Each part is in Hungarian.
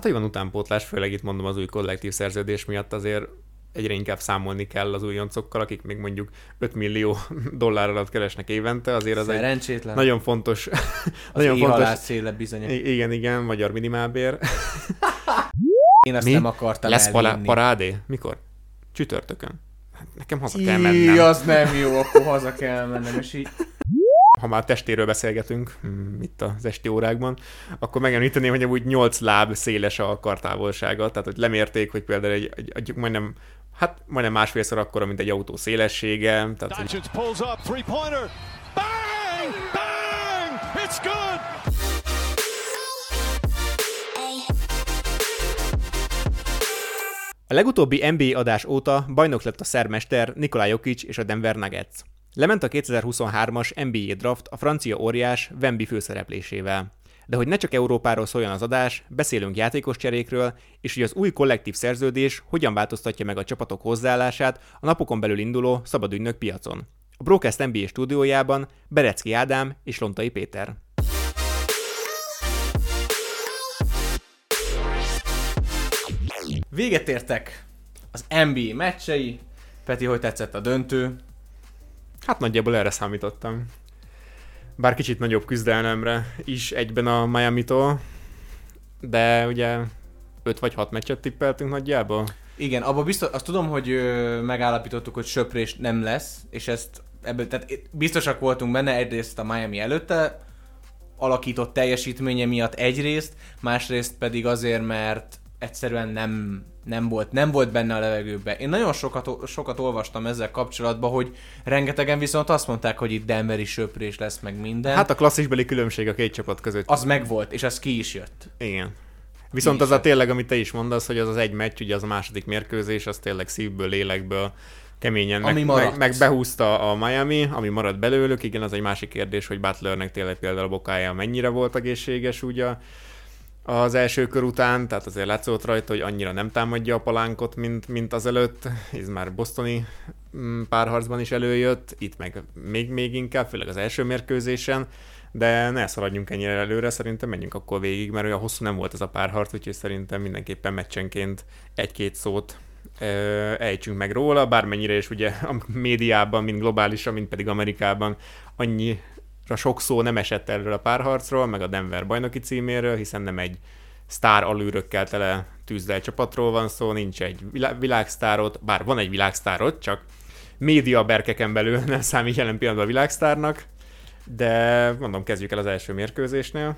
hogy van utánpótlás, főleg itt mondom az új kollektív szerződés miatt azért egyre inkább számolni kell az újoncokkal, akik még mondjuk 5 millió dollár alatt keresnek évente, azért az egy nagyon fontos... nagyon fontos széle bizony. Igen, magyar minimálbér. Én azt nem akartam lesz elvinni. parádé? Mikor? Csütörtökön. Nekem haza kell mennem. Az nem jó, akkor haza kell mennem, és így... Ha már testéről beszélgetünk, itt az esti órákban, akkor megemlíteném, hogy úgy 8 láb széles a kartávolsága, tehát hogy lemérték, hogy például egy majdnem másfélszor akkora, mint egy autó szélessége. Tehát, hogy... A legutóbbi NBA adás óta bajnok lett a szermester Nikola Jokic és a Denver Nuggets. Lement a 2023-as NBA draft a francia óriás Wemby főszereplésével. De hogy ne csak Európáról szóljon az adás, beszélünk játékos cserékről, és hogy az új kollektív szerződés hogyan változtatja meg a csapatok hozzáállását a napokon belül induló szabadügynök piacon. A Brocast NBA stúdiójában Berecki Ádám és Lontai Péter. Véget értek az NBA meccsei. Peti, hogy tetszett a döntő? Hát nagyjából erre számítottam. Bár kicsit nagyobb küzdelemre is egyben a Miamitól, de ugye 5 vagy 6 meccset tippeltünk nagyjából. Igen, abban biztos, azt tudom, hogy megállapítottuk, hogy söprés nem lesz, és tehát biztosak voltunk benne, egyrészt a Miami előtte alakított teljesítménye miatt egyrészt, másrészt pedig azért, mert egyszerűen nem volt benne a levegőben. Én nagyon sokat olvastam ezzel kapcsolatban, hogy rengetegen viszont azt mondták, hogy itt denveri söprés lesz, meg minden. Hát a klasszisbeli különbség a két csapat között. Az megvolt, és az ki is jött. Igen. Viszont az a tényleg, amit te is mondasz, hogy az az egy meccs, ugye az a második mérkőzés, az tényleg szívből, lélekből keményen meg behúzta a Miami, ami maradt belőlük. Igen, az egy másik kérdés, hogy Butlernek tényleg például a bokája mennyire volt egészséges ugye az első kör után, tehát azért látszott rajta, hogy annyira nem támadja a palánkot, mint azelőtt. Ez már bostoni párharcban is előjött, itt meg még inkább, főleg az első mérkőzésen, de ne szaladjunk ennyire előre, szerintem menjünk akkor végig, mert olyan hosszú nem volt ez a párharc, úgyhogy szerintem mindenképpen meccsenként egy-két szót ejtsünk meg róla, bármennyire is ugye a médiában, mind globálisan, mind pedig Amerikában annyira sok szó nem esett erről a párharcról, meg a Denver bajnoki címéről, hiszen nem egy sztár alűrökkel tele tűzdel csapatról van szó, nincs egy világsztárot, bár van egy világsztárot, csak média berkeken belül nem számít jelen pillanatban a világsztárnak, de mondom, kezdjük el az első mérkőzésnél.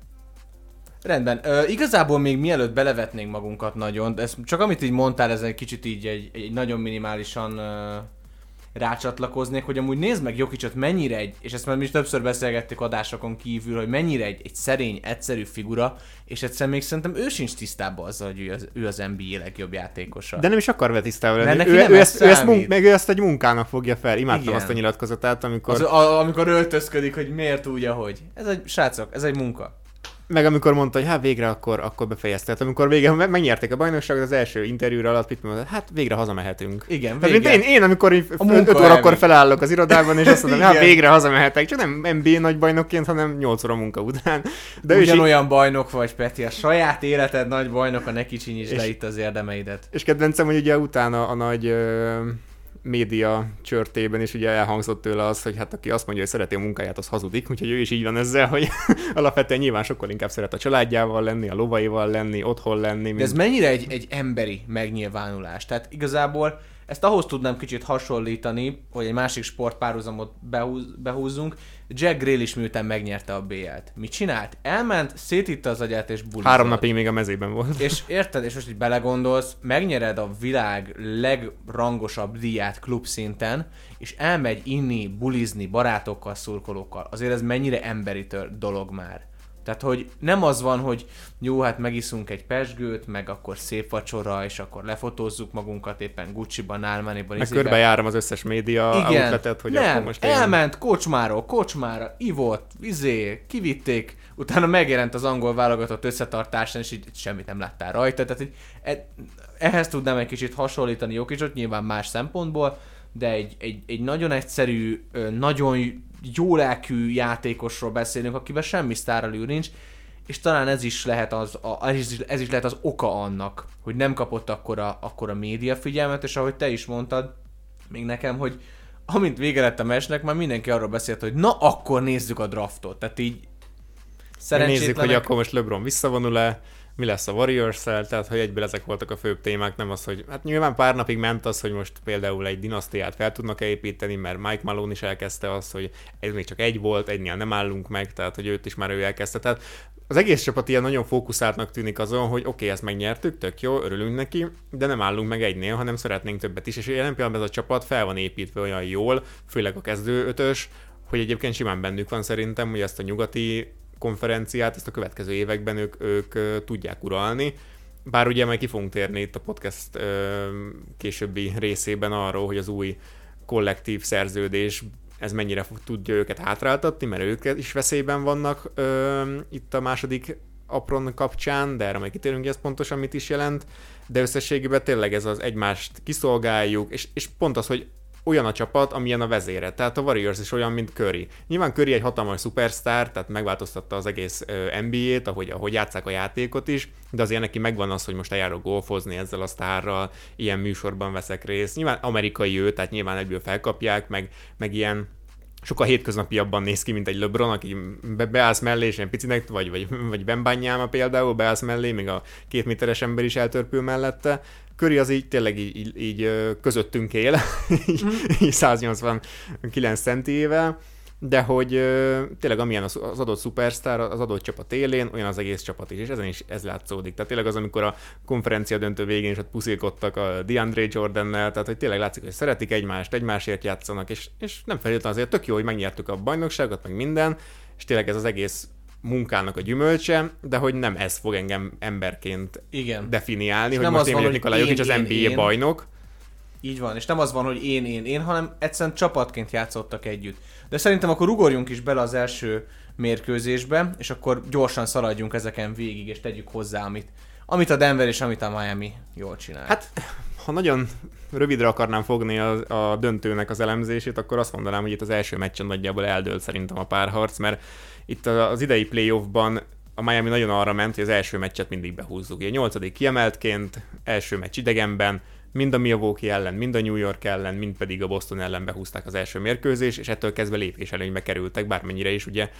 Rendben. Igazából még mielőtt belevetnénk magunkat nagyon, de csak amit így mondtál, ez egy kicsit így egy nagyon minimálisan rácsatlakoznék, hogy amúgy nézd meg Jokicot mennyire és ezt már mi is többször beszélgettük adásokon kívül, hogy mennyire egy szerény, egyszerű figura, és egyszerűen még szerintem ő sincs tisztában azzal, hogy ő az NBA legjobb játékosa. De nem is akar vele tisztában lenni. Ő ezt egy munkának fogja fel. Imádtam igen. Azt a nyilatkozatát, amikor... amikor öltözködik, hogy miért úgy, ahogy. Srácok, ez egy munka. Meg amikor mondta, hogy hát végre akkor befejezte. Tehát amikor végre megnyerték a bajnokságot, az első interjúra alatt mit mondta, hát végre hazamehetünk. Igen, végre. Tehát én amikor 5 órakor felállok az irodában, és azt mondom, hát végre hazamehetek. Csak nem NBA nagy bajnokként, hanem 8 óra munka után. De ugyanolyan bajnok vagy, Peti, a saját életed nagy bajnoka, ne kicsinyítsd le itt az érdemeidet. És kedvencem, hogy ugye utána a nagy... média csörtében is ugye elhangzott tőle az, hogy hát aki azt mondja, hogy szereti a munkáját, az hazudik, úgyhogy ő is így van ezzel, hogy alapvetően nyilván sokkal inkább szeret a családjával lenni, a lovaival lenni, otthon lenni. De ez mennyire egy emberi megnyilvánulás? Tehát igazából ezt ahhoz tudnám kicsit hasonlítani, hogy egy másik sportpárhuzamot behúzzunk. Jack Grealish miután megnyerte a BL-t. Mit csinált? Elment, szétitte az agyát és bulizott. 3 napig még a mezében volt. És érted, és most így belegondolsz, megnyered a világ legrangosabb díját klubszinten, és elmegy inni, bulizni barátokkal, szurkolókkal. Azért ez mennyire emberi dolog már. Tehát, hogy nem az van, hogy jó, hát megiszunk egy pezsgőt, meg akkor szép vacsora, és akkor lefotózzuk magunkat éppen Gucci-ban, Armani-ban. Meg körbejárom az összes média outletet, hogy nem, akkor most elment kocsmára, ivott, kivitték, utána megjelent az angol válogatott összetartásán, és így semmit nem láttál rajta. Tehát, hogy ehhez tudnám egy kicsit hasonlítani Jokicot, nyilván más szempontból, de egy nagyon egyszerű, nagyon jó lelkű játékosról beszélünk, akiben semmi sztáralű nincs, és talán ez is lehet az oka annak, hogy nem kapott akkora média figyelmet, és ahogy te is mondtad, még nekem, hogy amint vége lett a meccsnek, már mindenki arról beszélt, hogy na akkor nézzük a draftot. Tehát így nézzük, hogy akkor most LeBron visszavonul-e, mi lesz a Warriors-szel, tehát hogy egyből ezek voltak a főbb témák, nem az, hogy hát nyilván pár napig ment az, hogy most például egy dinasztiát fel tudnak építeni, mert Mike Malone is elkezdte azt, hogy ez még csak egy volt, egynél nem állunk meg, tehát hogy őt is már ő elkezdte. Tehát az egész csapat ilyen nagyon fókuszáltnak tűnik azon, hogy oké, ezt megnyertük, tök jó, örülünk neki, de nem állunk meg egynél, hanem szeretnénk többet is, és jelen pillanatban ez a csapat fel van építve olyan jól, főleg a kezdő ötös, hogy egyébként simán bennük van szerintem, hogy ezt a nyugati konferenciát, ezt a következő években ők tudják uralni. Bár ugye majd ki fogunk térni itt a podcast későbbi részében arról, hogy az új kollektív szerződés ez mennyire tudja őket hátráltatni, mert ők is veszélyben vannak itt a második apron kapcsán, de erre majd kitérünk, hogy ez pontosan mit is jelent, de összességében tényleg ez az egymást kiszolgáljuk, és pont az, hogy olyan a csapat, amilyen a vezére. Tehát a Warriors is olyan, mint Curry. Nyilván Curry egy hatalmas szupersztár, tehát megváltoztatta az egész NBA-t, ahogy játsszák a játékot is, de azért neki megvan az, hogy most eljárok golfozni ezzel a sztárral, ilyen műsorban veszek részt. Nyilván amerikai ő, tehát nyilván egyből felkapják, meg ilyen sokkal hétköznapiabban néz ki, mint egy LeBron, aki beállsz mellé, és ilyen picinek, vagy Bembanyama például, beállsz mellé, még a 2 méteres ember is eltörpül mellette. Curry az így tényleg így közöttünk él, így 189 centiével, de hogy tényleg amilyen az adott szupersztár, az adott csapat élén, olyan az egész csapat is, és ezen is ez látszódik. Tehát tényleg az, amikor a konferencia döntő végén is ott puszilkodtak a DeAndre Jordannel, tehát hogy tényleg látszik, hogy szeretik egymást, egymásért játszanak, és nem feltétlenül azért tök jó, hogy megnyertük a bajnokságot, meg minden, és tényleg ez az egész munkának a gyümölcse, de hogy nem ez fog engem emberként definiálni, és hogy most én vagyok Nikola Jokic, az NBA bajnok. Így van, és nem az van, hogy én, hanem egyszerűen csapatként játszottak együtt. De szerintem akkor ugorjunk is bele az első mérkőzésbe, és akkor gyorsan szaladjunk ezeken végig, és tegyük hozzá, amit a Denver és amit a Miami jól csinál. Hát, ha nagyon rövidre akarnám fogni a döntőnek az elemzését, akkor azt mondanám, hogy itt az első meccsen nagyjából eldőlt szerintem a párharc, mert itt az idei playoffban a Miami nagyon arra ment, hogy az első meccset mindig behúzzuk. Ugye 8. kiemeltként, első meccs idegenben, mind a Milwaukee ellen, mind a New York ellen, mind pedig a Boston ellen behúzták az első mérkőzést, és ettől kezdve lépéselőnybe kerültek, bármennyire is ugye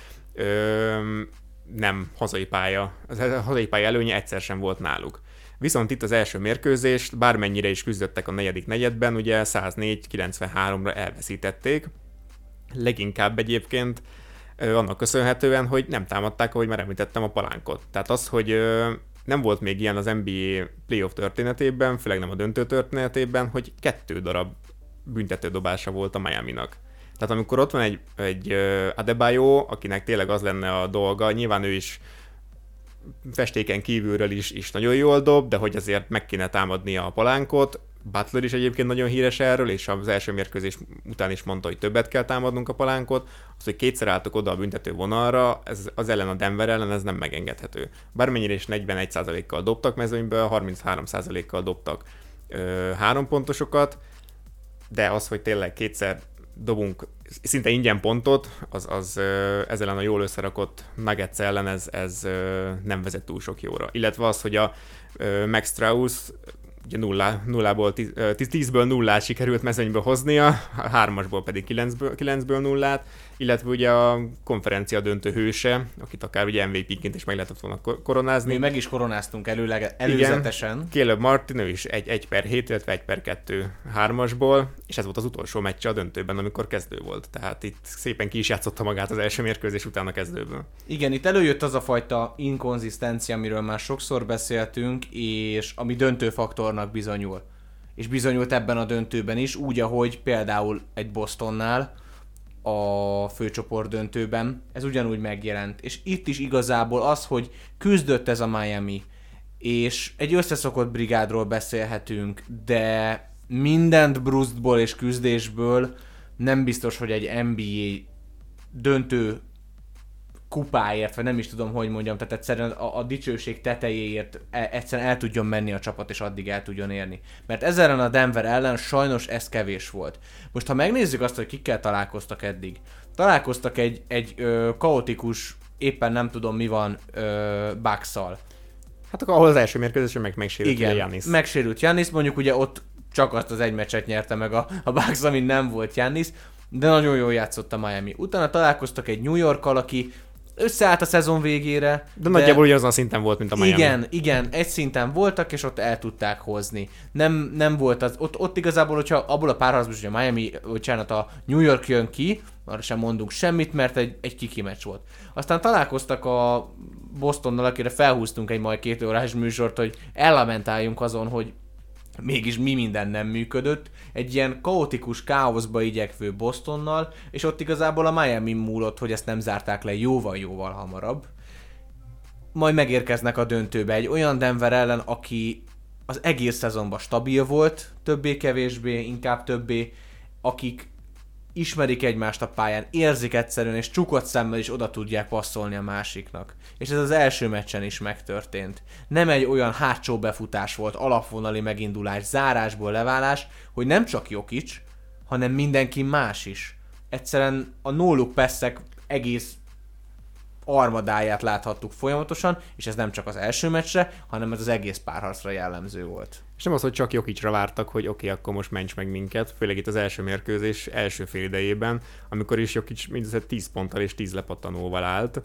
nem hazai pálya. Az hazai pálya előnye egyszer sem volt náluk. Viszont itt az első mérkőzést, bármennyire is küzdöttek a negyedik negyedben, ugye 104-93-ra elveszítették. Leginkább egyébként annak köszönhetően, hogy nem támadták, ahogy már említettem, a palánkot. Tehát az, hogy nem volt még ilyen az NBA playoff történetében, főleg nem a döntő történetében, hogy 2 darab büntetődobása volt a Miaminak. Tehát amikor ott van egy Adebayo, akinek tényleg az lenne a dolga, nyilván ő is festéken kívülről is nagyon jól dob, de hogy azért meg kéne támadnia a palánkot. Butler is egyébként nagyon híres erről, és az első mérkőzés után is mondta, hogy többet kell támadnunk a palánkot. Az, hogy 2-szer álltok oda a büntető vonalra, ez az ellen a Denver ellen, ez nem megengedhető. Bármennyire is 41%-kal dobtak mezőnyből, 33%-kal dobtak 3 pontosokat, de az, hogy tényleg 2-szer dobunk szinte ingyen pontot, az ez ellen a jól összerakott Nuggets ellen ez nem vezet túl sok jóra. Illetve az, hogy a Max Strus ugye 10-ből 0-át sikerült mezőnyből hoznia, a 3-asból pedig 9-ből 0-át, illetve ugye a konferencia döntő hőse, akit akár ugye MVP-ként is meg lehetett volna koronázni. Mi meg is koronáztunk előzetesen. Igen, Caleb Martin, ő is 1/7, illetve 1/2 3-asból, és ez volt az utolsó meccse a döntőben, amikor kezdő volt. Tehát itt szépen ki is játszotta magát az első mérkőzés után a kezdőből. Igen, itt előjött az a fajta inkonzisztencia, amiről már sokszor beszéltünk, és ami döntőfaktornak bizonyul. És bizonyult ebben a döntőben is, úgy, ahogy például egy Bostonnál, a főcsoport döntőben, ez ugyanúgy megjelent. És itt is igazából az, hogy küzdött ez a Miami, és egy összeszokott brigádról beszélhetünk, de mindent brusztból és küzdésből nem biztos, hogy egy NBA döntő kupáért, vagy nem is tudom, hogy mondjam, tehát egyszerűen a dicsőség tetejéért egyszerűen el tudjon menni a csapat, és addig el tudjon érni. Mert ezzel a Denver ellen sajnos ez kevés volt. Most ha megnézzük azt, hogy kikkel találkoztak eddig, találkoztak egy kaotikus éppen nem tudom mi van Bucks-szal. Hát akkor ahol az első mérkőzésen megsérült Giannis. Megsérült Giannis, mondjuk ugye ott csak azt az egy meccset nyerte meg a Bucks, amin nem volt Giannis, de nagyon jól játszott a Miami. Utána találkoztak egy New Yorkkal, aki összeállt a szezon végére. De nagyjából ugyanazon a szinten volt, mint a Miami. Igen, egy szinten voltak, és ott el tudták hozni. Nem volt az, ott igazából, hogyha abból a párharcból, hogy a Miami, a New York jön ki, arra sem mondunk semmit, mert egy kiki meccs volt. Aztán találkoztak a Bostonnal, akire felhúztunk egy majd 2 órás műsort, hogy ellamentáljunk azon, hogy mégis mi minden nem működött, egy ilyen kaotikus káoszba igyekvő Bostonnal, és ott igazából a Miami múlott, hogy ezt nem zárták le jóval-jóval hamarabb. Majd megérkeznek a döntőbe egy olyan Denver ellen, aki az egész szezonban stabil volt, többé-kevésbé, inkább többé, akik ismerik egymást a pályán, érzik egyszerűen, és csukott szemmel is oda tudják passzolni a másiknak. És ez az első meccsen is megtörtént. Nem egy olyan hátsó befutás volt, alapvonali megindulás, zárásból leválás, hogy nem csak Jokic, hanem mindenki más is. Egyszerűen a no-look passzek egész armadáját láthattuk folyamatosan, és ez nem csak az első meccsre, hanem ez az egész párharcra jellemző volt. És nem az, hogy csak Jokicra vártak, hogy oké, akkor most ments meg minket, főleg itt az első mérkőzés első fél idejében, amikor is Jokic mindössze 10 ponttal és 10 lepattanóval állt.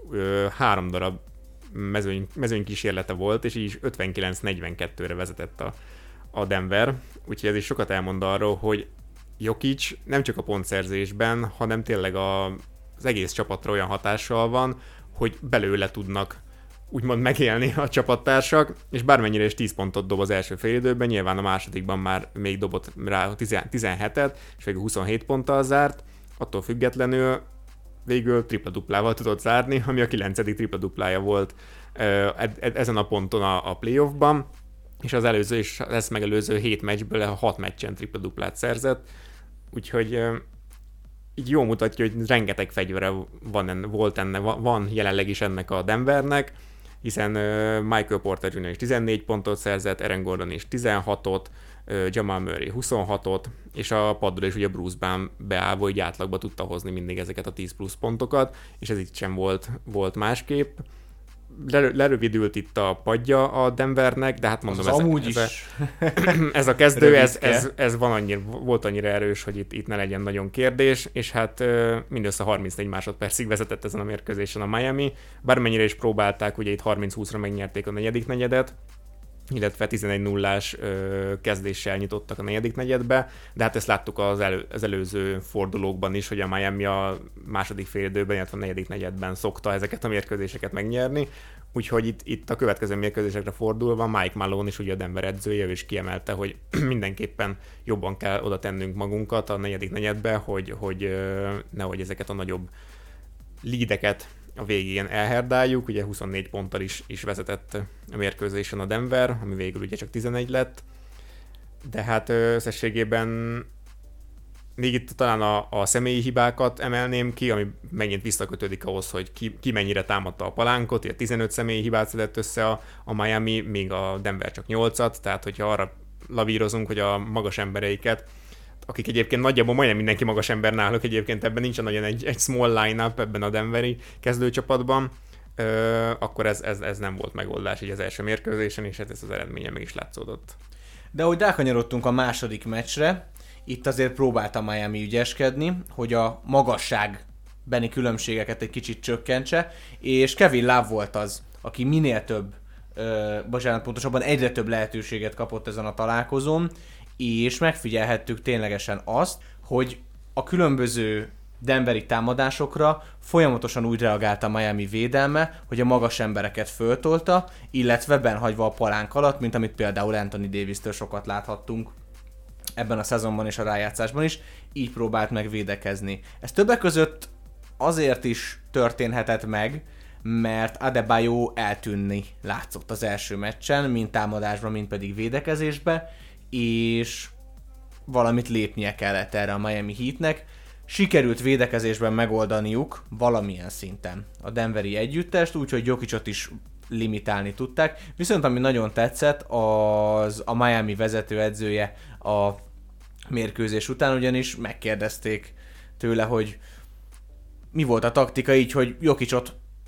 3 darab mezőny kísérlete volt, és így 59-42-re vezetett a Denver. Úgyhogy ez is sokat elmond arról, hogy Jokic nem csak a pontszerzésben, hanem tényleg az egész csapatra olyan hatással van, hogy belőle tudnak úgymond megélni a csapattársak, és bármennyire is 10 pontot dob az első félidőben, nyilván a másodikban már még dobott rá 17-et, és végül 27 ponttal zárt, attól függetlenül végül tripla-duplával tudott zárni, ami a 9. tripla-duplája volt ezen a ponton a playoffban, és az előző és ezt megelőző 7 meccsből 6 meccsen tripla-duplát szerzett, úgyhogy így jól mutatja, hogy rengeteg fegyvere van jelenleg is ennek a Denvernek, hiszen Michael Porter Jr. is 14 pontot szerzett, Aaron Gordon is 16-ot, Jamal Murray 26-ot, és a padról is ugye Bruce Brown beállva, így átlagba tudta hozni mindig ezeket a 10 plusz pontokat, és ez itt sem volt másképp. Lerövidült itt a padja a Denvernek, de hát mondom, ez a kezdő, ez volt annyira erős, hogy itt ne legyen nagyon kérdés, és hát mindössze 34 másodpercig vezetett ezen a mérkőzésen a Miami, bármennyire is próbálták, ugye itt 30-20-ra megnyerték a negyedik negyedet, illetve 11-0-ás kezdéssel nyitottak a negyedik negyedbe, de hát ezt láttuk az előző fordulókban is, hogy a Miami a második félidőben, illetve a negyedik negyedben szokta ezeket a mérkőzéseket megnyerni, úgyhogy itt a következő mérkőzésekre fordulva Mike Malone is ugye a Denver edzője, és kiemelte, hogy mindenképpen jobban kell oda tennünk magunkat a negyedik negyedbe, hogy nehogy ezeket a nagyobb leadeket a végén elherdáljuk, ugye 24 ponttal is vezetett a mérkőzésen a Denver, ami végül ugye csak 11 lett, de hát összességében még itt talán a személyi hibákat emelném ki, ami megint visszakötődik ahhoz, hogy ki mennyire támadta a palánkot, ugye 15 személyi hibát szedett össze a Miami, még a Denver csak 8-at, tehát hogyha arra lavírozunk, hogy a magas embereiket, akik egyébként nagyjából majdnem mindenki magas ember náluk, egyébként ebben nincsen nagyon egy small line-up ebben a denveri kezdőcsapatban, akkor ez nem volt megoldás így az első mérkőzésen, és ez az eredménye meg is látszódott. De ahogy rákanyarodtunk a második meccsre, itt azért próbált a Miami ügyeskedni, hogy a magasságbeni különbségeket egy kicsit csökkentse, és Kevin Love volt az, aki minél több, pontosabban egyre több lehetőséget kapott ezen a találkozón, és megfigyelhettük ténylegesen azt, hogy a különböző denveri támadásokra folyamatosan úgy reagált a Miami védelme, hogy a magas embereket föltolta, illetve benhagyva a palánk alatt, mint amit például Anthony Davis-től sokat láthattunk ebben a szezonban és a rájátszásban is, így próbált meg védekezni. Ez többek között azért is történhetett meg, mert Adebayo eltűnni látszott az első meccsen, mind támadásban, mind pedig védekezésbe, és valamit lépnie kellett erre a Miami Heatnek. Sikerült védekezésben megoldaniuk valamilyen szinten a denveri együttest, úgyhogy Jokicot is limitálni tudták. Viszont ami nagyon tetszett, az a Miami vezetőedzője a mérkőzés után, ugyanis megkérdezték tőle, hogy mi volt a taktika így, hogy Jokicot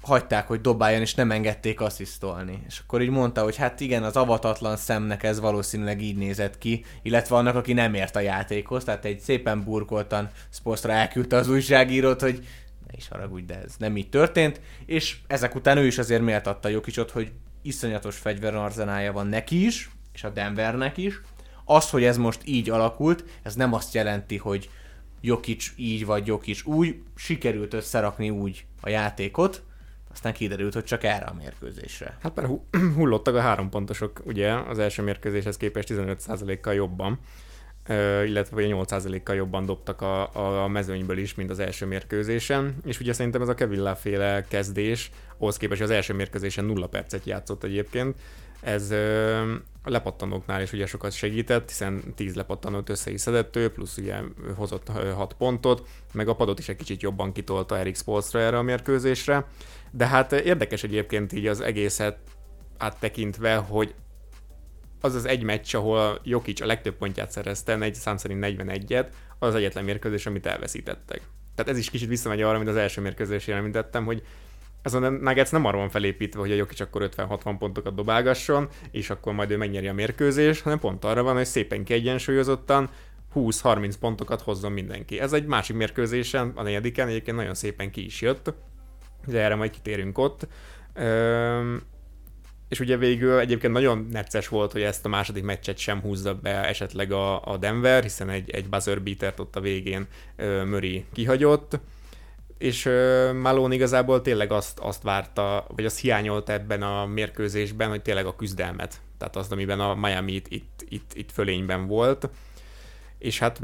hagyták, hogy dobáljon, és nem engedték asszisztolni. És akkor így mondta, hogy hát igen, az avatatlan szemnek ez valószínűleg így nézett ki, illetve annak, aki nem ért a játékhoz, tehát egy szépen burkoltan Spoelstra elküldte az újságírót, hogy ne is haragudj, de ez nem így történt, és ezek után ő is azért méltatta Jokicot, hogy iszonyatos fegyverarzenálja van neki is, és a Denvernek is. Az, hogy ez most így alakult, ez nem azt jelenti, hogy Jokic így vagy Jokic úgy, sikerült összerakni úgy a játékot, aztán kiderült, hogy csak erre a mérkőzésre. Hát már hullottak a 3 pontosok, ugye, az első mérkőzéshez képest 15%-kal jobban, illetve 8%-kal jobban dobtak a mezőnyből is, mint az első mérkőzésen, és ugye szerintem ez a Kevin Love-féle kezdés, ahhoz képest az első mérkőzésen 0 percet játszott egyébként, ez a lepattanóknál is ugye sokat segített, hiszen 10 lepattanót össze is szedett ő, plusz ugye hozott 6 pontot, meg a padot is egy kicsit jobban kitolta Erik Spoelstra erre a mérkőzésre, de hát érdekes egyébként így az egészet áttekintve, hogy az az egy meccs, ahol Jokic a legtöbb pontját szerezte, egy szám szerint 41-et, az egyetlen mérkőzés, amit elveszítettek. Tehát ez is kicsit visszamegy arra, amit az első mérkőzésén említettem, hogy ez a Nuggets nem arra van felépítve, hogy a Jokic akkor 50-60 pontokat dobálgasson, és akkor majd ő megnyeri a mérkőzést, hanem pont arra van, hogy szépen kiegyensúlyozottan 20-30 pontokat hozzon mindenki. Ez egy másik mérkőzésen, a 4. egyébként nagyon szépen ki is jött, de erre majd kitérünk ott. És ugye végül egyébként nagyon necces volt, hogy ezt a második meccset sem húzza be esetleg a Denver, hiszen egy buzzer beatert ott a végén Murray kihagyott, és Malone igazából tényleg azt várta, vagy azt hiányolta ebben a mérkőzésben, hogy tényleg a küzdelmet, tehát azt, amiben a Miami itt fölényben volt, és hát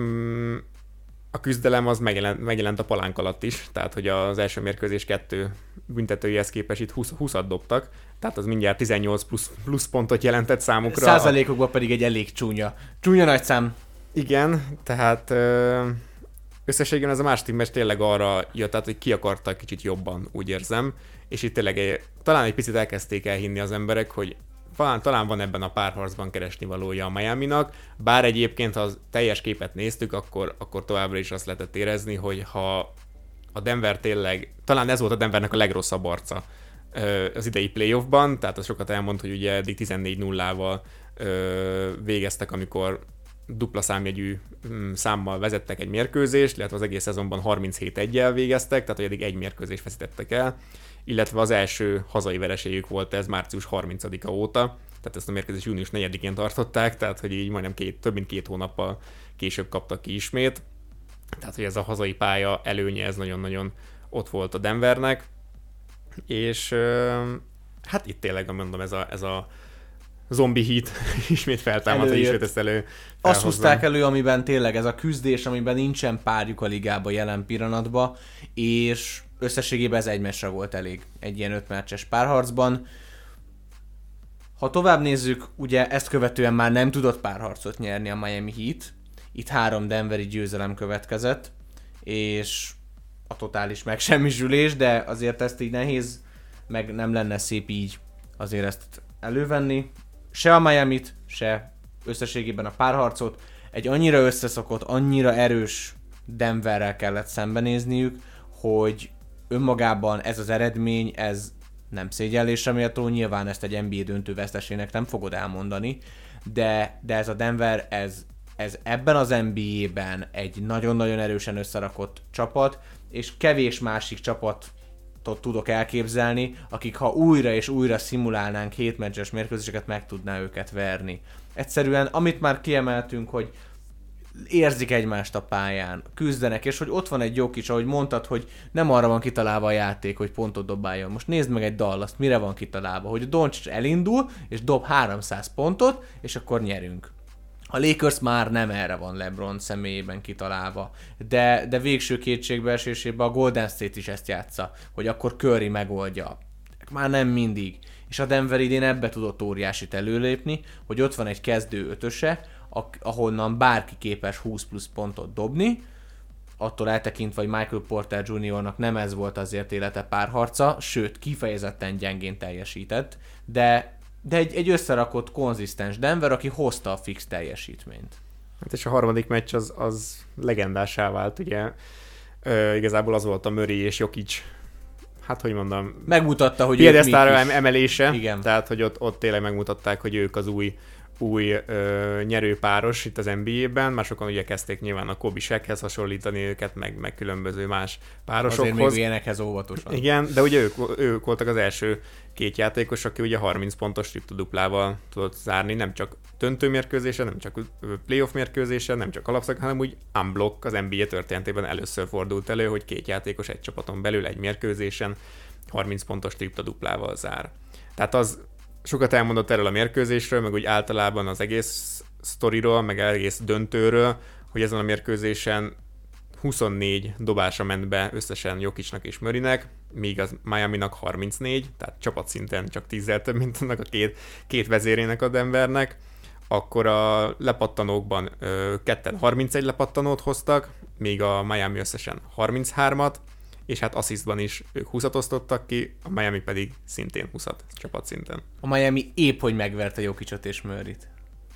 a küzdelem az megjelent a palánk alatt is, tehát hogy az első mérkőzés 2 büntetőihez képest itt 20-at dobtak, tehát az mindjárt 18 plusz pontot jelentett számukra. Százalékokban pedig egy elég csúnya nagy szám. Igen, tehát összességében ez a második meccs tényleg arra jött, tehát hogy ki akarta kicsit jobban, úgy érzem, és itt tényleg talán egy picit elkezdték elhinni az emberek, hogy talán van ebben a párharcban keresnivalója a Miaminak, bár egyébként, ha az teljes képet néztük, akkor továbbra is azt lehetett érezni, hogy ha a Denver tényleg, talán ez volt a Denvernek a legrosszabb arca az idei playoffban, tehát az sokat elmond, hogy ugye eddig 14-0-val végeztek, amikor dupla számjegyű számmal vezettek egy mérkőzést, illetve az egész szezonban 37-1-jel végeztek, tehát hogy eddig egy mérkőzést veszítettek el, illetve az első hazai vereségük volt ez március 30-a óta, tehát ezt a mérkőzést június 4-én tartották, tehát hogy így majdnem több mint 2 hónappal később kaptak ki ismét, tehát hogy ez a hazai pálya előnye, ez nagyon-nagyon ott volt a Denvernek, és hát itt tényleg mondom, ez a zombi hit ismét feltámad, hogy ismét ezt felhozom. Azt hozták elő, amiben tényleg ez a küzdés, amiben nincsen párjuk a ligába jelen pillanatban, és összességében ez egy meccsre volt elég egy ilyen 5 meccses párharcban. Ha tovább nézzük, ugye ezt követően már nem tudott párharcot nyerni a Miami Heat, itt 3 denveri győzelem következett, és a totális megsemmisülés, de azért ezt így nehéz, meg nem lenne szép így azért ezt elővenni. Se a Miamit, se összességében a párharcot. Egy annyira összeszokott, annyira erős Denverrel kellett szembenézniük, hogy önmagában ez az eredmény, ez nem szégyellésre méltó, nyilván ezt egy NBA döntő vesztesének nem fogod elmondani, de ez a Denver, ez ebben az NBA-ben egy nagyon-nagyon erősen összerakott csapat, és kevés másik csapatot tudok elképzelni, akik ha újra és újra szimulálnánk 7 meccses mérkőzéseket, meg tudná őket verni. Egyszerűen, amit már kiemeltünk, hogy érzik egymást a pályán, küzdenek, és hogy ott van egy Jokic, ahogy mondtad, hogy nem arra van kitalálva a játék, hogy pontot dobáljon. Most nézd meg egy Dallast, mire van kitalálva, hogy a Doncic elindul, és dob 300 pontot, és akkor nyerünk. A Lakers már nem erre van LeBron személyében kitalálva, de végső kétségbeesésében a Golden State is ezt játsza, hogy akkor Curry megoldja. Már nem mindig. És a Denver idén ebbe tudott óriásit előlépni, hogy ott van egy kezdő ötöse, ahonnan bárki képes 20 plusz pontot dobni, attól eltekintve, hogy Michael Porter Jr.-nak nem ez volt azért élete párharca, sőt, kifejezetten gyengén teljesített, de egy összerakott, konzisztens Denver, aki hozta a fix teljesítményt. Hát és a harmadik meccs az legendásá vált, ugye. Igazából az volt a Murray és Jokic hát hogy mondom, megmutatta, hogy piedesztára emelése, igen. Tehát hogy ott tényleg megmutatták, hogy ők az új nyerőpáros itt az NBA-ben, már sokan ugye kezdték nyilván a Kobe Shaqhez hasonlítani őket, meg különböző más párosokhoz. Azért még ilyenekhez óvatosan. Igen, de ugye ők voltak az első két játékos, aki ugye 30 pontos tripla-duplával tudott zárni, nem csak döntőmérkőzésen, nem csak playoff mérkőzésen, nem csak alapszak, hanem úgy unblock az NBA történetében először fordult elő, hogy két játékos egy csapaton belül egy mérkőzésen 30 pontos tripla-duplával zár. Tehát az sokat elmondott erről a mérkőzésről, meg úgy általában az egész sztoriról, meg egész döntőről, hogy ezen a mérkőzésen 24 dobása ment be összesen Jokicnak és Murraynek, míg az Miaminak 34, tehát csapatszinten csak 10-zel több, mint annak a két vezérének a Denvernek. Akkor a lepattanókban ketten 31 lepattanót hoztak, míg a Miami összesen 33-at, és hát asszisztban is ők 20-at osztottak ki, a Miami pedig szintén 20-at csapatszinten. A Miami épp hogy megverte Jokicot és Murrayt.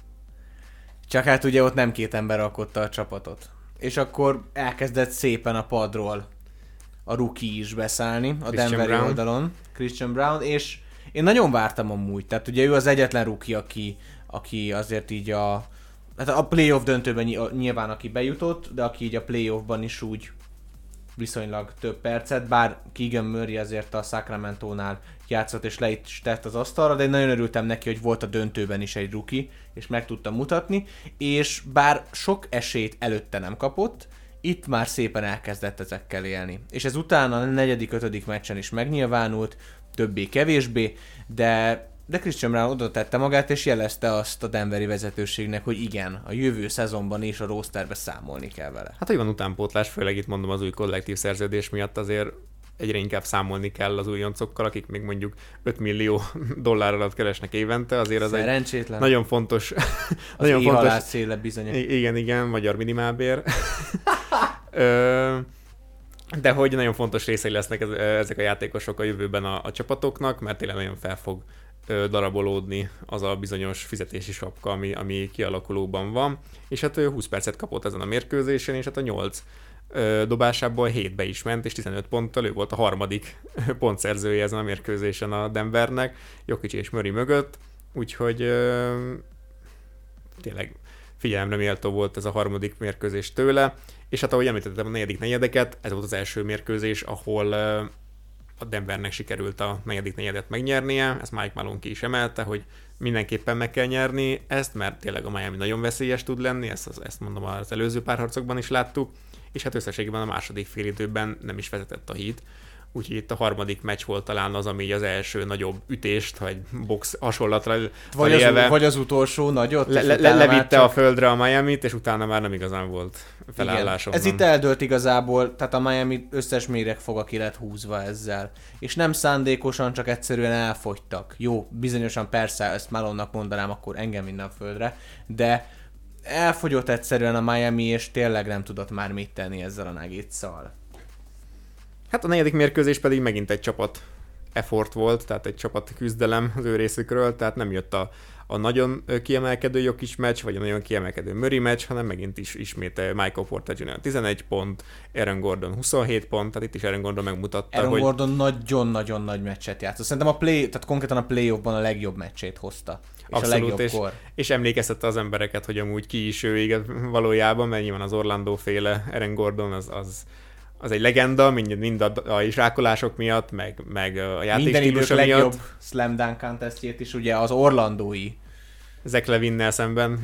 Csak hát ugye ott nem két ember alkotta a csapatot. És akkor elkezdett szépen a padról a rookie is beszállni a Denveri oldalon, Christian Brown, és én nagyon vártam amúgy, tehát ugye ő az egyetlen rookie, aki azért így a playoff döntőben nyilván aki bejutott, de aki így a playoffban is úgy viszonylag több percet, bár Keegan Murray azért a Sacramento-nál játszott és le is tett az asztalra, de én nagyon örültem neki, hogy volt a döntőben is egy rookie, és meg tudta mutatni, és bár sok esélyt előtte nem kapott, itt már szépen elkezdett ezekkel élni. És ez utána a 4.-5. meccsen is megnyilvánult, többé-kevésbé, de Christian Brown oda tette magát, és jelezte azt a Denveri vezetőségnek, hogy igen, a jövő szezonban és a rosterbe számolni kell vele. Hát, hogy van utánpótlás, főleg itt mondom az új kollektív szerződés miatt azért egyre inkább számolni kell az újoncokkal, akik még mondjuk $5 millió alatt keresnek évente, azért az egy nagyon fontos... Az éhalás széle bizony. Igen, magyar minimálbér. De hogy nagyon fontos részei lesznek ezek a játékosok a jövőben a csapatoknak, mert tényleg nagyon fel fog darabolódni az a bizonyos fizetési sapka, ami kialakulóban van, és hát 20 percet kapott ezen a mérkőzésen, és hát a 8 dobásából 7-be is ment, és 15 ponttal ő volt a harmadik pontszerzője ezen a mérkőzésen a Denvernek, Jokic és Murray mögött, úgyhogy tényleg figyelemre méltó volt ez a harmadik mérkőzés tőle, és hát ahogy említettem a negyedik negyedeket, ez volt az első mérkőzés, ahol a Denvernek sikerült a negyedik negyedet megnyernie, ezt Mike Malone ki is emelte, hogy mindenképpen meg kell nyerni ezt, mert tényleg a Miami nagyon veszélyes tud lenni, ezt mondom az előző párharcokban is láttuk, és hát összességében a második félidőben nem is vezetett a Heat, úgyhogy itt a harmadik meccs volt talán az, ami az első nagyobb ütést, vagy box hasonlatra élve. Vagy az utolsó nagyot. Levitte csak a földre a Miamit, és utána már nem igazán volt felállásom. Ez itt eldőlt igazából, tehát a Miami összes méregfoga ki lett húzva ezzel. És nem szándékosan, csak egyszerűen elfogytak. Jó, bizonyosan persze, ezt Malone-nak mondanám, akkor engem minden földre, de elfogyott egyszerűen a Miami, és tényleg nem tudott már mit tenni ezzel a Nuggets-szal. Hát a negyedik mérkőzés pedig megint egy csapat effort volt, tehát egy csapat küzdelem az ő részükről, tehát nem jött a nagyon kiemelkedő Jokic meccs, vagy a nagyon kiemelkedő Murray meccs, hanem megint is ismét Michael Porter Jr. 11 pont, Aaron Gordon 27 pont, tehát itt is Aaron Gordon megmutatta, Aaron Gordon nagyon-nagyon nagy meccset játszott. Szerintem tehát konkrétan a playoffban a legjobb meccsét hozta. És abszolút, a legjobb és emlékeztette az embereket, hogy amúgy ki is ő valójában, mert nyilván az Orlando féle Aaron Gordon az egy legenda, mind a zsákolások miatt, meg a játékstílusa miatt. Legjobb slam dunk contestjét is ugye az orlandói Zach Levinnel szemben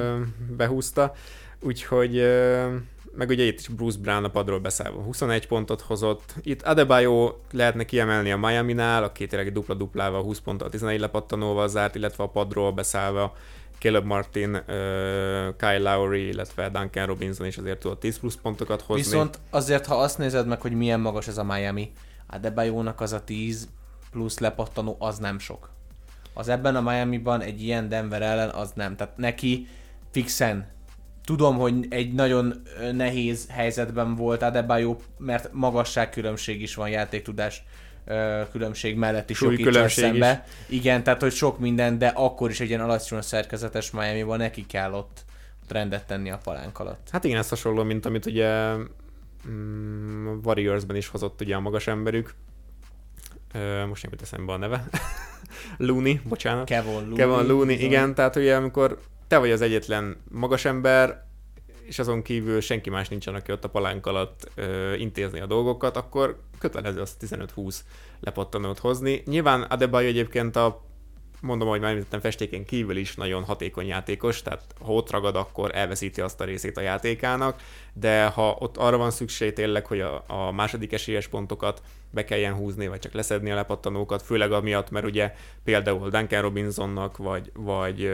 behúzta, úgyhogy meg ugye itt is Bruce Brown a padról beszállva 21 pontot hozott. Itt Adebayo lehetne kiemelni a Miaminál, aki tényleg dupla-duplával 20 ponttal 11 lepattanóval zárt, illetve a padról beszállva Caleb Martin, Kyle Lowry, illetve Duncan Robinson is azért tudott 10 plusz pontokat hozni. Viszont azért, ha azt nézed meg, hogy milyen magas ez a Miami, Adebayo-nak az a 10 plusz lepattanó, az nem sok. Az ebben a Miamiban egy ilyen Denver ellen az nem. Tehát neki fixen tudom, hogy egy nagyon nehéz helyzetben volt Adebayo, mert magasságkülönbség is van, játéktudás különbség mellett is sok itt szembe. Igen, tehát hogy sok minden, de akkor is egy ilyen alacsony szerkezetes Miamiban neki kell ott rendet tenni a palánk alatt. Hát igen, ez hasonló, mint amit ugye Warriorsben is hozott ugye a magas emberük. most nem jut eszembe a neve. Looney, bocsánat. Kevon Looney, igen, tehát ugye amikor te vagy az egyetlen magas ember, és azon kívül senki más nincsen, aki ott a palánk alatt intézni a dolgokat, akkor kötelező azt 15-20 lepattanót hozni. Nyilván Adebayo egyébként mondom, hogy már említettem, festéken kívül is nagyon hatékony játékos, tehát ha ott ragad, akkor elveszíti azt a részét a játékának, de ha ott arra van szükség tényleg, hogy a második esélyes pontokat be kelljen húzni, vagy csak leszedni a lepattanókat, főleg amiatt, mert ugye például Duncan Robinsonnak, vagy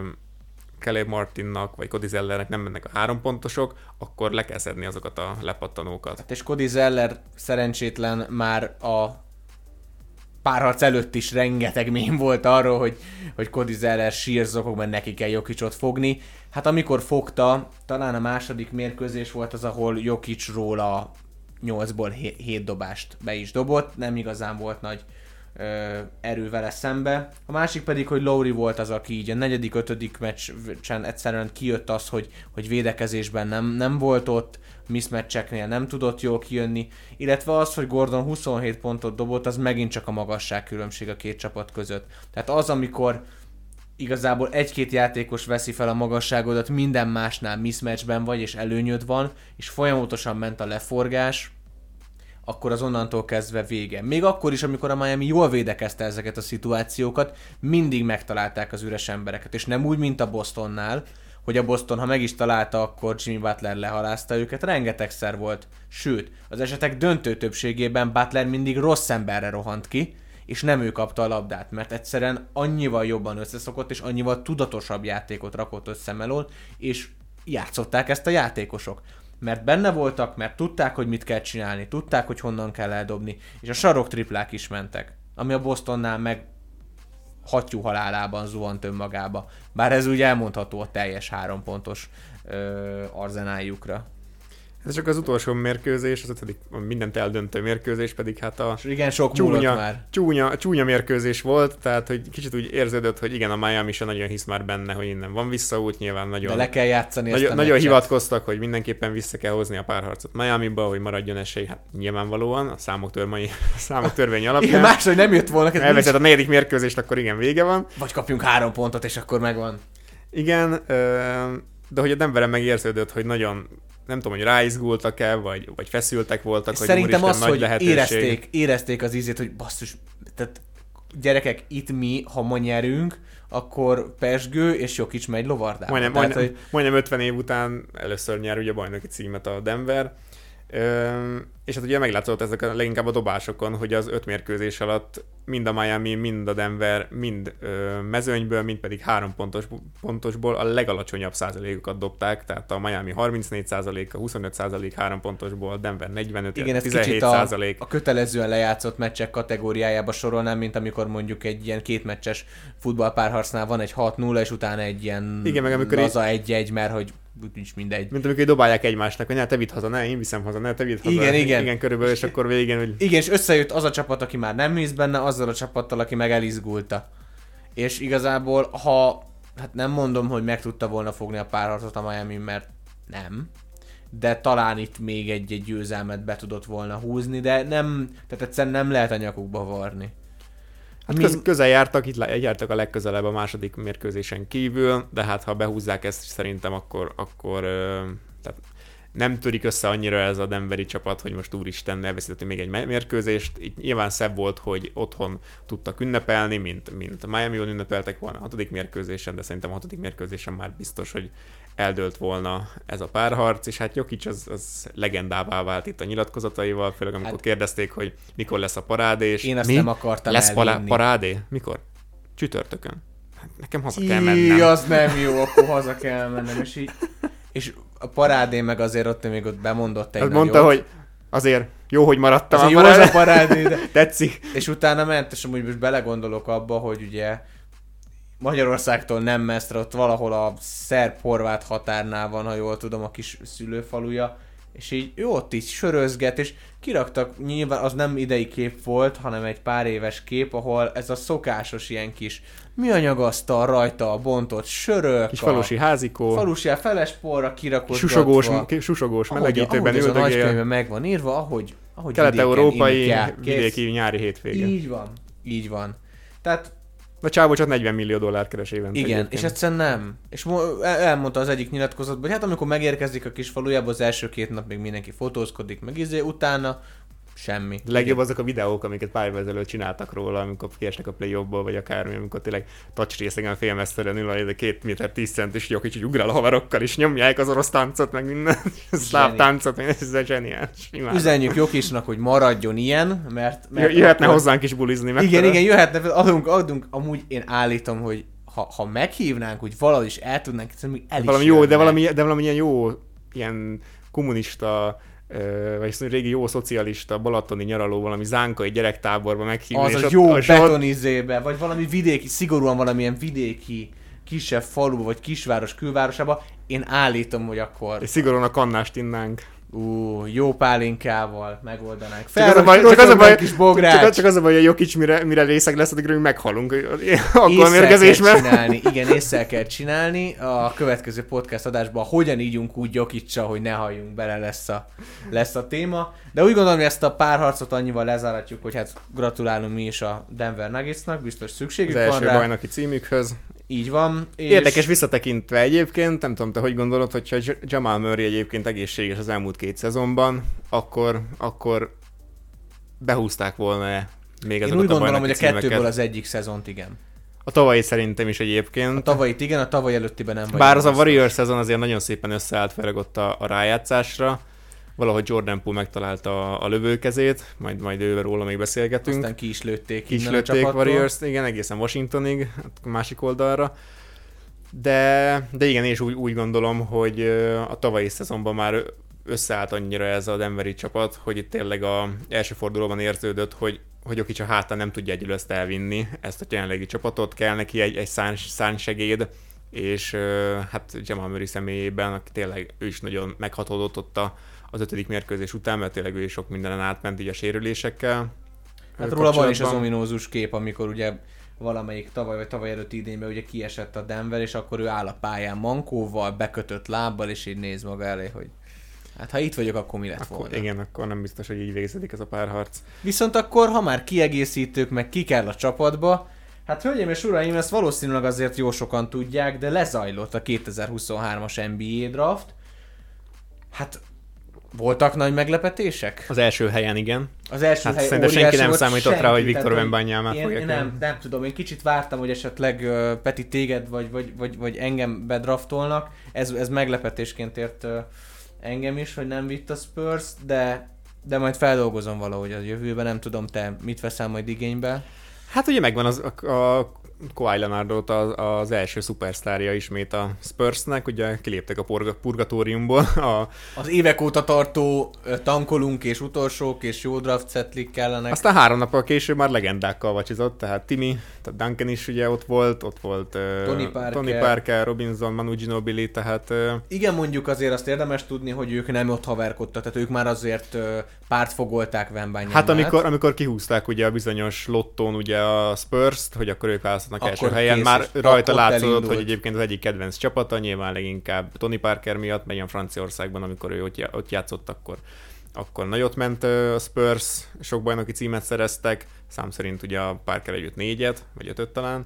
Caleb Martinnak, vagy Cody Zellernek nem mennek a 3 pontosok, akkor le kell szedni azokat a lepattanókat. Hát és Cody Zeller szerencsétlen már a párharc előtt is rengeteg mém volt arról, hogy Cody Zeller sírzokokban neki kell Jokicot fogni. Hát amikor fogta, talán a második mérkőzés volt az, ahol Jokicról a 8-ból 7 dobást be is dobott, nem igazán volt nagy erő vele szembe. A másik pedig, hogy Lowry volt az, aki így a 4.-5. meccsen egyszerűen kijött az, hogy védekezésben nem volt ott, mismatcheknél nem tudott jól kijönni, illetve az, hogy Gordon 27 pontot dobott, az megint csak a magasságkülönbség a két csapat között. Tehát az, amikor igazából egy-két játékos veszi fel a magasságodat, minden másnál mismatchben vagy, és előnyöd van, és folyamatosan ment a leforgás, akkor az onnantól kezdve vége. Még akkor is, amikor a Miami jól védekezte ezeket a szituációkat, mindig megtalálták az üres embereket, és nem úgy, mint a Bostonnál, hogy a Boston, ha meg is találta, akkor Jimmy Butler lehalázta őket, rengetegszer volt. Sőt, az esetek döntő többségében Butler mindig rossz emberre rohant ki, és nem ő kapta a labdát, mert egyszerűen annyival jobban összeszokott, és annyival tudatosabb játékot rakott össze Melon, és játszották ezt a játékosok. Mert benne voltak, mert tudták, hogy mit kell csinálni, tudták, hogy honnan kell eldobni, és a sarok triplák is mentek, ami a Bostonnál meg hattyú halálában zuhant önmagába. Bár ez úgy elmondható a teljes 3 pontos arzenáljukra. Ez csak az utolsó mérkőzés, az 5. mindent eldöntő mérkőzés, pedig hát a igen, sok csúnya mérkőzés volt, tehát hogy kicsit úgy érződött, hogy igen, a Miami se nagyon hisz már benne, hogy innen van visszaút, nyilván nagyon... De le kell játszani ezt a nagyon hivatkoztak, hogy mindenképpen vissza kell hozni a párharcot Miamiba, hogy maradjon esély, hát nyilvánvalóan, a számok törvény alapján. Igen, máshogy nem jött volna. Elveszett a 4. mérkőzést, akkor igen, vége van. Vagy kapjunk 3 pontot, és akkor megvan. Igen, de hogy a Denveren megérződött, hogy nagyon nem tudom, hogy ráizgultak-e, vagy feszültek voltak, hogy szerintem az, nagy hogy lehetőség. érezték az ízét, hogy basszus, tehát gyerekek, itt mi, ha ma nyerünk, akkor Pezsgő és Jokic megy lovardába. Majdnem 50 év után először nyer ugye a bajnoki címet a Denver. És hát ugye meglátszott ezek leginkább a dobásokon, hogy az 5 mérkőzés alatt mind a Miami, mind a Denver, mind mezőnyből, mind pedig 3 pontosból a legalacsonyabb százalékokat dobták, tehát a Miami 34%, a 25% 3 pontosból, Denver 45, igen, 17%. A kötelezően lejátszott meccsek kategóriájába sorolnám, mint amikor mondjuk egy ilyen 2 meccses futballpárharcnál van egy 6-0, és utána egy ilyen igen, meg amikor laza 1-1, mert hogy nincs mindegy. Mint amikor dobálják egymásnak, hogy ne, te vidd haza, ne, én viszem haza, ne, te vidd haza. Igen, körülbelül, és akkor végén, hogy... Igen, és összejött az a csapat, aki már nem hisz benne, azzal a csapattal, aki meg elizgulta. És igazából, hát nem mondom, hogy meg tudta volna fogni a párharcot a Miami, mert nem. De talán itt még egy győzelmet be tudott volna húzni, de nem, tehát egyszerűen nem lehet a nyakukba varni. Hát közel jártak, itt jártak a legközelebb a második mérkőzésen kívül, de hát ha behúzzák ezt szerintem, akkor tehát nem törik össze annyira ez a denveri csapat, hogy most úristen elveszítettünk még egy mérkőzést. Itt nyilván szebb volt, hogy otthon tudtak ünnepelni, mint Miami-on ünnepeltek volna a 6. mérkőzésen, de szerintem a 6. mérkőzésen már biztos, hogy eldőlt volna ez a párharc, és hát Jokic az legendává vált itt a nyilatkozataival, főleg amikor kérdezték, hogy mikor lesz a parádé, és én azt nem akartam lesz parádé? Mikor? Csütörtökön. Nekem haza kell mennem. Az nem jó, akkor haza kell mennem, és a parádé meg azért ott bemondott egy mondta, jót. Hogy azért jó, hogy maradtam azért a parádé. Jó az a parádé, de... Tetszik. És utána ment, és amúgy most belegondolok abba, hogy ugye Magyarországtól nem messzre, ott valahol a szerb-horvát határnál van, ha jól tudom, a kis szülőfaluja, és így ő ott is sörözget, és kiraktak, nyilván az nem idei kép volt, hanem egy pár éves kép, ahol ez a szokásos ilyen kis műanyagasztal, rajta a bontott sörök, kis falusi házikó, feles porra kirakott, susogós melegítőben üldögél. Ahogy ez a nagykönyvben meg van írva, kelet-európai vidéki nyári hétvége. Így van. Tehát a csávó csak $40 millió keres évente. Igen, egyébként. És egyszerűen nem. És elmondta az egyik nyilatkozatban, hogy hát amikor megérkezik a kis falujába, az első 2 nap még mindenki fotózkodik, meg utána semmi. Legjobb azok a videók, amiket pár évvel ezelőtt csináltak róla, amikor kiesnek a play-offból, vagy akármi, amikor tényleg touch részegen félmesztelen ül a 2 méter 10 centis Jokic, így ugrál a haverokkal, és nyomják az orosz táncot, meg minden, szláv táncot, ez zseniális. Üzenjük Jokicnak, hogy maradjon ilyen, mert jöhetne akkor hozzánk is bulizni. Igen, jöhetne, adunk, amúgy én állítom, hogy ha meghívnánk, hogy valahogy is el tudnánk, valami jó, de valami ilyen jó, ilyen kommunista, vagy régi jó szocialista balatoni nyaraló, valami zánkai gyerektáborba meghívni. Az és jó betonizébe, vagy valami vidéki, szigorúan valamilyen vidéki kisebb falu, vagy kisváros külvárosába, én állítom, hogy akkor... És szigorúan a kannást innánk. Jó pálinkával megoldanánk. Csak az a baj, hogy a Jokic mire részeg lesz, addigra meghalunk alkoholmérgezésben. Igen, észre kell csinálni. A következő podcast adásban hogyan ígyunk úgy Jokicra, hogy ne halljunk bele lesz a téma. De úgy gondolom, hogy ezt a párharcot annyival lezáratjuk, hogy hát gratulálunk mi is a Denver Nuggetsnak, biztos szükségük van rá. Az első bajnoki címükhöz. Így van. Érdekes visszatekintve egyébként, nem tudom, te hogy gondolod, hogyha Jamal Murray egyébként egészséges az elmúlt 2 szezonban, akkor behúzták volna még ezeket a bajnoki címeket. Én úgy gondolom, hogy a 2-ből az egyik szezont igen. A tavalyi szerintem is egyébként. A tavalyit igen, a tavaly előttiben nem vagy. Bár az a Warriors szezon azért nagyon szépen összeállt, felragott a rájátszásra. Valahogy Jordan Poole megtalálta a lövőkezét, majd ővel róla még beszélgetünk. Aztán ki is lőtték Warriors, igen, egészen Washingtonig, a másik oldalra. De igen, én is úgy gondolom, hogy a tavalyi szezonban már összeállt annyira ez a denveri csapat, hogy itt tényleg az első fordulóban érződött, hogy Jokic a hátán nem tudja egyedül ezt elvinni, ezt a jelenlegi csapatot, kell neki egy szárnysegéd, és hát Jamal Murray személyében, aki tényleg ő is nagyon meghatódott ott az 5. mérkőzés után, mert tényleg ő is sok mindenen átment így a sérülésekkel. Hát róla van is az ominózus kép, amikor ugye valamelyik tavaly vagy tavaly előtti idényben ugye kiesett a Denver, és akkor ő áll a pályán mankóval, bekötött lábbal, és így néz maga elé, hogy hát ha itt vagyok, akkor mi lett volna. Igen, akkor nem biztos, hogy így végződik ez a párharc. Viszont akkor, ha már kiegészítők, meg ki kell a csapatba, hát hölgyeim és uraim, ezt valószínűleg azért jó sokan tudják, de lezajlott a 2023-as NBA draft. Hát voltak nagy meglepetések? Az első helyen igen. Az első helyen szerintem senki nem számított rá, hogy Victor Wembanyama fogja. Nem tudom, én kicsit vártam, hogy esetleg Peti téged vagy engem bedraftolnak. Ez meglepetésként ért engem is, hogy nem vitt a Spurs, de majd feldolgozom valahogy a jövőben, nem tudom, te mit veszel majd igénybe? Hát ugye megvan a Kawhi Leonardot az első szupersztárja ismét a Spursnek, ugye kiléptek a purgatóriumból. Az évek óta tartó tankolunk és utolsók és jó draft setlik kellenek. Aztán 3 nappal később már legendákkal vacsizott, tehát Timmy, tehát Duncan is ugye ott volt Tony Parker, Robinson, Manu Ginobili, tehát... Igen, mondjuk azért azt érdemes tudni, hogy ők nem ott haverkodtak, tehát ők már azért pártfogolták Wembanyamát. Hát amikor kihúzták ugye a bizonyos lottón ugye a Spurs-t, hogy akkor ők választottak első helyen, már rajta látszott, hogy egyébként az egyik kedvenc csapata, nyilván leginkább Tony Parker miatt, mert ilyen Franciaországban, amikor ő ott játszott, akkor nagyot ment a Spurs, sok bajnoki címet szereztek, szám szerint ugye a Parker együtt 4-et, vagy 5-öt talán,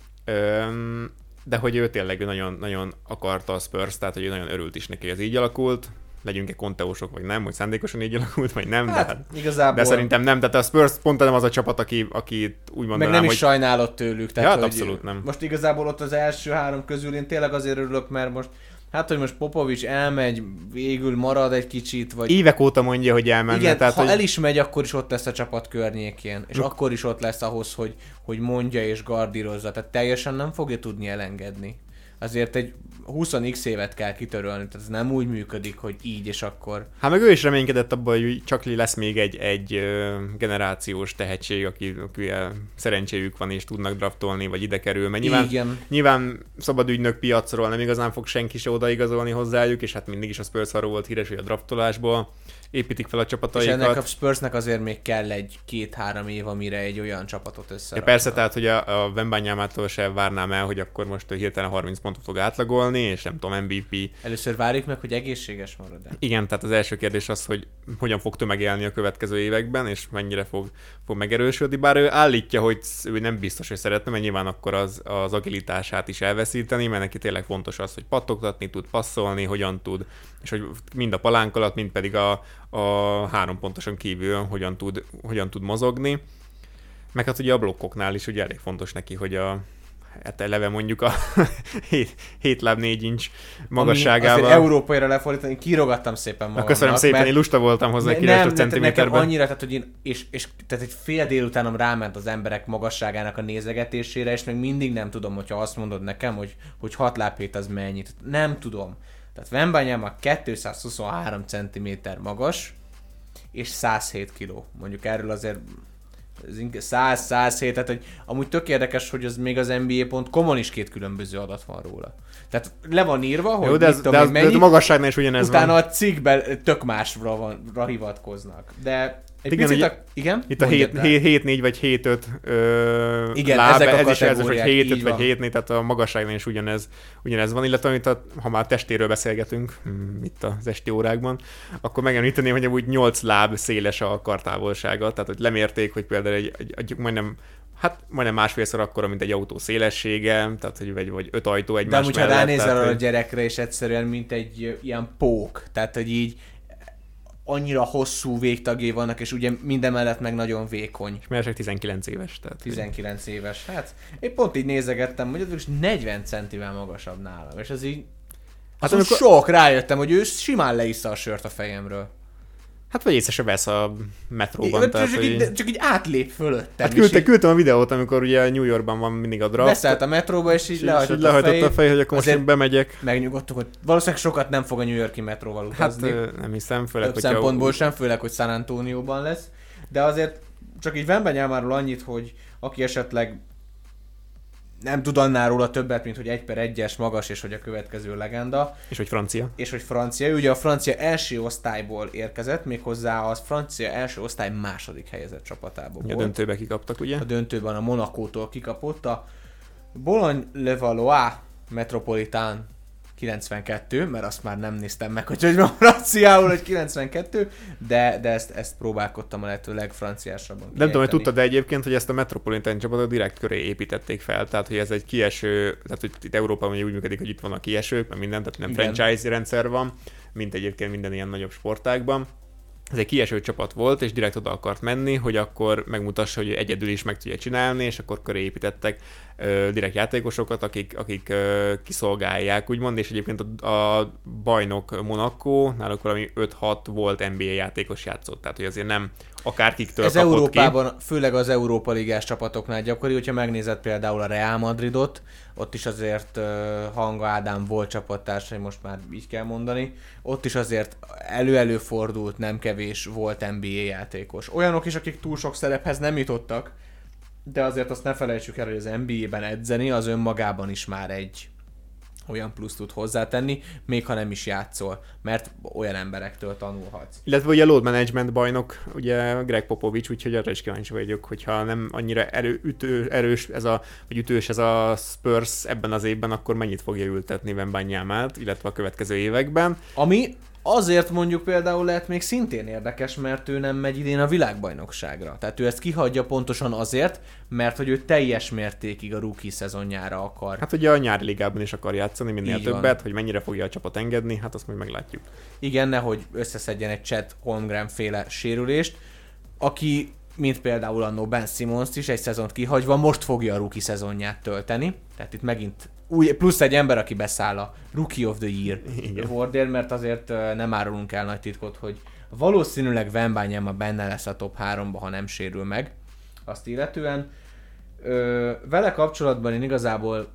de hogy ő tényleg nagyon, nagyon akarta a Spurs, tehát hogy ő nagyon örült is neki, hogy ez így alakult. Legyünk-e konteósok, vagy nem, hogy szándékosan így alakult, vagy nem, de szerintem nem. Tehát a Spurs pont nem az a csapat, aki úgy mondanám, meg nem is sajnálott tőlük. Tehát, ja, abszolút nem. Most igazából ott az első 3 közül én tényleg azért örülök, mert most hogy most Popovics elmegy, végül marad egy kicsit, vagy... Évek óta mondja, hogy elmenne. Igen, tehát, ha el is megy, akkor is ott lesz a csapat környékén, és akkor is ott lesz ahhoz, hogy mondja és gardírozza, tehát teljesen nem fogja tudni elengedni. Azért egy 20x évet kell kitörölni, tehát ez nem úgy működik, hogy így és akkor. Hát meg ő is reménykedett abban, hogy csak lesz még egy generációs tehetség, aki szerencséjük van és tudnak draftolni, vagy ide kerül, mert nyilván szabad ügynök piacról nem igazán fog senki se odaigazolni hozzájuk, és hát mindig is a Spurs arról volt híres, hogy a draftolásból építik fel a csapataikat. És ennek a Spursnek azért még kell egy 2-3 év, amire egy olyan csapatot összeraknak. Ja, persze, tehát hogy a Wembanyamától se várnám el, hogy akkor most hirtelen 30 pontot fog átlagolni, és nem tudom, MVP. Először várjuk meg, hogy egészséges marad. Igen, tehát az első kérdés az, hogy hogyan fog tömegelni a következő években, és mennyire fog megerősödni, bár ő állítja, hogy ő nem biztos, hogy szeretne, mert nyilván akkor az agilitását is elveszíteni, mert neki tényleg fontos az, hogy pattogtatni tud, passzolni, hogyan tud, és hogy mind a palánk alatt, mind pedig a 3 pontoson kívül hogyan tud mozogni. Meg hát ugye a blokkoknál is ugye elég fontos neki, hogy hát eleve mondjuk a 7 láb 4 inch magasságával. Azért európaira lefordítani, kírogattam szépen magamnak. Köszönöm szépen, én lusta voltam hozzá 9 centiméterben. Nekem annyira, tehát, hogy én, és tehát egy fél délutánom ráment az emberek magasságának a nézegetésére, és még mindig nem tudom, hogyha azt mondod nekem, hogy 6 láb 7 az mennyit. Nem tudom. Tehát Wembanyama 223 cm magas, és 107 kg. Mondjuk erről azért 100-107, tehát hogy amúgy tök érdekes, hogy az még az NBA.com-on is 2 különböző adat van róla. Tehát le van írva, hogy jó, de a magasságnál is ugyanez utána van. Utána a cikkben tök másra hivatkoznak. De egy igen, picit igen? Itt a 7-4 vagy 7-5 igen, láb, ezek ez is ez, hogy 7-5 vagy 7-4, tehát a magasságnál is ugyanez van, illetve ha már testéről beszélgetünk, itt az esti órákban, akkor megemlíteném, hogy úgy 8 láb széles a kartávolsága, tehát hogy lemérték, hogy például egy majdnem másfélszor akkora, mint egy autó szélessége, tehát hogy vagy 5 ajtó egymás mellett. De amúgy, ha ránézel a gyerekre, és egyszerűen mint egy ilyen pók, tehát hogy így annyira hosszú végtagjai vannak, és ugye minden mellett meg nagyon vékony. És mellesleg 19 éves. Tehát 19 éves. Hát én pont így nézegettem, hogy az 40 centivel magasabb nálam, és az így amikor sok rájöttem, hogy ő simán leissza a sört a fejemről. Hát vagy észre se vesz a metróban. Csak így átlép fölöttem. Hát küldtem a videót, amikor ugye New Yorkban van mindig a draft. Beszállt a metróba, és így lehajtott a fej, hogy akkor most bemegyek. Megnyugodtuk, hogy valószínűleg sokat nem fog a New York-i metróval utazni. Hát nem hiszem, főleg, hogy szempontból sem, főleg, hogy San Antonióban lesz. De azért csak így Wembanyámáról annyit, hogy aki esetleg nem tud annál róla többet, mint hogy 1/1-es magas, és hogy a következő legenda. És hogy francia. Ő ugye a francia első osztályból érkezett, méghozzá a francia első osztály második helyezett csapatából volt. A döntőbe kikaptak, ugye? A döntőben a Monacótól kikapott. A Boulogne-le-Valois Metropolitán 92, mert azt már nem néztem meg, hogy van franciául, hogy 92, de ezt próbálkoztam a lehető legfranciásabban. Nem tudom, hogy tudtad, de egyébként, hogy ezt a Metropolitan csapatot direkt köré építették fel, tehát hogy ez egy kieső, tehát hogy itt Európában úgy működik, hogy itt van a kiesők, mert minden, tehát nem igen. Franchise rendszer van, mint egyébként minden ilyen nagyobb sportágban. Ez egy kieső csapat volt, és direkt oda akart menni, hogy akkor megmutassa, hogy egyedül is meg tudja csinálni, és akkor köré építettek direkt játékosokat, akik kiszolgálják, úgymond, és egyébként a bajnok Monaco, náluk valami 5-6 volt NBA játékos játszott, tehát hogy azért nem akárkiktől ez kapott Európában, ki. Főleg az Európa Ligás csapatoknál gyakori, hogyha megnézed például a Real Madridot, ott is azért Hanga Ádám volt csapattársai, most már így kell mondani, ott is azért előfordult, nem kevés volt NBA játékos. Olyanok is, akik túl sok szerephez nem jutottak, de azért azt ne felejtsük el, hogy az NBA-ben edzeni az önmagában is már egy olyan plusz tud hozzátenni, még ha nem is játszol, mert olyan emberektől tanulhatsz. Illetve ugye a load management bajnok, ugye Greg Popovich, úgyhogy arra is kíváncsi vagyok, hogyha nem annyira erős ütős ez a Spurs ebben az évben, akkor mennyit fogja ültetni Wembanyamát, illetve a következő években. Ami azért mondjuk például lehet még szintén érdekes, mert ő nem megy idén a világbajnokságra. Tehát ő ezt kihagyja pontosan azért, mert hogy ő teljes mértékig a rookie szezonjára akar. Hát ugye a nyári ligában is akar játszani minél így többet, van. Hogy mennyire fogja a csapat engedni, hát azt majd meglátjuk. Igen, nehogy összeszedjen egy Chet Holmgren féle sérülést, aki, mint például annó Ben Simmons is egy szezont kihagyva, most fogja a rookie szezonját tölteni. Tehát itt megint plusz egy ember, aki beszáll a Rookie of the Year awardért, mert azért nem árulunk el nagy titkot, hogy valószínűleg Wembanyama benne lesz a top 3-ba, ha nem sérül meg. Azt illetően vele kapcsolatban én igazából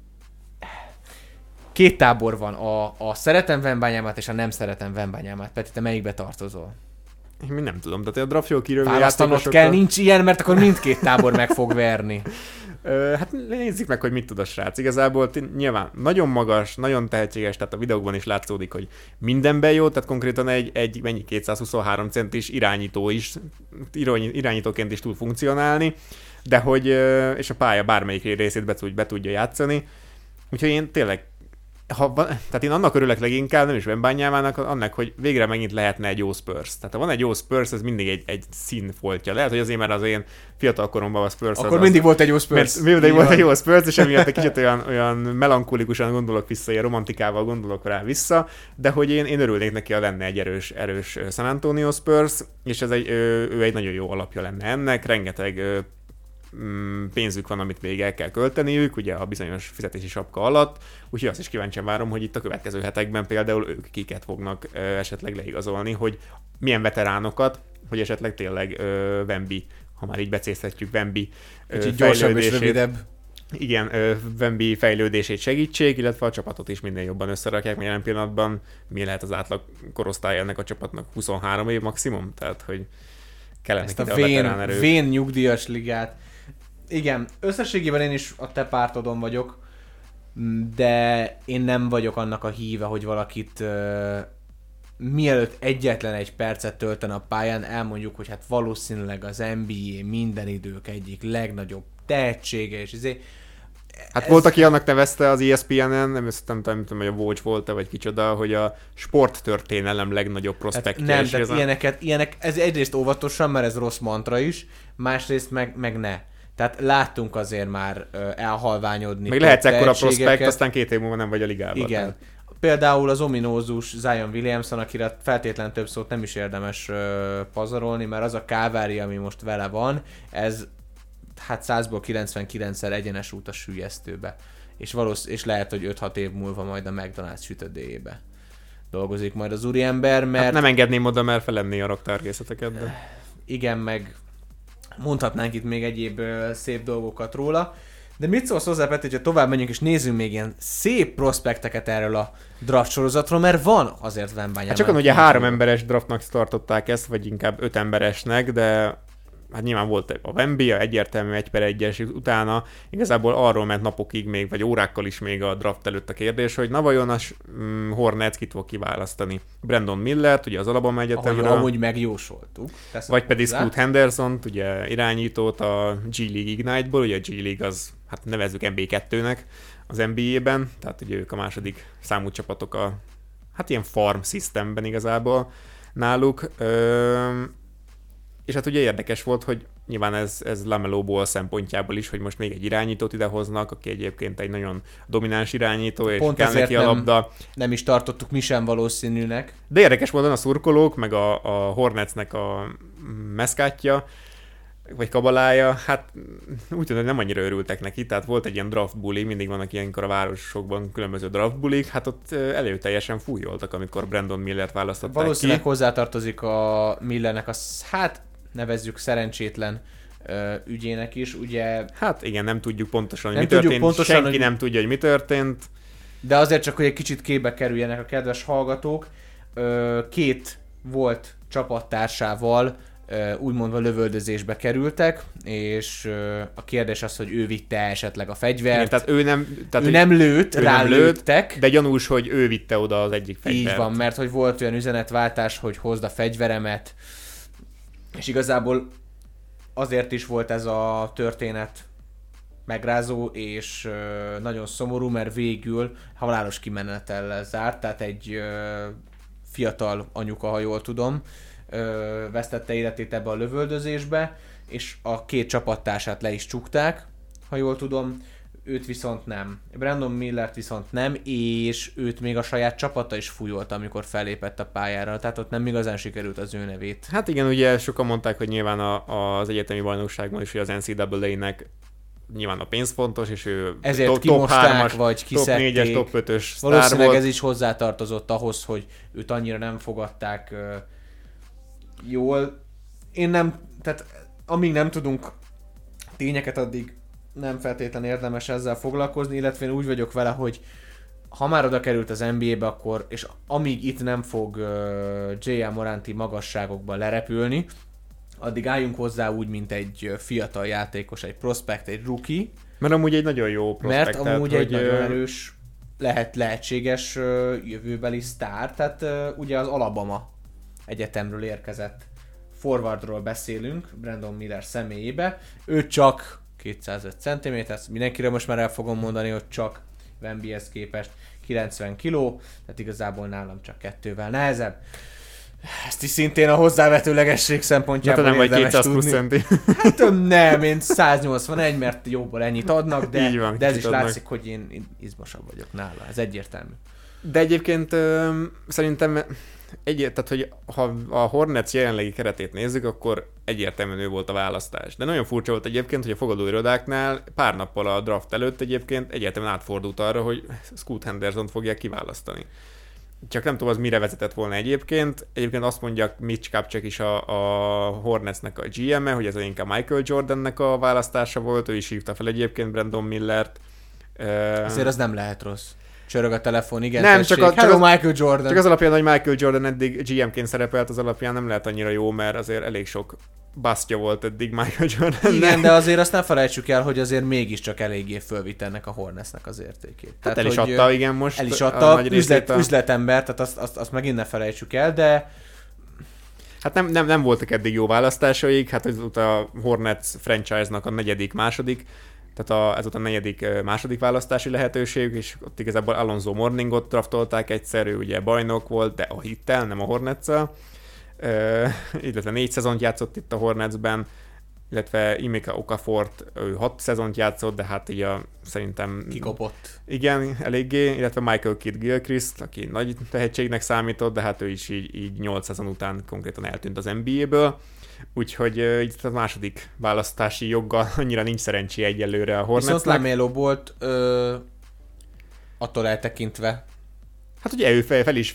két tábor van, a szeretem Wembanyamát és a nem szeretem Wembanyamát. Peti, te melyikbe tartozol? Én nem tudom, de a draft jól kirövő választanod kell, nincs ilyen, mert akkor mindkét tábor meg fog verni. Hát nézzük meg, hogy mit tud a srác. Igazából nyilván nagyon magas, nagyon tehetséges, tehát a videókban is látszódik, hogy mindenben jó, tehát konkrétan egy 223 centis irányítóként is tud funkcionálni, de hogy, és a pálya bármelyik részét be tudja játszani, Úgyhogy én tényleg tehát én annak örülök leginkább, nem is Wembanyámának, annak, hogy végre megint lehetne egy jó Spurs. Tehát ha van egy jó Spurs, ez mindig egy színfoltja. Lehet, hogy azért, mert az én fiatal koromban a Spurs akkor mindig volt egy jó Spurs. Mindig volt egy jó Spurs, és emiatt egy kicsit olyan melankolikusan gondolok vissza, ilyen romantikával gondolok rá vissza, de hogy én örülnék neki, ha lenne egy erős San Antonio Spurs, és ő egy nagyon jó alapja lenne ennek, rengeteg pénzük van, amit még el kell költeniük, ugye a bizonyos fizetési sapka alatt, úgyhogy azt is kíváncsian várom, hogy itt a következő hetekben például ők kiket fognak esetleg leigazolni, hogy milyen veteránokat, hogy esetleg tényleg Wemby, ha már így becézhetjük Wemby fejlődését. Igen, Wemby fejlődését segítsék, illetve a csapatot is minden jobban összerakják, mert jelen pillanatban mi lehet az átlag korosztály ennek a csapatnak 23 év maximum, tehát hogy kellene ezt a vén nyugdíjas ligát. Igen, összességében én is a te pártodon vagyok, de én nem vagyok annak a híve, hogy valakit mielőtt egyetlen egy percet töltene a pályán, elmondjuk, hogy hát valószínűleg az NBA minden idők egyik legnagyobb tehetsége, és hát volt, aki annak nevezte az ESPN-en, nem tudom, hogy a Watch volt-e, vagy kicsoda, hogy a sporttörténelem legnagyobb prospektje. Nem, tehát ilyenek, ez egyrészt óvatosan, mert ez rossz mantra is, másrészt meg ne. Tehát láttunk azért már elhalványodni. Még lehetsz ekkora prospekt, aztán 2 év múlva nem vagy a ligában. Igen. Tehát. Például az ominózus Zion Williamson, akire feltétlen több szót nem is érdemes pazarolni, mert az a kávári, ami most vele van, ez hát 100-ból 99-szer egyenes út a süllyesztőbe. És lehet, hogy 5-6 év múlva majd a McDonald's sütödéjébe dolgozik majd az úriember, mert... Hát nem engedném oda, mert felenné a raktárkészleteket, de... Igen, meg mondhatnánk itt még egyéb szép dolgokat róla. De mit szólsz hozzá, Peti, hogyha tovább menjünk és nézzünk még ilyen szép prospekteket erről a draft sorozatról, mert van azért Wembanyama. Hát csak ugye 3 emberes draftnak tartották ezt, vagy inkább 5 emberesnek, de hát nyilván volt a Wemby, egyértelmű 1/1-es, utána igazából arról ment napokig még, vagy órákkal is még a draft előtt a kérdés, hogy na vajon a Hornets kit fog kiválasztani. Brandon Millert, ugye az Alabama Egyetemről. Amúgy megjósoltuk. Vagy pedig Scoot Hendersont, ugye irányítót a G League Ignite-ból, ugye a G League az, hát nevezzük MB2-nek az NBA-ben, tehát ugye ők a második számú csapatok a, hát ilyen farm systemben igazából náluk. És hát ugye érdekes volt, hogy nyilván ez LaMelo Ball szempontjából is, hogy most még egy irányítót idehoznak, aki egyébként egy nagyon domináns irányító, és pont kell neki a labda. Nem is tartottuk mi sem valószínűnek. De érdekes módon a szurkolók, meg a Hornetsnek a meszkátja, vagy kabalája, hát úgy tudom, hogy nem annyira örültek neki, tehát volt egy ilyen draft bully, mindig vannak ilyenkor a városokban különböző draft bullyk, hát ott előteljesen fújoltak, amikor Brandon Millert választották valószínűleg hozzátartozik a Millernek hát nevezzük szerencsétlen ügyének is, ugye... Hát igen, nem tudjuk pontosan, hogy mi történt, senki nem tudja, hogy mi történt. De azért csak, hogy egy kicsit képbe kerüljenek a kedves hallgatók, 2 volt csapattársával úgymondva lövöldözésbe kerültek, és a kérdés az, hogy ő vitte esetleg a fegyvert. Igen, tehát ő nem lőtt, rálőttek. De gyanús, hogy ő vitte oda az egyik fegyvert. Így van, mert hogy volt olyan üzenetváltás, hogy hozd a fegyveremet, és igazából azért is volt ez a történet megrázó, és nagyon szomorú, mert végül halálos kimenetellel zárt, tehát egy fiatal anyuka, ha jól tudom, vesztette életét ebbe a lövöldözésbe, és a 2 csapattársát le is csukták, ha jól tudom, őt viszont nem. Brandon Millert viszont nem, és őt még a saját csapata is fújolta, amikor fellépett a pályára, tehát ott nem igazán sikerült az ő nevét. Hát igen, ugye sokan mondták, hogy nyilván az egyetemi bajnokságban is, hogy az NCAA-nek nyilván a pénz fontos, és ő ezért kimosták, vagy kiszedték. Top 4-es, top 5-ös sztár valószínűleg volt. Ez is hozzátartozott ahhoz, hogy őt annyira nem fogadták jól. Én nem, tehát amíg nem tudunk tényeket, addig nem feltétlenül érdemes ezzel foglalkozni, illetve én úgy vagyok vele, hogy ha már oda került az NBA-be, akkor, és amíg itt nem fog J.R. Moranti magasságokban lerepülni, addig álljunk hozzá úgy, mint egy fiatal játékos, egy prospect, egy rookie. Mert amúgy egy nagyon jó prospect. Mert amúgy egy nagyon erős, lehetséges jövőbeli sztár, tehát ugye az Alabama Egyetemről érkezett forwardról beszélünk, Brandon Miller személyébe. Ő csak 205 cm, mindenkire most már el fogom mondani, hogy csak Wembyhez képest 90 kg, tehát igazából nálam csak 2-vel nehezebb. Ezt is szintén a hozzávetőlegesség szempontjából nem vagy 200 tudni. plusz centi. Hát nem, én 181, mert jobban ennyit adnak, de, van, de ez is adnak. látszik, hogy én izmosabb vagyok nála, ez egyértelmű. De egyébként szerintem tehát, hogy ha a Hornets jelenlegi keretét nézzük, akkor egyértelműen ő volt a választás. De nagyon furcsa volt egyébként, hogy a fogadóirodáknál pár nappal a draft előtt egyébként egyértelműen átfordult arra, hogy Scoot Hendersont fogják kiválasztani. Csak nem tudom, az mire vezetett volna egyébként. Egyébként azt mondja Mitch Kupchak is a Hornetsnek a GM-e, hogy ez inkább Michael Jordannek a választása volt, ő is hívta fel egyébként Brandon Millert. Azért az nem lehet rossz. Csörög a telefon, igen, nem, Hello, Michael Jordan. Csak az alapján, hogy Michael Jordan eddig GM-ként szerepelt, az alapján nem lehet annyira jó, mert azért elég sok basztja volt eddig Michael Jordan. Igen, de azért azt ne felejtsük el, hogy azért mégiscsak eléggé fölvitt ennek a Hornetsnek az értékét. Tehát el is adta, igen, most. El is adta, üzletember, tehát azt megint ne felejtsük el, de... Hát nem voltak eddig jó választásaik, hát ezúttal a Hornets franchise-nak a második, tehát ez a negyedik második választási lehetőség, és ott igazából Alonzo Mourningot draftolták egyszer, ő ugye bajnok volt, de a Hittel, nem a Hornets-szel. Illetve 4 szezont játszott itt a Hornetsben, illetve Emeka Okafort, ő 6 szezont játszott, de hát így szerintem... Kikopott. Igen, eléggé, illetve Michael Kidd-Gilchrist, aki nagy tehetségnek számított, de hát ő is így 8 szezon után konkrétan eltűnt az NBA-ből. Úgyhogy itt a második választási joggal annyira nincs szerencséje egyelőre a Hornetsnek. Viszont LaMelo volt attól eltekintve. Hát ugye ő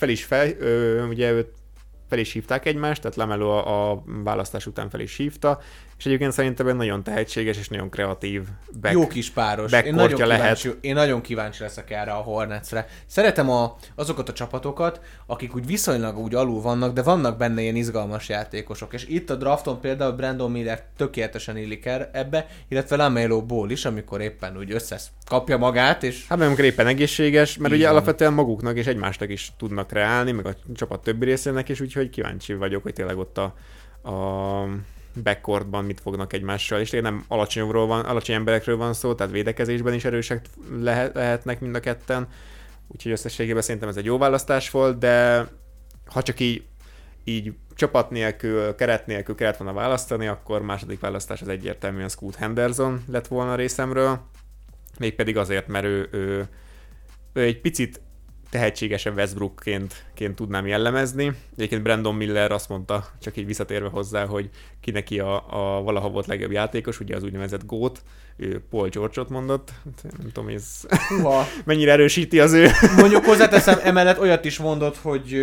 ugye őt fel is hívták egymást, tehát LaMelo a választás után fel is hívta, és egyébként szerintem nagyon tehetséges és nagyon kreatív jó kis páros. Én nagyon kíváncsi leszek erre a Hornetsre. Szeretem azokat a csapatokat, akik úgy viszonylag úgy alul vannak, de vannak benne ilyen izgalmas játékosok. És itt a drafton például Brandon Miller tökéletesen illik ebbe, illetve LaMelo Ball is, amikor éppen úgy összekapja magát. És... Hát amikor éppen egészséges, mert ugye alapvetően maguknak és egymásnak is tudnak reálni, meg a csapat többi részének is, úgyhogy kíváncsi vagyok, hogy tényleg ott a backcourtban mit fognak egymással, és nem alacsony emberekről van szó, tehát védekezésben is erősek lehetnek mind a ketten, úgyhogy összességében szerintem ez egy jó választás volt, de ha csak így csapat nélkül, keret nélkül kellett volna választani, akkor második választás az egyértelműen Scoot Henderson lett volna a részemről, mégpedig azért, mert ő egy picit tehetségesebb Westbrookként tudnám jellemezni. Egyébként Brandon Miller azt mondta, csak így visszatérve hozzá, hogy ki neki a valaha volt legjobb játékos, ugye az úgynevezett GOAT, ő Paul George-ot mondott. Nem tudom, ez mennyire erősíti az ő. Mondjuk hozzáteszem, emellett olyat is mondott, hogy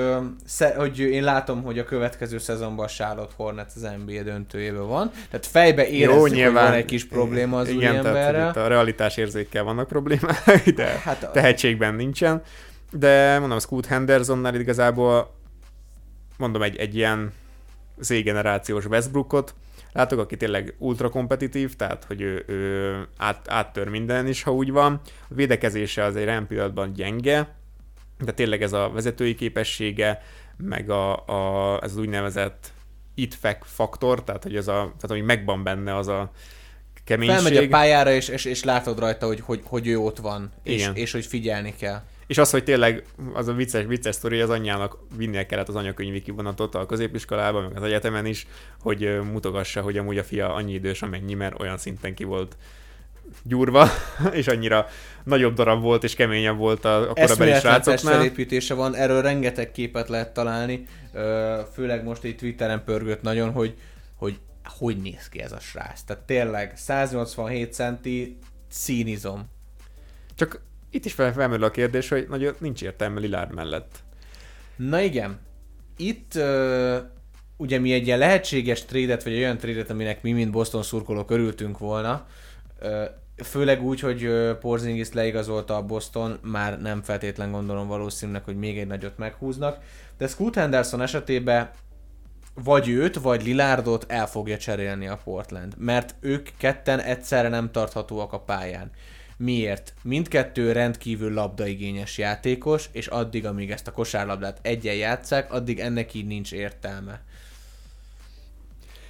én látom, hogy a következő szezonban a Charlotte Hornets az NBA döntőjéből van. Tehát fejbe érezzük, hogy van egy kis probléma az úriemberrel. Itt a realitás érzékkel vannak problémák, de hát tehetségben nincsen. De mondom, Scoot Hendersonnál igazából mondom egy ilyen Z-generációs Westbrookot látok, aki tényleg ultra kompetitív, tehát hogy ő áttör minden is, ha úgy van. A védekezése az egy rám pillanatban gyenge, de tényleg ez a vezetői képessége, meg ez az úgynevezett it faktor, tehát hogy megvan benne az a keménység. Felmegy a pályára, és látod rajta, hogy ő ott van, és hogy figyelni kell. És az, hogy tényleg az a vicces sztori, az anyjának vinnie kellett az anyakönyvi kivonatot a középiskolában, meg az egyetemen is, hogy mutogassa, hogy amúgy a fia annyi idős, amennyi, mert olyan szinten ki volt gyúrva, és annyira nagyobb darab volt, és keményebb volt a korabeli srácoknál. Felépítése van, erről rengeteg képet lehet találni, főleg most egy Twitteren pörgött nagyon, hogy néz ki ez a srác. Tehát tényleg 187 centi, színizom. Csak itt is felmerül a kérdés, hogy nagyon nincs értelme Lillard mellett. Na igen. Itt ugye mi egy ilyen lehetséges trédet, vagy egy olyan trédet, aminek mi, mint Boston szurkolók örültünk volna, főleg úgy, hogy Porzingist leigazolta a Boston, már nem feltétlen gondolom valószínűleg, hogy még egy nagyot meghúznak, de Scoot Henderson esetében vagy őt, vagy Lillardot el fogja cserélni a Portland, mert ők ketten egyszerre nem tarthatóak a pályán. Miért? Mindkettő rendkívül labdaigényes játékos, és addig, amíg ezt a kosárlabdát egyen játsszák, addig ennek így nincs értelme.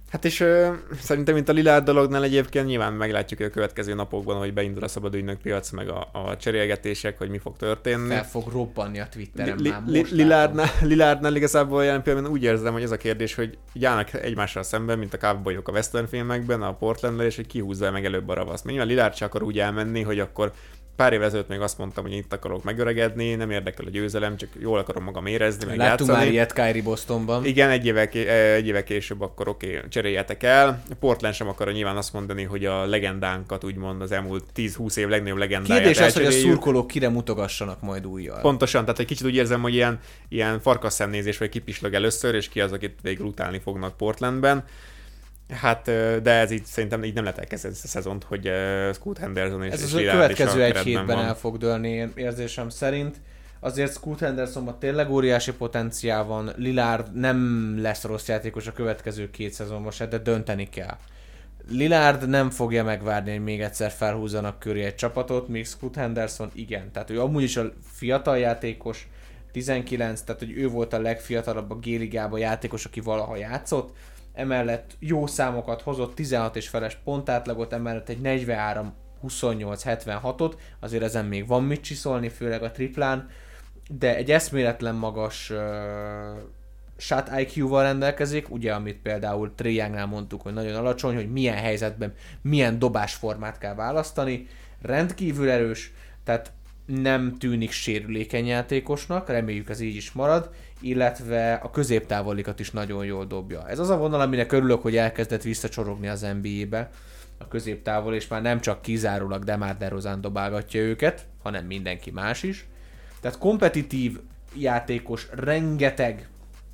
Hát és szerintem mint a Lillard dolognál egyébként nyilván meglátjuk a következő napokban, hogy beindul a szabad ügynök piac, meg a cserélgetések, hogy mi fog történni. Fel fog robbanni a Twitteren már most. Lillardnál igazából jelen pillanatban úgy érzem, hogy ez a kérdés, hogy állnak egymással szemben, mint a cowboyok a western filmekben, a Portlandben, és hogy kihúzza meg előbb a ravaszt. Nyilván Lillard csak akar úgy elmenni, hogy akkor pár évvel ezelőtt még azt mondtam, hogy itt akarok megöregedni, nem érdekel a győzelem, csak jól akarom magam érezni, meg láttunk már ilyet Kyrie Bostonban. Igen, egy évvel később akkor oké, cseréljetek el. Portland sem akar nyilván azt mondani, hogy a legendánkat úgymond az elmúlt 10-20 év legnagyobb legendáját kérdés az, hogy a szurkolók kire mutogassanak majd újjal. Pontosan, tehát egy kicsit úgy érzem, hogy ilyen farkasszemnézés, vagy kipislog először, és ki az, akit végül utálni fognak Portlandben. Hát, de ez így szerintem így nem lehet elkezdeni ezt a szezont, hogy Scoot Henderson és ez a következő egy hétben el fog dőlni, én érzésem szerint. Azért Scoot Hendersonban tényleg óriási potenciál van, Lillard nem lesz rossz játékos a következő 2 szezonban se, de dönteni kell. Lillard nem fogja megvárni, hogy még egyszer felhúzzanak köré egy csapatot, míg Scoot Henderson igen. Tehát ő amúgy is a fiatal játékos, 19, tehát hogy ő volt a legfiatalabb a G-ligában játékos, aki valaha játszott. Emellett jó számokat hozott, 16 és feles pontátlagot, emellett egy 43-28-76-ot, azért ezen még van mit csiszolni, főleg a triplán, de egy eszméletlen magas shot IQ-val rendelkezik, ugye amit például Trae Youngnál mondtuk, hogy nagyon alacsony, hogy milyen helyzetben, milyen dobásformát kell választani, rendkívül erős, tehát nem tűnik sérülékeny játékosnak, reméljük ez így is marad, illetve a középtávolikat is nagyon jól dobja. Ez az a vonal, aminek örülök, hogy elkezdett visszacsorogni az NBA-be a középtávol, és már nem csak kizárólag DeMar DeRozan dobálgatja őket, hanem mindenki más is. Tehát kompetitív játékos, rengeteg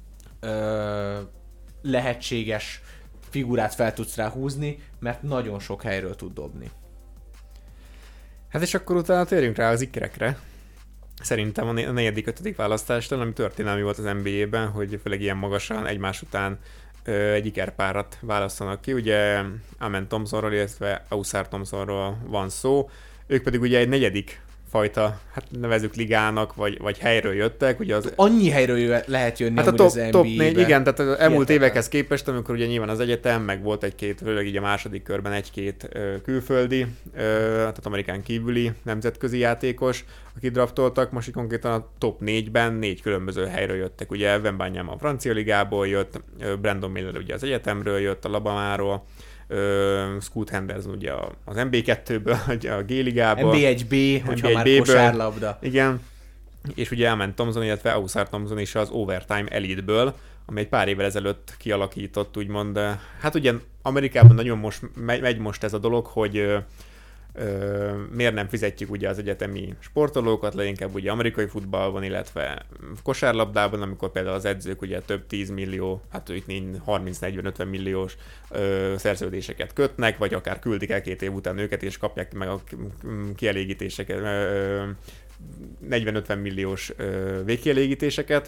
lehetséges figurát fel tudsz rá húzni, mert nagyon sok helyről tud dobni. Hát és akkor utána térjünk rá az ikerekre. Szerintem a 4.-5. választástól, ami történelmi volt az NBA-ben, hogy főleg ilyen magasan egymás után egy ikerpárat választanak ki. Ugye Amen Thompsonról, illetve Ausar Thompsonról van szó. Ők pedig ugye egy 4. fajta, hát nevezzük ligának, vagy helyről jöttek. Ugye annyi helyről lehet jönni hát az NBA-be. Top 4, igen, tehát az elmúlt évekhez képest, amikor ugye nyilván az egyetem, meg volt egy-két, főleg így a második körben egy-két külföldi, tehát amerikán kívüli nemzetközi játékos, akik draftoltak, most így konkrétan a top 4-ben 4 különböző helyről jöttek. Ugye Wembanyama a francia ligából jött, Brandon Miller ugye az egyetemről jött, a Labamáról, Scoot Henderson ugye az NB2-ből, a G-ligából. NB1B, hogyha már kosárlabda. Igen, és ugye Amen Thompson, illetve Ausar Thompson is az Overtime Elite-ből, ami egy pár évvel ezelőtt kialakított, úgymond. Hát ugye Amerikában nagyon megy most ez a dolog, hogy miért nem fizetjük ugye az egyetemi sportolókat, leginkább ugye amerikai futballban, illetve kosárlabdában, amikor például az edzők ugye több 10 millió, hát itt 30-40-50 milliós szerződéseket kötnek, vagy akár küldik el 2 év után őket, és kapják meg a kielégítéseket, 40-50 milliós végkielégítéseket,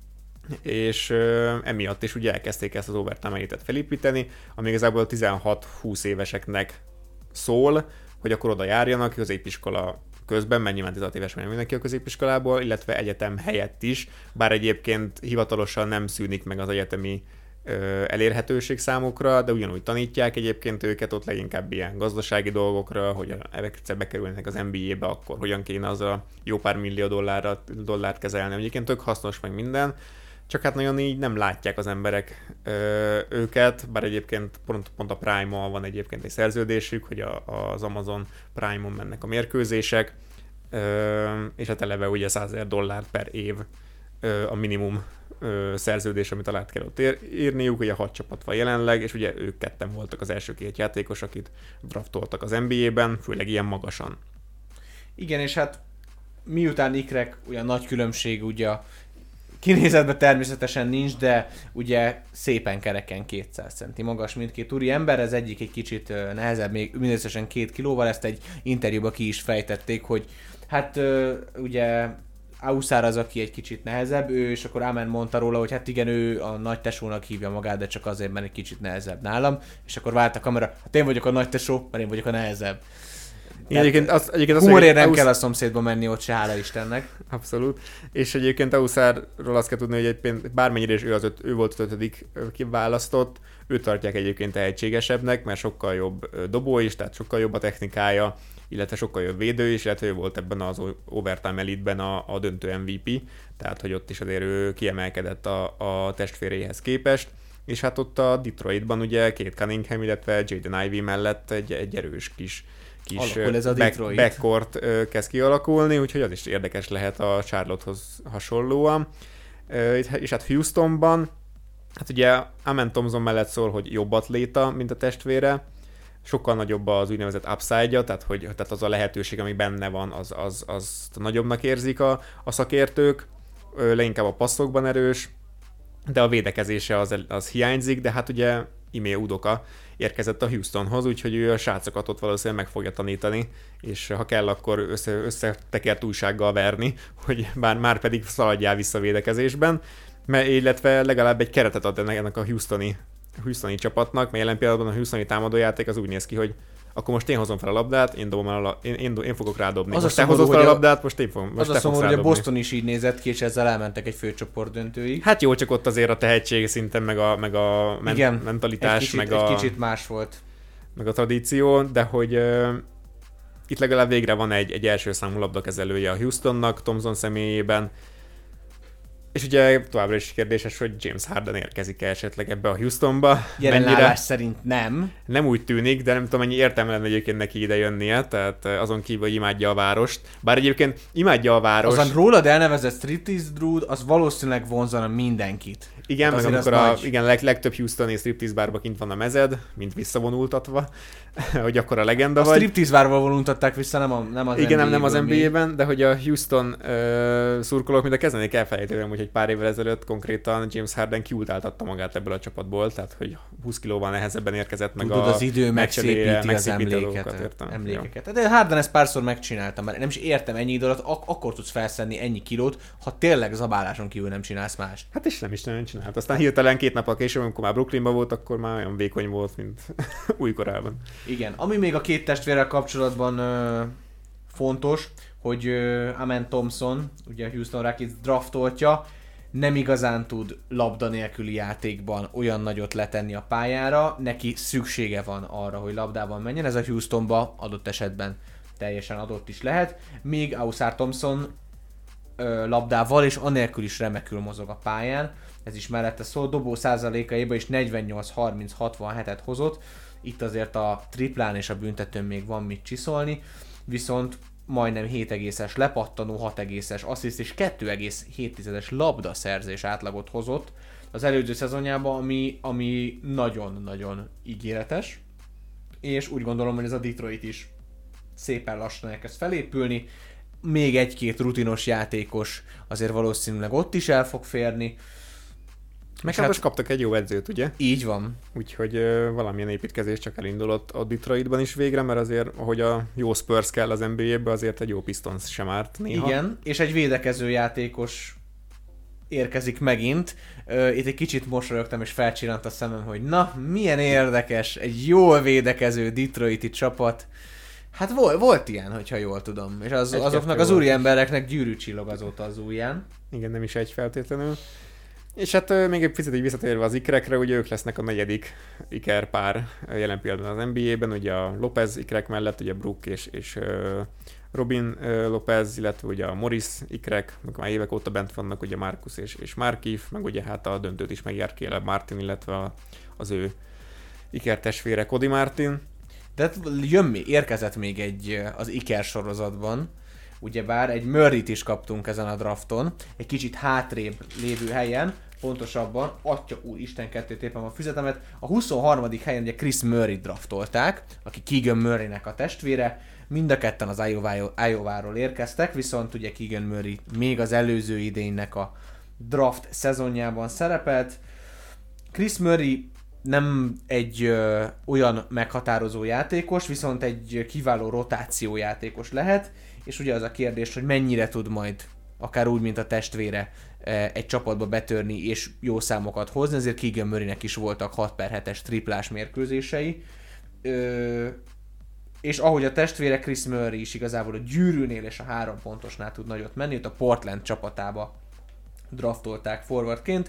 és emiatt is ugye elkezdték ezt az overtime elitet felépíteni, ami igazából 16-20 éveseknek szól, hogy akkor oda járjanak középiskola közben, mert nyilván 16 éves van mindenki a középiskolából, illetve egyetem helyett is, bár egyébként hivatalosan nem szűnik meg az egyetemi elérhetőség számukra, de ugyanúgy tanítják egyébként őket ott leginkább ilyen gazdasági dolgokra, hogy egyszer bekerülnek az NBA-be, akkor hogyan kéne az a jó pár millió dollárt kezelni. Egyébként tök hasznos meg minden, csak hát nagyon így nem látják az emberek őket, bár egyébként pont a Prime-mal van egyébként egy szerződésük, hogy az Amazon Prime-on mennek a mérkőzések, és hát eleve ugye $100,000 per év a minimum szerződés, amit alá kell ott írniuk, ugye 6 csapat van jelenleg, és ugye ők ketten voltak az első 2 játékos, akit draftoltak az NBA-ben, főleg ilyen magasan. Igen, és hát miután ikrek, olyan nagy különbség ugye kinézetben természetesen nincs, de ugye szépen kereken 200 centi magas mindkét úri ember, ez egyik egy kicsit nehezebb, még mindösszesen 2 kilóval, ezt egy interjúban ki is fejtették, hogy hát ugye Ausar az, aki egy kicsit nehezebb, ő, és akkor Amen mondta róla, hogy hát igen, ő a nagy tesónak hívja magát, de csak azért, mert egy kicsit nehezebb nálam, és akkor vált a kamera, hát én vagyok a nagy tesó, mert én vagyok a nehezebb. Humorért nem kell a szomszédba menni ott se, hála Istennek. Abszolút. És egyébként Auszárról azt kell tudni, hogy bármennyire is ő volt az 5. kiválasztott, őt tartják egyébként tehetségesebbnek, mert sokkal jobb dobó is, tehát sokkal jobb a technikája, illetve sokkal jobb védő is, illetve ő volt ebben az Overtime Elite-ben a döntő MVP, tehát hogy ott is azért ő kiemelkedett a testvéréhez képest. És hát ott a Detroitban ugye Kate Cunningham, illetve Jaden Ivey mellett egy erős kis backcourt kezd kialakulni, úgyhogy az is érdekes lehet a Charlottehoz hasonlóan. És hát Houstonban, hát ugye Amen Thompson mellett szól, hogy jobb atléta, mint a testvére, sokkal nagyobb az úgynevezett upside-ja, tehát az a lehetőség, ami benne van, az nagyobbnak érzik a szakértők, leginkább a passzokban erős, de a védekezése az hiányzik, de hát ugye Ime Udoka érkezett a Houstonhoz, úgyhogy ő a srácokat ott valószínűleg meg fogja tanítani, és ha kell, akkor összetekert újsággal verni, hogy már pedig szaladjál vissza védekezésben, illetve legalább egy keretet ad ennek a Houstoni csapatnak, mert jelen pillanatban a Houstoni támadójáték az úgy néz ki, hogy akkor most én hozom fel a labdát, én fogok rádobni. Most te hozod fel a labdát, most én fogom rádobni. Az a szomorú, hogy a Boston is így nézett ki, és ezzel elmentek egy főcsoport döntőig. Hát jó, csak ott azért a tehetség szinten, meg a mentalitás, egy kicsit más volt. Meg a tradíció, de hogy itt legalább végre van egy első számú labdakezelője a Houstonnak, Thompson személyében. És ugye továbbra is kérdéses, hogy James Harden érkezik-e esetleg ebbe a Houstonba. Jelenállás szerint nem. Nem úgy tűnik, de nem tudom, mennyi értelme lenne egyébként neki ide jönnie, tehát azon kívül, hogy imádja a várost. Bár egyébként imádja a város. Azon rólad elnevezett striptease Drew, az valószínűleg vonzana mindenkit. Igen, hát meg amikor legtöbb Houstoni striptease bárba kint van a mezed, mint visszavonultatva, hogy akkor a legenda vagy. A striptease bárba vonultatták vissza, nem az igen, nem az NBA-ben, de hogy a Houston szurkolók mind a kezdenék elfelejteni, hogy egy pár évvel ezelőtt konkrétan James Harden kiutáltatta magát ebből a csapatból, tehát hogy 20 kiloval nehezebben érkezett meg. Tudod, az idő megszépíti az emlékeket. De Harden ezt párszor megcsinálta, mert nem is értem ennyi idő alatt, akkor tudsz felszedni ennyi kilót, ha tényleg zabáláson kívül nem csinálsz mást. Hát és nem is nagyon csinált. Aztán hirtelen 2 nappal később, amikor már Brooklynban volt, akkor már olyan vékony volt, mint újkorában. Igen, ami még a két testvérrel kapcsolatban fontos, hogy Amen Thompson, ugye a Houston Rockets draftoltja, nem igazán tud labda nélküli játékban olyan nagyot letenni a pályára, neki szüksége van arra, hogy labdában menjen, ez a Houstonba adott esetben teljesen adott is lehet, míg Ausar Thompson labdával és anélkül is remekül mozog a pályán, ez is mellette szól, dobó százalékaiba is 48-30-67-et hozott, itt azért a triplán és a büntetőn még van mit csiszolni, viszont majdnem 7,es lepattanó, 6,es assziszt és 2,7-es labdaszerzés átlagot hozott az előző szezonjában, ami nagyon-nagyon ígéretes, és úgy gondolom, hogy ez a Detroit is szépen lassan elkezd felépülni, még egy-két rutinos játékos azért valószínűleg ott is el fog férni. Meg hát most kaptak egy jó edzőt, ugye? Így van. Úgyhogy valamilyen építkezés csak elindulott a Detroitban is végre, mert azért, ahogy a jó Spurs kell az NBA-be, azért egy jó Pistons sem árt néha. Igen, és egy védekező játékos érkezik megint. Itt egy kicsit mosolyogtam, és felcsillant a szemem, hogy na, milyen érdekes, egy jól védekező detroiti csapat. Hát volt ilyen, hogyha jól tudom. És azoknak az úriembereknek gyűrű csillog azóta az ujján. Igen, nem is egy feltétlenül. És hát még egy picit így visszatérve az ikrekre, ugye ők lesznek a 4. iker pár jelen pillanatban az NBA-ben, ugye a Lopez ikrek mellett, ugye Brook és Robin Lopez, illetve ugye a Morris ikrek, meg már évek óta bent vannak, ugye Marcus és Markieff, meg ugye hát a döntőt is megjárt Caleb Martin, illetve az ő ikertestvére Cody Martin. De érkezett még az iker sorozatban, ugyebár egy Murrayt is kaptunk ezen a drafton, egy kicsit hátrébb lévő helyen, pontosabban, atya úristen, kettőt éppen a füzetemet, a 23. helyen ugye Chris Murray draftolták, aki Keegan Murraynek a testvére, mind a ketten az Iowa-ról érkeztek, viszont ugye Keegan Murray még az előző idénynek a draft szezonjában szerepelt. Chris Murray nem egy olyan meghatározó játékos, viszont egy kiváló rotáció játékos lehet, és ugye az a kérdés, hogy mennyire tud majd akár úgy, mint a testvére egy csapatba betörni és jó számokat hozni, ezért Keegan Murraynek is voltak 6/7-es triplás mérkőzései. és ahogy a testvére Chris Murray is igazából a gyűrűnél és a 3 pontosnál tud nagyot menni, ott a Portland csapatába draftolták forwardként.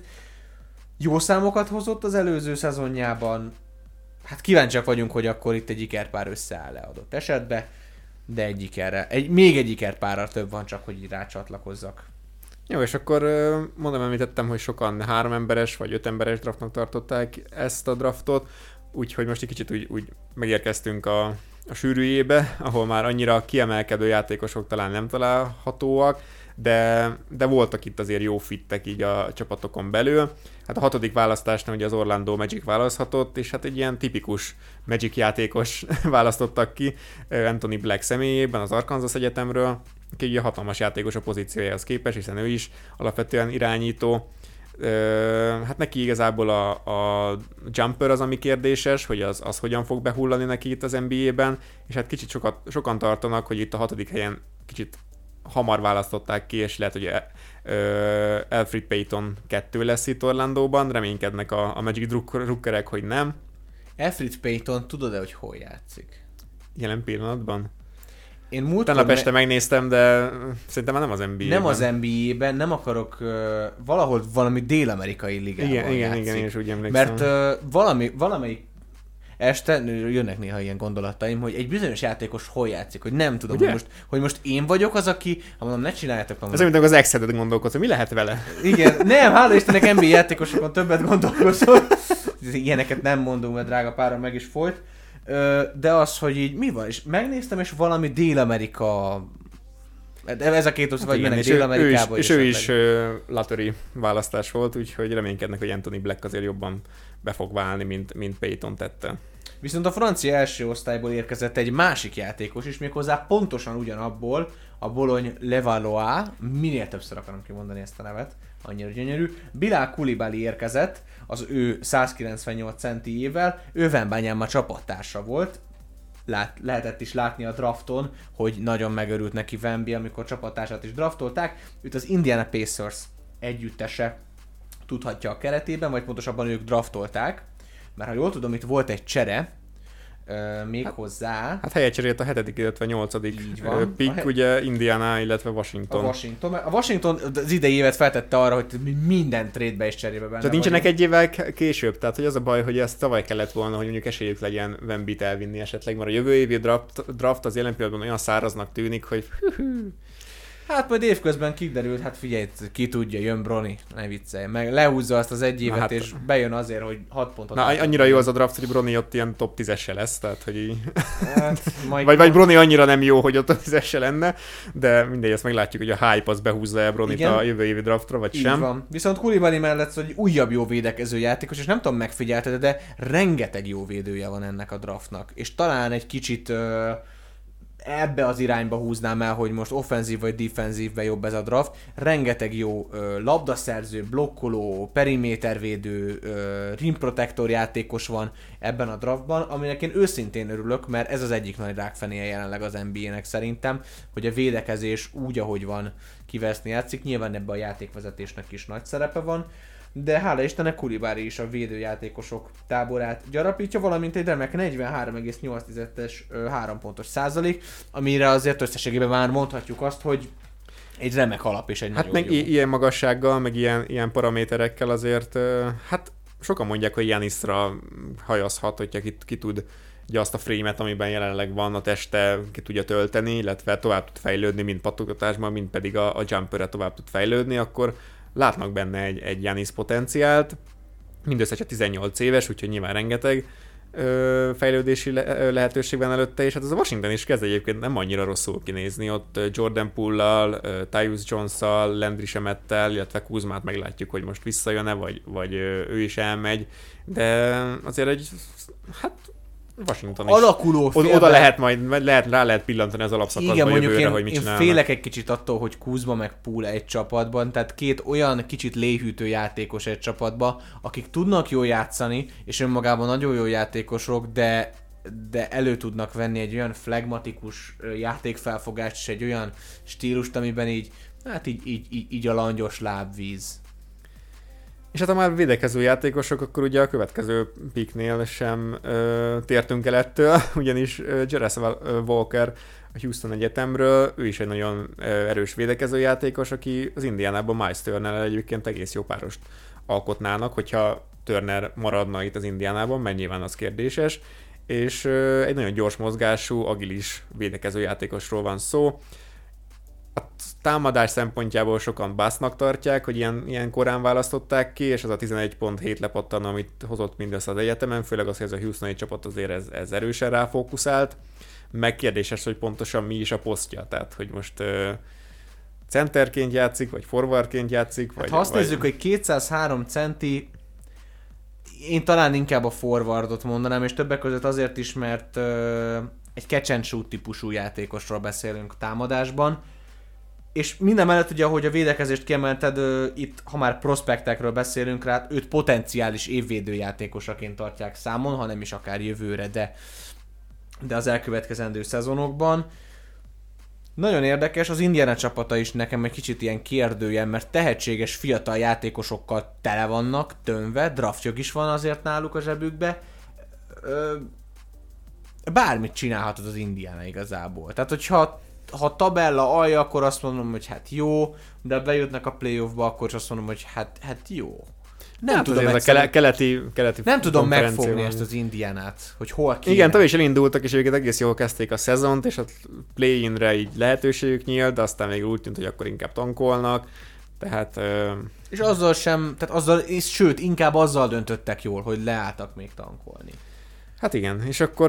Jó számokat hozott az előző szezonjában, hát kíváncsiak vagyunk, hogy akkor itt egy ikerpár összeáll-e adott esetben, de még egy ikerpárral több van, csak hogy így rácsatlakozzak. Jó, és akkor mondom, említettem, hogy sokan 3 emberes vagy 5 emberes draftnak tartották ezt a draftot, úgyhogy most egy kicsit úgy megérkeztünk a sűrűjébe, ahol már annyira kiemelkedő játékosok talán nem találhatóak, de voltak itt azért jó fittek így a csapatokon belül. Hát a 6. választásnál ugye az Orlando Magic választhatott, és hát egy ilyen tipikus Magic játékos választottak ki Anthony Black személyében az Arkansas Egyetemről, aki ugye hatalmas játékos a pozíciójához képest, hiszen ő is alapvetően irányító. Hát neki igazából a jumper az, ami kérdéses, hogy az hogyan fog behullani neki itt az NBA-ben, és hát kicsit sokan tartanak, hogy itt a 6. helyen kicsit hamar választották ki, és lehet, hogy Elfrid Payton 2 lesz itt Orlandóban, reménykednek a Magic drukkerek, hogy nem. Elfrid Payton, tudod-e, hogy hol játszik? Jelen pillanatban? Én tegnap este megnéztem, de szerintem már nem az NBA-ben. Nem az NBA-ben, nem akarok valahol valami dél-amerikai ligában játszik. Igen, én is úgy emlékszem. Mert valamelyik este jönnek néha ilyen gondolataim, hogy egy bizonyos játékos hol játszik, hogy nem tudom, hogy most én vagyok az, aki, ha mondom, ne csináljátok valamit. Ez mint az ex-edet gondolkodsz, hogy mi lehet vele? Igen, nem, hála Istennek NBA játékosokon többet gondolkozol. Ilyeneket nem mondunk, mert drága pára meg is folyt. De az, hogy így mi van, és megnéztem, és valami Dél-Amerika, ez a két osztály, vagy jönnek Dél-Amerikába. És ő is lottery választás volt, úgyhogy reménykednek, hogy Anthony Black azért jobban be fog válni, mint Payton tette. Viszont a francia első osztályból érkezett egy másik játékos is, méghozzá pontosan ugyanabból, a Bologne Levallois, minél többször akarom kimondani ezt a nevet, annyira gyönyörű. Bilal Koulibaly érkezett az ő 198 centiével, ő Wembanyama csapattársa volt. Lehetett is látni a drafton, hogy nagyon megörült neki Wemby, amikor csapattársát is draftolták. Őt az Indiana Pacers együttese tudhatja a keretében, vagy pontosabban ők draftolták. Mert ha jól tudom, itt volt egy csere, méghozzá... Hát helyet cserélt a 7., illetve 8. pick, ugye Indiana, illetve Washington. A Washington az idei évet feltette arra, hogy minden trade-be is cserébe benne. Tehát nincsenek egy évvel később, tehát hogy az a baj, hogy ezt tavaly kellett volna, hogy mondjuk esélyük legyen Wembit elvinni esetleg, mert a jövő évi draft az jelen pillanatban olyan száraznak tűnik, hogy hát majd évközben kiderült, hát figyelj, ki tudja, jön Bronny, ne viccelj, meg lehúzza azt az egy évet, hát, és bejön azért, hogy 6 pontot... Annyira jó az a draft, hogy Bronny ott ilyen top 10-ese lesz, tehát hogy így... Hát, vagy Bronny annyira nem jó, hogy ott top 10-ese lenne, de mindegy, ezt meglátjuk, hogy a hype az behúzza el Bronnyt a jövő évi draftra, vagy így sem. Van. Viszont Koulibaly mellett hogy újabb jó védekező játékos, és nem tudom, megfigyelted, de rengeteg jó védője van ennek a draftnak, és talán egy kicsit... ebbe az irányba húznám el, hogy most offenzív vagy defenzívben jobb ez a draft. Rengeteg jó labdaszerző, blokkoló, perimétervédő, rim protector játékos van ebben a draftban, aminek én őszintén örülök, mert ez az egyik nagy rákfenéje jelenleg az NBA-nek szerintem, hogy a védekezés úgy, ahogy van, kiveszni játszik. Nyilván ebben a játékvezetésnek is nagy szerepe van, de hála Istennek Koulibaly is a védőjátékosok táborát gyarapítja, valamint egy remek 43,8-es 3 pontos százalék, amire azért összességében már mondhatjuk azt, hogy egy remek alap és egy hát nagyon meg jó. Ilyen magassággal, meg ilyen paraméterekkel azért, hát sokan mondják, hogy Giannisra hajazhat, hogyha ki tud ugye azt a frame-et, amiben jelenleg van a teste, ki tudja tölteni, illetve tovább tud fejlődni, mint pattogatásban, mint pedig a jumperre tovább tud fejlődni, akkor látnak benne egy Giannis potenciált, mindössze csak 18 éves, úgyhogy nyilván rengeteg fejlődési lehetőség van előtte, és hát az a Washington is kezd egyébként nem annyira rosszul kinézni, ott Jordan Poole-lal, Tyus Jones-szal, Landry Shamettel, illetve Kuzmát meglátjuk, hogy most visszajön-e, vagy ő is elmegy, de azért egy, hát Washington is. Alakuló oda lehet majd, rá lehet pillantani az alapszakaszba jövőre, hogy mit csinálnak. Én félek egy kicsit attól, hogy Kuzma meg Poole egy csapatban, tehát két olyan kicsit léhűtő játékos egy csapatban, akik tudnak jól játszani, és önmagában nagyon jó játékosok, de elő tudnak venni egy olyan flegmatikus játékfelfogást, és egy olyan stílust, amiben így, hát így a langyos lábvíz. És hát ha már védekező játékosok, akkor ugye a következő picknél sem tértünk el ettől, ugyanis Jarrell Walker a Houston Egyetemről, ő is egy nagyon erős védekező játékos, aki az Indiánában Miles Turnerrel egyébként egész jó párost alkotnának, hogyha Turner maradna itt az Indiánában, mert nyilván az kérdéses, és egy nagyon gyors mozgású, agilis védekező játékosról van szó. A támadás szempontjából sokan básznak tartják, hogy ilyen korán választották ki, és az a 11.7 lepattanó, amit hozott mindössze az egyetemen, főleg az, hogy ez a Houstoni csapat azért ez erősen ráfókuszált. Meg kérdéses, hogy pontosan mi is a posztja, tehát hogy most centerként játszik, vagy forwardként játszik. Hát ha azt nézzük, hogy 203 centi, én talán inkább a forwardot mondanám, és többek között azért is, mert egy catch and shoot típusú játékosról beszélünk támadásban, és minden mellett ugye, ahogy a védekezést kiemelted, itt, ha már prospektekről beszélünk rá, őt potenciális évvédő játékosaként tartják számon, ha nem is akár jövőre, de az elkövetkezendő szezonokban. Nagyon érdekes, az Indiana csapata is nekem egy kicsit ilyen kérdőjel, mert tehetséges fiatal játékosokkal tele vannak, tömve, draftjog is van azért náluk a zsebükbe. Bármit csinálhatod az Indiana igazából. Tehát, hogyha tabella alja, akkor azt mondom, hogy hát jó, de bejutnak a playoffba, akkor azt mondom, hogy hát jó. Nem tudom, a keleti nem tudom megfogni ezt az Indiánát, hogy hol kéne. Igen, tovább is elindultak, és őket egész jól kezdték a szezont, és a play-inre így lehetőségük nyílt, de aztán még úgy tűnt, hogy akkor inkább tankolnak. Tehát... És azzal sem, tehát azzal, és sőt, inkább azzal döntöttek jól, hogy leálltak még tankolni. Hát igen, és akkor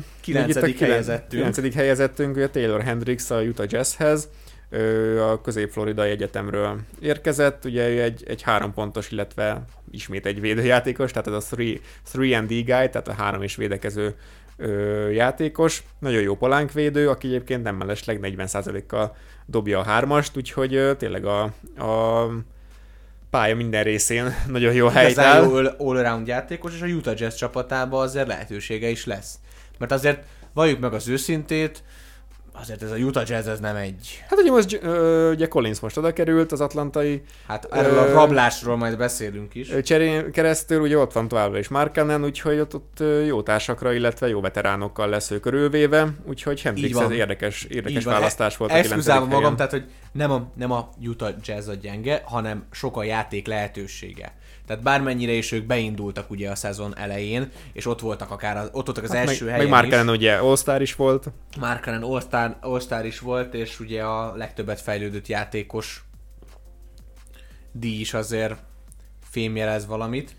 9. helyezettünk, ugye Taylor Hendricks a Utah Jazzhez, a Közép-Floridai Egyetemről érkezett, ugye ő egy 3 pontos, illetve ismét egy védőjátékos, tehát ez a 3 and D guy, tehát a 3 és védekező játékos, nagyon jó palánkvédő, aki egyébként nem mellesleg 40%-kal dobja a 3-ast, úgyhogy tényleg a pálya minden részén nagyon jó helyt áll. Igazán jó all-around játékos, és a Utah Jazz csapatában azért lehetősége is lesz. Mert azért valljuk meg az őszintét, azért ez a Utah Jazz ez nem egy... Hát ugye most ugye Collins most oda került az atlantai... Hát erről a rablásról majd beszélünk is. Cserén keresztül ugye ott van továbbra is Markkanen, úgyhogy ott jó társakra, illetve jó veteránokkal lesz ő körülvéve, úgyhogy Hendricks ez érdekes választás volt a 9. helyen. Magam, tehát hogy nem a Utah Jazz a gyenge, hanem sok a játék lehetősége. Tehát bármennyire is ők beindultak ugye a szezon elején, és ott voltak ott voltak az első helyen meg Markkanen ugye All-Star is volt. Markkanen All-Star is volt, és ugye a legtöbbet fejlődött játékos díj is azért fémjelez valamit.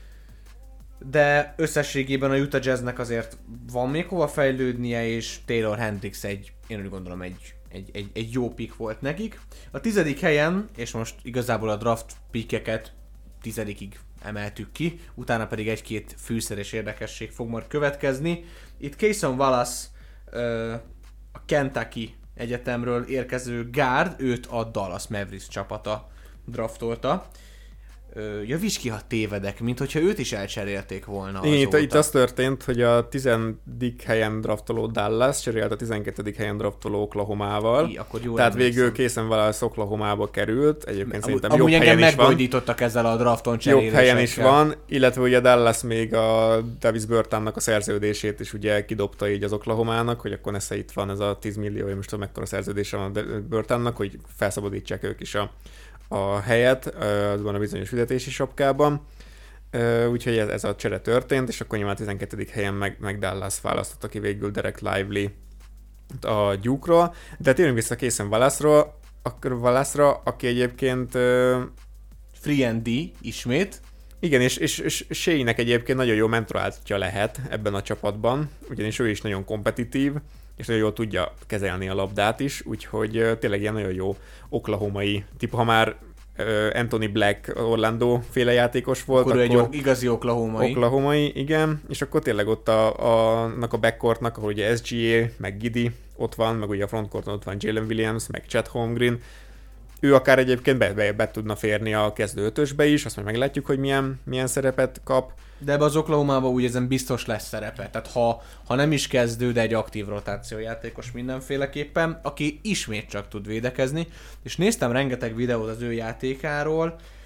De összességében a Utah Jazznek azért van még hova fejlődnie, és Taylor Hendricks én úgy gondolom egy jó pick volt nekik. A 10. helyen, és most igazából a draft pickeket 10-ig emeltük ki, utána pedig egy-két fűszeres érdekesség fog majd következni. Itt Cason Wallace, a Kentucky Egyetemről érkező guard, őt a Dallas Mavericks csapata draftolta. Javíts ki, ha tévedek, mint hogyha őt is elcserélték volna. Itt az történt, hogy a 10. helyen draftoló Dallas cserélt a 12. helyen draftoló Oklahomával. Tehát végül Cason Wallace Oklahomába került. Egyébként szerintem jobb helyen is van. Amúgy engem megbojdítottak ezzel a drafton cserélésekkel. Jobb helyen is van, illetve ugye Dallas még a Davis Bertannak a szerződését is ugye kidobta így az Oklahomának, hogy akkor nesze itt van ez a 10 millió, vagy most mekkora szerződése van a Bertannak, hogy felszabadítsák ők is a helyet azban a bizonyos fizetési sapkában. Úgyhogy ez a csere történt, és akkor nyilván a 12. helyen meg Dallas választotta ki végül Derek Lively a Duke-ról. De térjünk vissza Cason Wallace-ra, aki egyébként Free and D ismét. Igen, és Shea-nek egyébként nagyon jó mentoráltja lehet ebben a csapatban, ugyanis ő is nagyon kompetitív, és nagyon jól tudja kezelni a labdát is, úgyhogy tényleg ilyen nagyon jó oklahomai típ, ha már Anthony Black Orlando féle játékos volt. Akkor egy igazi oklahomai. Oklahomai, igen, és akkor tényleg ott annak a backcourtnak, ahol ugye SGA, meg Giddey ott van, meg ugye a frontcourton ott van Jalen Williams, meg Chet Holmgren. Ő akár egyébként be tudna férni a kezdő ötösbe is, azt majd meglátjuk, hogy milyen szerepet kap. De ebbe az Oklahomában úgy ezen biztos lesz szerepe. Tehát ha nem is kezdő, de egy aktív rotációjátékos mindenféleképpen, aki ismét csak tud védekezni. És néztem rengeteg videót az ő játékáról.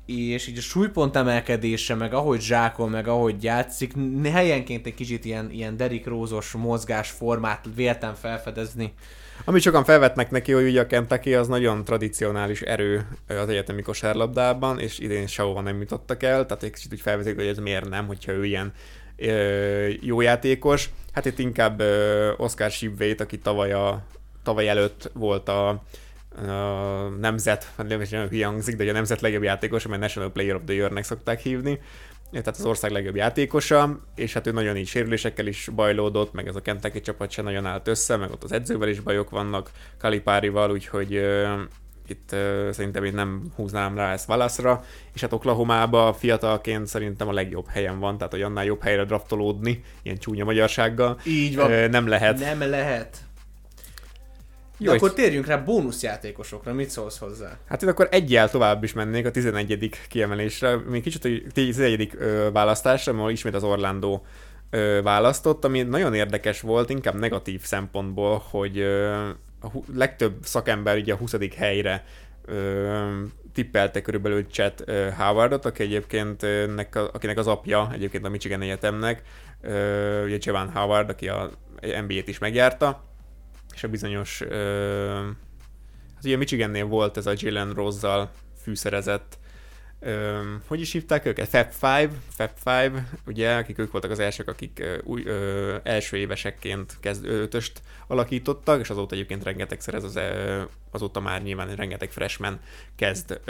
és így a súlypont emelkedése, meg ahogy zsákol, meg ahogy játszik, helyenként egy kicsit ilyen Derrick Rose-os mozgásformát véltem felfedezni. Amit sokan felvetnek neki, hogy ugye a Kentucky az nagyon tradicionális erő az egyetemi kosárlabdában, és idén sehova nem jutottak el, tehát egy kicsit úgy felvezik, hogy ez miért nem, hogyha ő ilyen jó játékos. Hát itt inkább Oscar Tshiebwe-t, aki tavaly előtt volt a nemzet, nem is olyan hangzik, de a nemzet legjobb játékos, amely National Player of the Year-nek szokták hívni, tehát az ország legjobb játékosa, és hát ő nagyon így sérülésekkel is bajlódott, meg ez a Kentucky csapat sem nagyon állt össze, meg ott az edzővel is bajok vannak, Caliparival, úgyhogy itt szerintem én nem húznám rá ezt Wallace-ra, és hát Oklahomába fiatalként szerintem a legjobb helyen van, tehát hogy annál jobb helyre draftolódni, ilyen csúnya magyarsággal. Így van. Nem lehet. Nem lehet. Jó, akkor térjünk rá bónuszjátékosokra, mit szólsz hozzá? Hát én akkor egyel tovább is mennék a 11. kiemelésre, még kicsit a 11. választásra, ahol ismét az Orlando választott, ami nagyon érdekes volt, inkább negatív szempontból, hogy a legtöbb szakember ugye a 20. helyre tippelte körülbelül Chet Howardot, aki egyébként akinek az apja egyébként a Michigan Egyetemnek, ugye Javon Howard, aki a NBA-t is megjárta, és a bizonyos, hát ugye Michigannél volt ez a Jalen Rose-zal fűszerezett, hogy is hívták őket? Fab Five, ugye, akik ők voltak az elsők, akik első évesekként ötöst alakítottak, és azóta egyébként rengetegszer azóta már nyilván rengeteg freshman kezd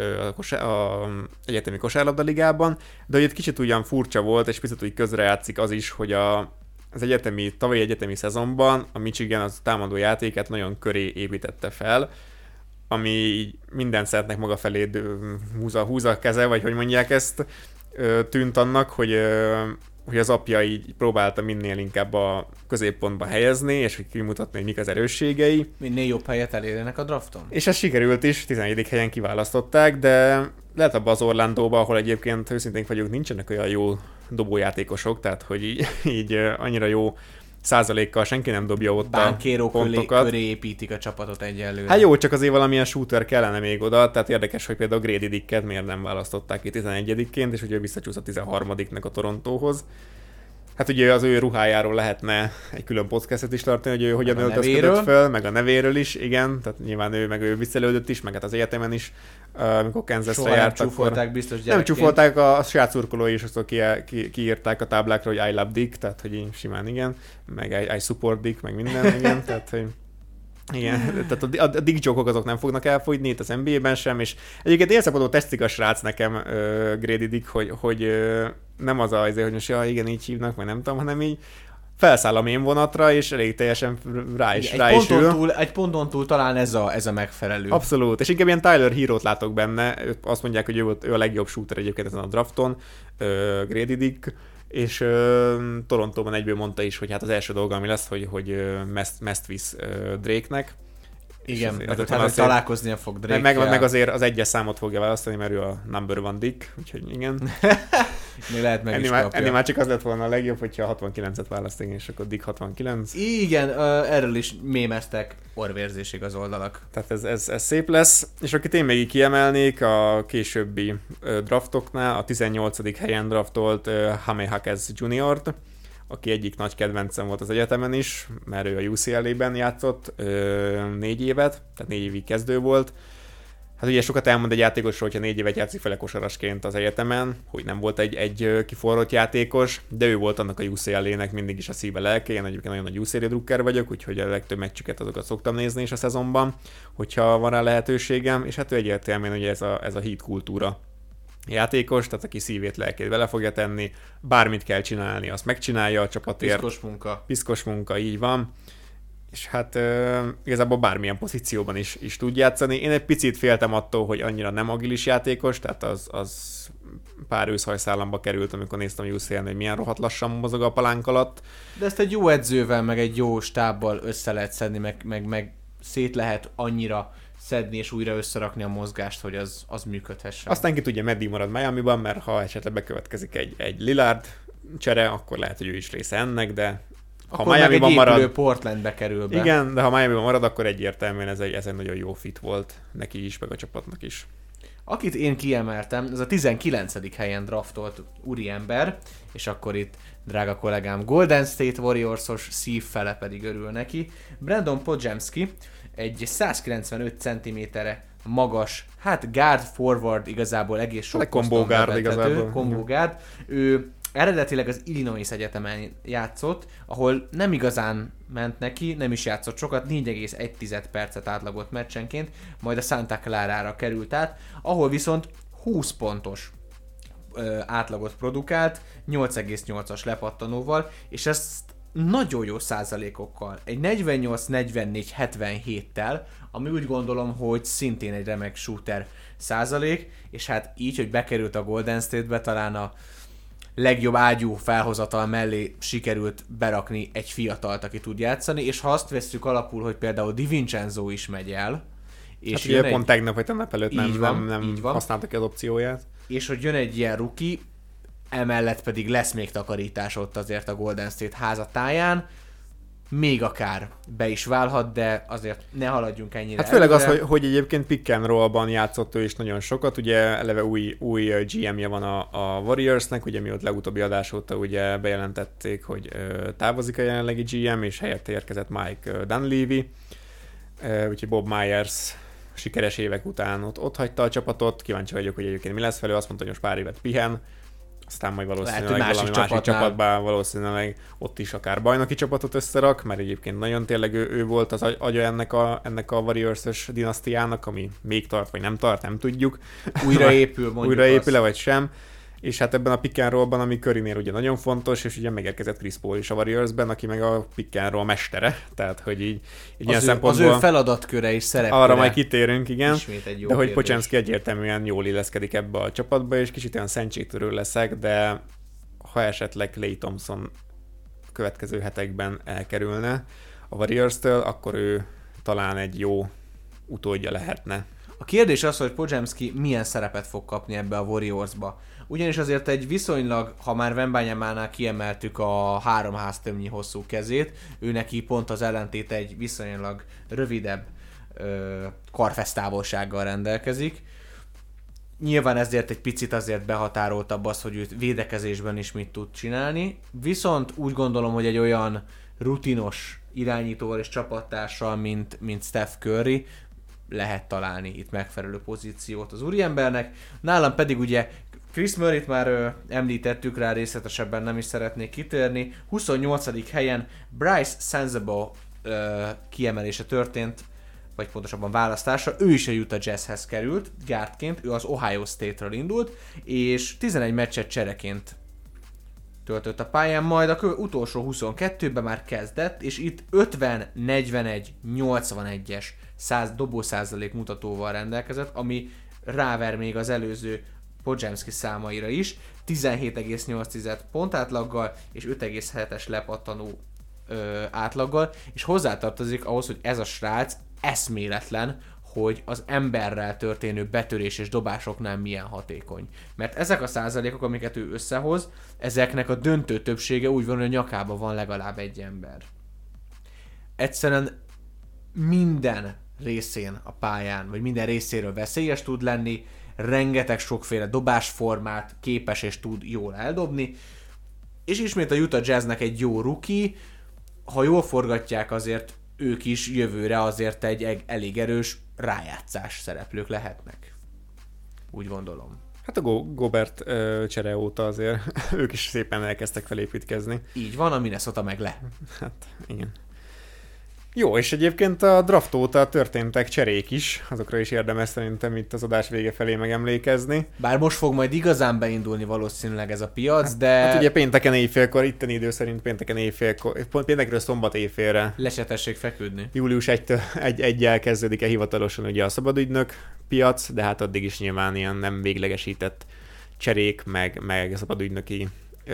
a egyetemi kosárlabda ligában, de hogy egy kicsit ugyan furcsa volt, és picit úgy közrejátszik az is, hogy az tavalyi egyetemi szezonban a Michigan az támadó játékát nagyon köré építette fel, ami így minden szeretnek maga felé húza a keze, vagy hogy mondják ezt, tűnt annak, hogy az apja így próbálta minél inkább a középpontba helyezni, és hogy kimutatni, hogy mik az erősségei. Minél jobb helyet elérjenek a drafton. És ez sikerült is, 11. helyen kiválasztották, de lehet abban az Orlandóban, ahol egyébként őszintén vagyunk, nincsenek olyan jó dobójátékosok, tehát hogy így annyira jó százalékkal senki nem dobja ott a pontokat. Köré építik a csapatot egyelőre. Hát jó, csak azért valamilyen shooter kellene még oda, tehát érdekes, hogy például Grady Dicket miért nem választották ki 11-ként, és ugye visszacsúsz a 13-nek a Torontóhoz. Hát ugye az ő ruhájáról lehetne egy külön podcastet is tartani, hogy ő hogyan öltözködött fel, meg a nevéről is, igen, tehát nyilván ő viccelődött is, meg hát az egyetemen is, amikor Kansasra járt, csúfolták biztos gyerekként. Nem csúfolták, a saját szurkolói is aztól kiírták a táblákra, hogy I love Dick, tehát hogy így simán igen, meg I support Dick, meg minden, igen, tehát hogy igen, tehát a dick joke-ok azok nem fognak elfogyni itt az NBA-ben sem, és egyébként élszabadul tetszik a srác nekem, Grady Dick, hogy nem az hogy most igen, így hívnak, vagy nem tudom, hanem így felszáll a mém vonatra, és elég teljesen rá is ül. Egy ponton túl talán ez a megfelelő. Abszolút, és inkább ilyen Tyler Hero-t látok benne, azt mondják, hogy ő a legjobb shooter egyébként ezen a drafton, Grady Dick, és Torontóban egyből mondta is, hogy hát az első dolga, ami lesz, hogy meszt visz Drake-nek. Igen, hogy találkoznia fog Drake-kel. Meg azért az egyes számot fogja választani, mert ő a number one Dick, úgyhogy igen. Még lehet meg is kapja. Ennél már csak az lett volna a legjobb, hogyha 69-et választani, és akkor Dick 69. Igen, erről is mémeztek orvérzésig az oldalak. Tehát ez szép lesz. És akit én még kiemelnék a későbbi draftoknál, a 18. helyen draftolt Jaime Jaquez Jr.-t, aki egyik nagy kedvencem volt az egyetemen is, mert ő a UCLA-ben játszott 4 évet, tehát 4 évig kezdő volt. Hát ugye sokat elmond egy játékosról, hogyha 4 évet játszik fele kosarasként az egyetemen, hogy nem volt egy kiforrott játékos, de ő volt annak a UCLA-nek mindig is a szíve lelke. Én egyébként nagyon nagy UCLA drukker vagyok, úgyhogy a legtöbb meccsüket azokat szoktam nézni is a szezonban, hogyha van rá lehetőségem, és hát ő egyértelműen ugye ez a hit kultúra játékos, tehát aki szívét, lelkét bele fogja tenni, bármit kell csinálni, azt megcsinálja a csapatért. Piszkos munka, így van. És hát igazából bármilyen pozícióban is tud játszani. Én egy picit féltem attól, hogy annyira nem agilis játékos, tehát az pár őszhajszállamba került, amikor néztem a UCL-n, hogy milyen rohadt lassan mozog a palánk alatt. De ezt egy jó edzővel, meg egy jó stábbal össze lehet szedni, meg szét lehet annyira szedni és újra összerakni a mozgást, hogy az működhessen. Aztán ki tudja, meddig marad Miamiban, mert ha esetleg bekövetkezik egy Lillard csere, akkor lehet, hogy ő is része ennek, de akkor ha Miamiban marad, Portlandbe kerül be. Igen, de ha Miamiban marad, akkor egyértelműen ez egy nagyon jó fit volt neki is, meg a csapatnak is. Akit én kiemeltem, ez a 19. helyen draftolt úriember, és akkor itt drága kollégám Golden State Warriors-os szívfele pedig örül neki. Brandon Podziemski, egy 195 cm-re magas, hát guard forward igazából egész sok combo guard igazából. Combo guard. Ő eredetileg az Illinois Egyetemen játszott, ahol nem igazán ment neki, nem is játszott sokat, 4,1 percet átlagolt meccsenként, majd a Santa Clara-ra került át, ahol viszont 20 pontos átlagot produkált, 8,8-as lepattanóval, és ezt nagyon jó százalékokkal, egy 48-44-77-tel, ami úgy gondolom, hogy szintén egy remek shooter százalék, és hát így, hogy bekerült a Golden State-be, talán a legjobb ágyú felhozatal mellé sikerült berakni egy fiatalt, aki tud játszani, és ha azt vesszük alapul, hogy például DiVincenzo is megy el, és hát ugye pont tegnap vagy tegnap előtt nem használtak az opcióját. És hogy jön egy ilyen rookie, emellett pedig lesz még takarítás ott azért a Golden State házatáján, még akár be is válhat, de azért ne haladjunk ennyire. Hát főleg előre. Az, hogy egyébként pick and roll-ban játszott ő is nagyon sokat, ugye eleve új GM-je van a Warriorsnek, ugye mióta legutóbbi adás óta ugye bejelentették, hogy távozik a jelenlegi GM, és helyette érkezett Mike Dunleavy, úgyhogy Bob Myers sikeres évek után ott hagyta a csapatot, kíváncsi vagyok, hogy egyébként mi lesz velő, azt mondta, hogy most pár évet pihen, aztán majd valószínűleg valami másik csapatban valószínűleg ott is akár bajnoki csapatot összerak, mert egyébként nagyon tényleg ő volt az agya ennek a Warriors-ös dinasztiának, ami még tart, vagy nem tart, nem tudjuk. Újraépül-e vagy sem. És hát ebben a pick and rollban, ami Currynél ugye nagyon fontos, és ugye megérkezett Chris Paul is a Warriorsben, aki meg a pick and roll mestere, tehát hogy így ilyen szempontból... Az ő feladatköre és szerepköre. Arra majd kitérünk, igen, de hogy kérdés. Podziemski egyértelműen jól illeszkedik ebbe a csapatba, és kicsit olyan szentségtörő leszek, de ha esetleg Klay Thompson következő hetekben elkerülne a Warriors-től, akkor ő talán egy jó utódja lehetne. A kérdés az, hogy Podziemski milyen szerepet fog kapni ebbe a Warriorsba. Ugyanis azért egy viszonylag, ha már Wembanyamánál kiemeltük a 3 háztömnyi hosszú kezét, ő neki pont az ellentét egy viszonylag rövidebb karfesztávolsággal rendelkezik. Nyilván ezért egy picit azért behatároltabb az, hogy ő védekezésben is mit tud csinálni, viszont úgy gondolom, hogy egy olyan rutinos irányítóval és csapattársal, mint Steph Curry, lehet találni itt megfelelő pozíciót az úriembernek. Nálam pedig ugye Chris Murrayt már említettük rá, részletesebben nem is szeretnék kitérni. 28. helyen Bryce Sensabaugh kiemelése történt, vagy pontosabban választása. Ő is a Utah Jazzhez került, guardként, ő az Ohio State-ről indult, és 11 meccset csereként töltött a pályán, majd a utolsó 22-ben már kezdett, és itt 50-41-81-es dobószázalék mutatóval rendelkezett, ami ráver még az előző Podziemski számaira is, 17,8 pontátlaggal és 5,7-es lepattanó átlaggal, és hozzátartozik ahhoz, hogy ez a srác eszméletlen, hogy az emberrel történő betörés és dobásoknál milyen hatékony. Mert ezek a százalékok, amiket ő összehoz, ezeknek a döntő többsége úgy van, hogy a nyakában van legalább egy ember. Egyszerűen minden részén a pályán, vagy minden részéről veszélyes tud lenni, rengeteg sokféle dobásformát képes és tud jól eldobni, és ismét a Utah Jazznek egy jó rookie, ha jól forgatják, azért ők is jövőre azért egy elég erős rájátszás szereplők lehetnek. Úgy gondolom. Hát a Gobert csere óta azért ők is szépen elkezdtek felépítkezni. Így van, a Minnesota meg le. Hát igen. Jó, és egyébként a draft óta történtek cserék is, azokra is érdemes szerintem itt az adás vége felé megemlékezni. Bár most fog majd igazán beindulni valószínűleg ez a piac, de... Hát ugye pénteken éjfélkor, itteni idő szerint péntekről szombat éjfélre. Le se tessék feküdni. Július 1-jel kezdődik hivatalosan ugye a szabadügynök piac, de hát addig is nyilván ilyen nem véglegesített cserék, meg szabadügynöki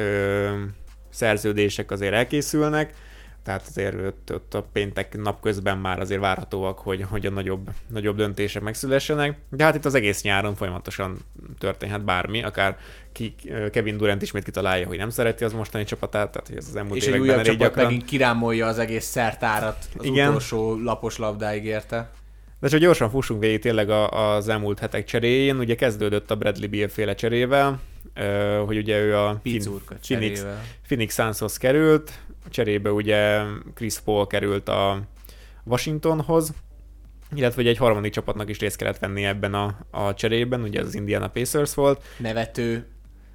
szerződések azért elkészülnek. Tehát azért ott a péntek napközben már azért várhatóak, hogy a nagyobb döntések megszülessenek. De hát itt az egész nyáron folyamatosan történhet bármi, akár Kevin Durant ismét kitalálja, hogy nem szereti az mostani csapatát, tehát hogy ez az elmúlt években elég gyakran. És egy újabb csapat megint kirámolja az egész szertárat az utolsó lapos labdáig érte. De csak gyorsan fussunk végig tényleg az elmúlt hetek cseréjén. Ugye kezdődött a Bradley Beal féle cserével, hogy ugye ő a Phoenix Sunshoz került, cserébe ugye Chris Paul került a Washingtonhoz, illetve ugye egy harmadik csapatnak is részt kellett venni ebben a cserében, ugye ez az Indiana Pacers volt. Nevető.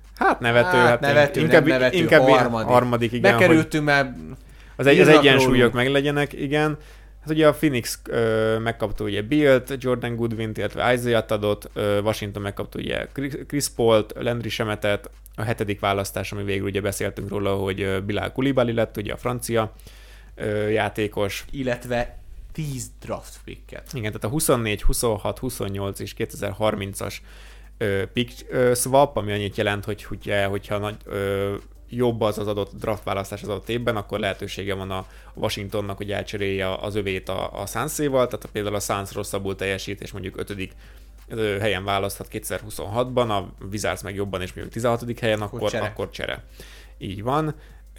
Inkább harmadik, igen. Bekerültünk már. Az egyensúlyok meg legyenek, igen. Hát ugye a Phoenix megkapta ugye Bealt, Jordan Goodwint, illetve Isaiah adott, Washington megkapta ugye Chris Paul-t, Landry Shametet, a 7. választás, ami végül ugye beszéltünk róla, hogy Bilal Coulibaly lett, ugye a francia játékos. Illetve 10 draft picket. Igen, tehát a 24, 26, 28 és 2030-as pick swap, ami annyit jelent, hogyha jobb az adott draft választás az adott évben, akkor lehetősége van a Washingtonnak, hogy elcserélje az övét a Sunséval, tehát például a Suns rosszabbul teljesít, és mondjuk 5. helyen választhat 2026-ban, a Wizards meg jobban, és mondjuk 16. helyen, akkor csere. Így van.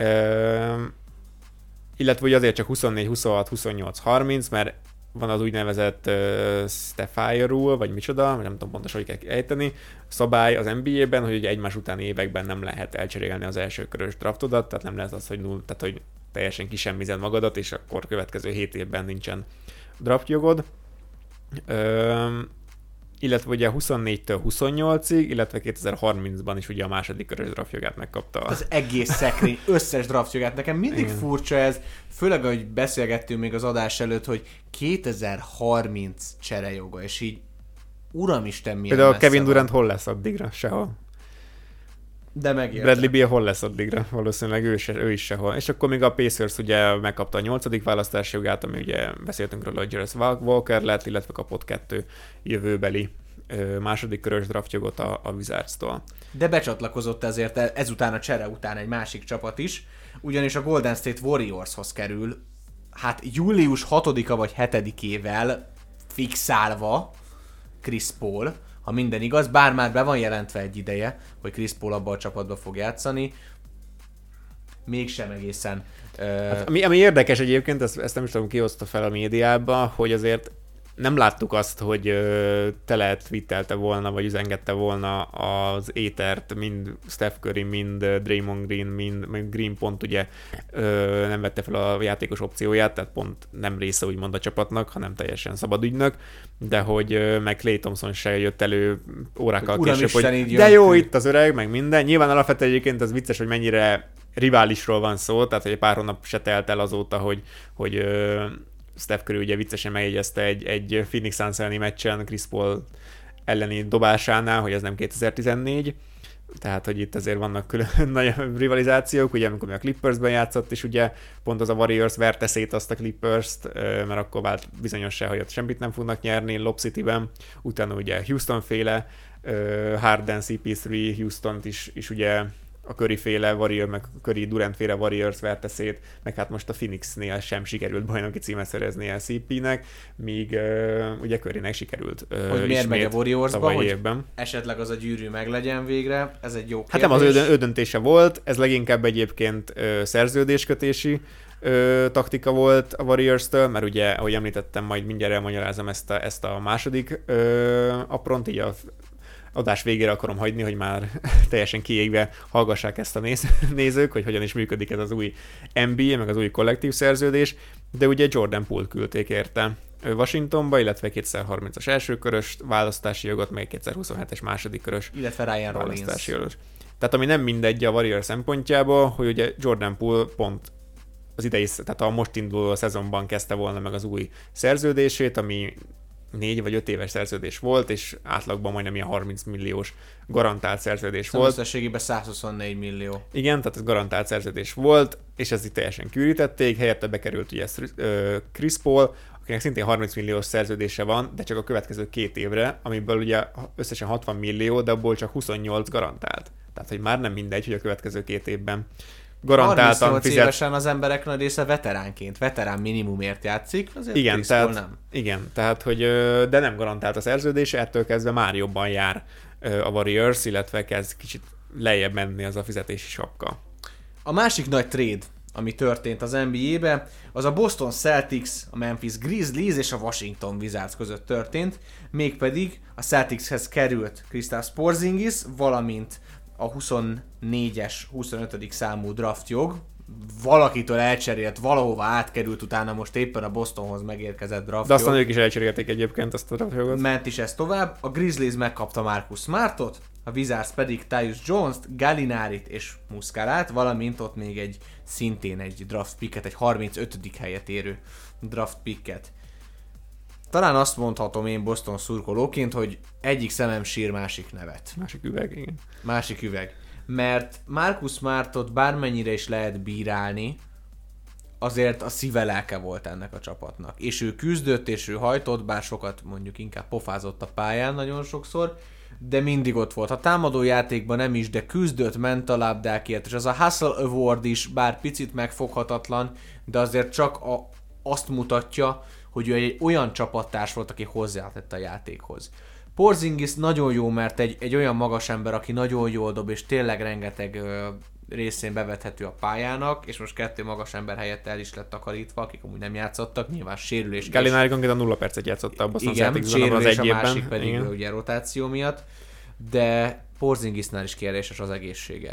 Illetve ugye azért csak 24, 26, 28, 30, mert van az úgynevezett Sapphire Rule, vagy micsoda, nem tudom pontosan, hogy kell ejteni, szabály az NBA-ben, hogy ugye egymás utáni években nem lehet elcserélni az első körös draftodat, tehát nem lehet az, hogy tehát hogy teljesen kisemmized magadat, és akkor következő 7 évben nincsen draftjogod. Illetve ugye 24-től 28-ig, illetve 2030-ban is ugye a második körös draftjogát megkapta. Az egész szekrény összes draftjogát. Nekem mindig furcsa ez, főleg, ahogy beszélgettünk még az adás előtt, hogy 2030 cserejoga, és így uramisten milyen például Kevin Durant hol lesz addigra? Sehol. De megértem. Bradley Beal hol lesz addigra? Valószínűleg ő is sehol. És akkor még a Pacers ugye megkapta a 8. választási jogát, ami ugye beszéltünk róla, hogy Jarrett Walker lett, illetve kapott 2 jövőbeli második körös draftjogot a Wizards-tól. De becsatlakozott ezért ezután a csere után egy másik csapat is, ugyanis a Golden State Warriorshoz kerül, hát július 6-a vagy 7-ével fixálva Chris Paul, ha minden igaz, bár már be van jelentve egy ideje, hogy Chris Paul abban a csapatban fog játszani, mégsem egészen. Hát, ami érdekes egyébként, ezt nem is tudom, kihozta fel a médiában, hogy azért nem láttuk azt, hogy tele twittelte volna, vagy üzengette volna az étert, mind Steph Curry, mind Draymond Green, mind Green pont ugye nem vette fel a játékos opcióját, tehát pont nem része úgymond a csapatnak, hanem teljesen szabad ügynök, de hogy meg Klay Thompson se jött elő órákkal később, hogy de jó itt az öreg, meg minden. Nyilván alapvetően egyébként az vicces, hogy mennyire riválisról van szó, tehát hogy egy pár hónap se telt el azóta, hogy Steph Curry ugye viccesen megjegyezte egy Phoenix Suns elleni meccsen Chris Paul elleni dobásánál, hogy ez nem 2014, tehát hogy itt azért vannak külön nagy rivalizációk, ugye amikor a Clippersben játszott, és ugye pont az a Warriors verte szét azt a Clippers-t, mert akkor vált bizonyossá, hogy ott semmit nem fognak nyerni Lob City-ben, utána ugye Houston féle, Harden, CP3, Houston-t is ugye a Curry-féle Warrior, meg Curry Durant féle Warriors verte szét, meg hát most a Phoenixnél sem sikerült bajnoki címet szerezni a CP-nek, míg ugye Currynek sikerült hogy miért megy a Warriorsba, hogy évben. Esetleg az a gyűrű meglegyen végre, ez egy jó kérdés. Hát nem az ő döntése volt, ez leginkább egyébként szerződéskötési taktika volt a Warriors-től, mert ugye, ahogy említettem, majd mindjárt elmagyarázom ezt a második apront, így a adás végére akarom hagyni, hogy már teljesen kiégve hallgassák ezt a nézők, hogy hogyan is működik ez az új NBA, meg az új kollektív szerződés, de ugye Jordan Poole küldték érte Washingtonba, illetve 2030-as első körös választási jogot, meg 2027-es második körös illetve Ryan választási jogot. Tehát ami nem mindegy a Warriors szempontjából, hogy ugye Jordan Poole pont az idei, tehát a most induló szezonban kezdte volna meg az új szerződését, ami 4 vagy 5 éves szerződés volt, és átlagban majdnem ilyen 30 milliós garantált szerződés volt. Összességében 124 millió. Igen, tehát ez garantált szerződés volt, és ezt itt teljesen kűrítették, helyette bekerült ugye Chris Paul, akinek szintén 30 milliós szerződése van, de csak a következő 2 évre, amiből ugye összesen 60 millió, de abból csak 28 garantált. Tehát, hogy már nem mindegy, hogy a következő 2 évben garantáltan 38 évesen az emberek nagy része veteránként, veterán minimumért játszik, azért igen, nem. Igen, tehát, hogy de nem garantált a szerződése, ettől kezdve már jobban jár a Warriors, illetve kezd kicsit lejjebb menni az a fizetési sapka. A másik nagy trade, ami történt az NBA-be, az a Boston Celtics, a Memphis Grizzlies és a Washington Wizards között történt, mégpedig a Celticshez került Kristaps Porzingis, valamint a 24-es, 25. számú draftjog, valakitől elcserélt, valahova átkerült, utána most éppen a Bostonhoz megérkezett draftjog. De aztán ők is elcserélték egyébként azt a draftjogot. Ment is ez tovább. A Grizzlies megkapta Marcus Smartot, a Wizards pedig Tyus Jones-t, Gallinari-t és Muscalát, valamint ott még szintén egy draft picket, egy 35. helyet érő draft picket. Talán azt mondhatom én Boston szurkolóként, hogy egyik szemem sír, másik nevet. Másik üveg, igen. Másik üveg. Mert Marcus Smartot bármennyire is lehet bírálni, azért a szíve lelke volt ennek a csapatnak. És ő küzdött, és ő hajtott, bár sokat mondjuk inkább pofázott a pályán nagyon sokszor, de mindig ott volt. A támadó játékban nem is, de küzdött, ment a labdákért, és az a Hustle Award is, bár picit megfoghatatlan, de azért csak azt mutatja, hogy ő egy olyan csapattárs volt, aki hozzátett a játékhoz. Porzingis nagyon jó, mert egy olyan magas ember, aki nagyon jól dob, és tényleg rengeteg részén bevethető a pályának, és most 2 magas ember helyett el is lett takarítva, akik amúgy nem játszottak, nyilván sérülés. Gallinari konkrétan 0 percet játszott abban a Celticsben, az egyébben. A másik pedig ugye rotáció miatt, de Porzingisnál is kérdéses az egészsége.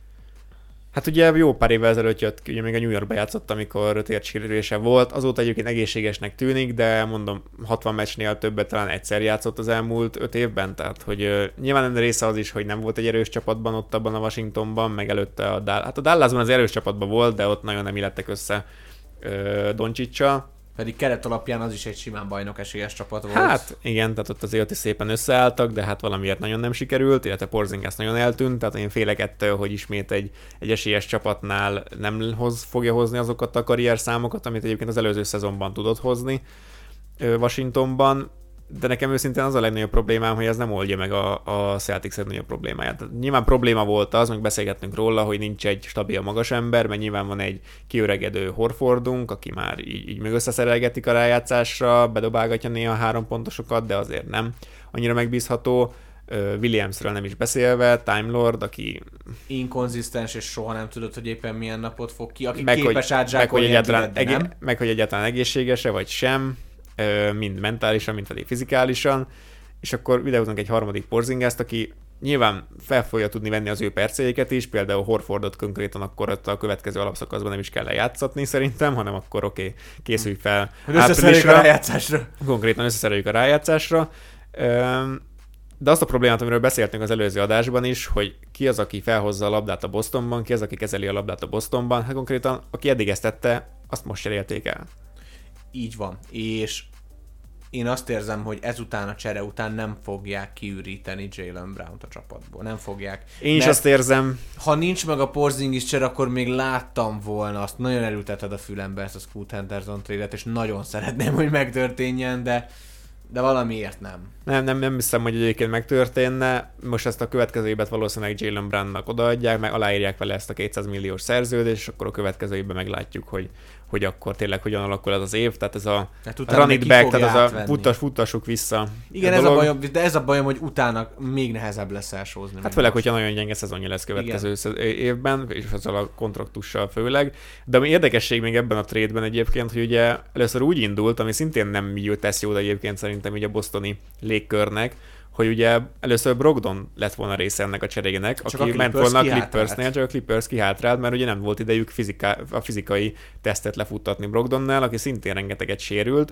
Hát ugye jó pár évvel ezelőtt jött, ugye még a New Yorkba játszott, amikor térsérülése volt, azóta egyébként egészségesnek tűnik, de mondom, 60 meccsnél többet talán egyszer játszott az elmúlt 5 évben, tehát hogy nyilván ennek része az is, hogy nem volt egy erős csapatban ott abban a Washingtonban, meg előtte a Dallasban az erős csapatban volt, de ott nagyon nem illettek össze Doncsicsal. Pedig keret alapján az is egy simán bajnok esélyes csapat volt. Hát igen, tehát ott azért is szépen összeálltak, de hát valamiért nagyon nem sikerült, illetve Porzingis nagyon eltűnt, tehát én félek ettől, hogy ismét egy esélyes csapatnál nem fogja hozni azokat a karrier számokat, amit egyébként az előző szezonban tudott hozni Washingtonban, de nekem őszintén az a legnagyobb problémám, hogy ez nem oldja meg a Celtics legnagyobb problémáját. Nyilván probléma volt az, meg beszélgettünk róla, hogy nincs egy stabil magas ember, mert nyilván van egy kiöregedő Horfordunk, aki már így meg összeszerelgetik a rájátszásra, bedobálgatja néha 3 pontosokat, de azért nem annyira megbízható. Williamsről nem is beszélve, Time Lord, aki inkonzisztens, és soha nem tudod, hogy éppen milyen napot fog ki, aki képes átzsákolni, meg hogy egyáltalán egészséges-e, vagy sem, mind mentálisan, mind pedig fizikálisan, és akkor videózunk egy harmadik Porzingist, aki nyilván fel fogja tudni venni az ő percéjéket is, például Horfordot konkrétan akkor ott a következő alapszakaszban nem is kell lejátszatni szerintem, hanem akkor oké, készülj fel áprilisra. A rájátszásra. Konkrétan összeszereljük a rájátszásra. De azt a problémát, amiről beszéltünk az előző adásban is, hogy ki az, aki felhozza a labdát a Bostonban, ki az, aki kezeli a labdát a Bostonban, hát konkrétan aki eddig ezt tette, azt most cserélték el. Így van, és én azt érzem, hogy ezután a csere után nem fogják kiüríteni Jaylen Brownt a csapatból. Nem fogják. Én is azt érzem. Ha nincs meg a Porzingis csere, akkor még láttam volna azt. Nagyon elülteted a fülembe ezt a Scoot Henderson trade-et, és nagyon szeretném, hogy megtörténjen, de valamiért nem. Nem hiszem, hogy egyébként megtörténne. Most ezt a következő évet valószínűleg Jaylen Brownnak odaadják, meg aláírják vele ezt a 200 milliós szerződést, és akkor a következő évben meglátjuk, hogy akkor tényleg hogyan alakul ez az év, tehát ez a run it back, tehát ez a futtassuk vissza. Igen, ez a bajom, de ez a bajom, hogy utána még nehezebb lesz elsózni. Hát főleg, hogyha nagyon gyenge szezonja lesz következő évben, és ezzel a kontraktussal főleg. De ami érdekesség még ebben a trade-ben egyébként, hogy ugye először úgy indult, ami szintén nem tesz jó, de egyébként szerintem így a bostoni légkörnek, hogy ugye először Brogdon lett volna része ennek a cserének, aki ment volna a Clippersnél, csak a Clippers kihátrált, mert ugye nem volt idejük a fizikai tesztet lefuttatni Brogdonnál, aki szintén rengeteget sérült,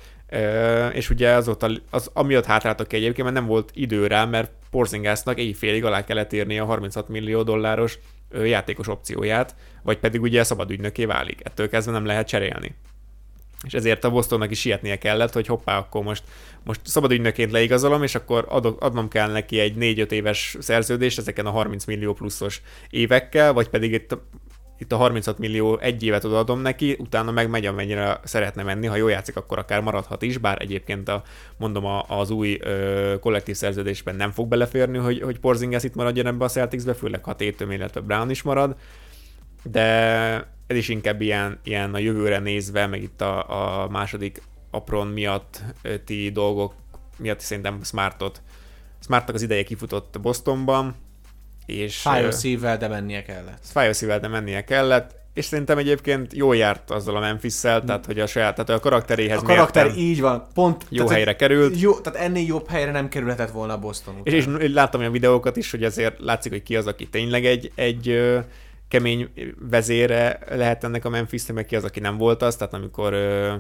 és ugye azóta, amiatt hátráltak ki egyébként, mert nem volt idő rá, mert Porzingisnak éjfélig alá kellett írni a $36 millió játékos opcióját, vagy pedig ugye szabad ügynökké válik. Ettől kezdve nem lehet cserélni. És ezért a Bostonnak is sietnie kellett, hogy hoppá, akkor most szabad ügynökként leigazolom, és akkor adnom kell neki egy 4-5 éves szerződést ezeken a 30 millió pluszos évekkel, vagy pedig itt a 36 millió egy évet odaadom neki, utána meg megy, amennyire szeretne menni, ha jól játszik, akkor akár maradhat is, bár egyébként az új kollektív szerződésben nem fog beleférni, hogy Porzingis itt maradjon ebbe a Celticsbe, főleg ha Tatum, illetve Brown is marad, de ez is inkább ilyen a jövőre nézve, meg itt a második apron miatti dolgok miatt szerintem Smartnak az ideje kifutott Bostonban, és fájó szívvel, de mennie kellett. Fájó szívvel, de mennie kellett. és szerintem egyébként jól járt azzal a Memphis-szel, tehát hogy tehát a karakteréhez így van, pont jó helyre került. Jó, tehát ennél jobb helyre nem kerülhetett volna a Boston után. És láttam olyan videókat is, hogy azért látszik, hogy ki az, aki tényleg egy kemény vezére lehet ennek a Memphis-nek, meg ki az, aki nem volt az, tehát amikor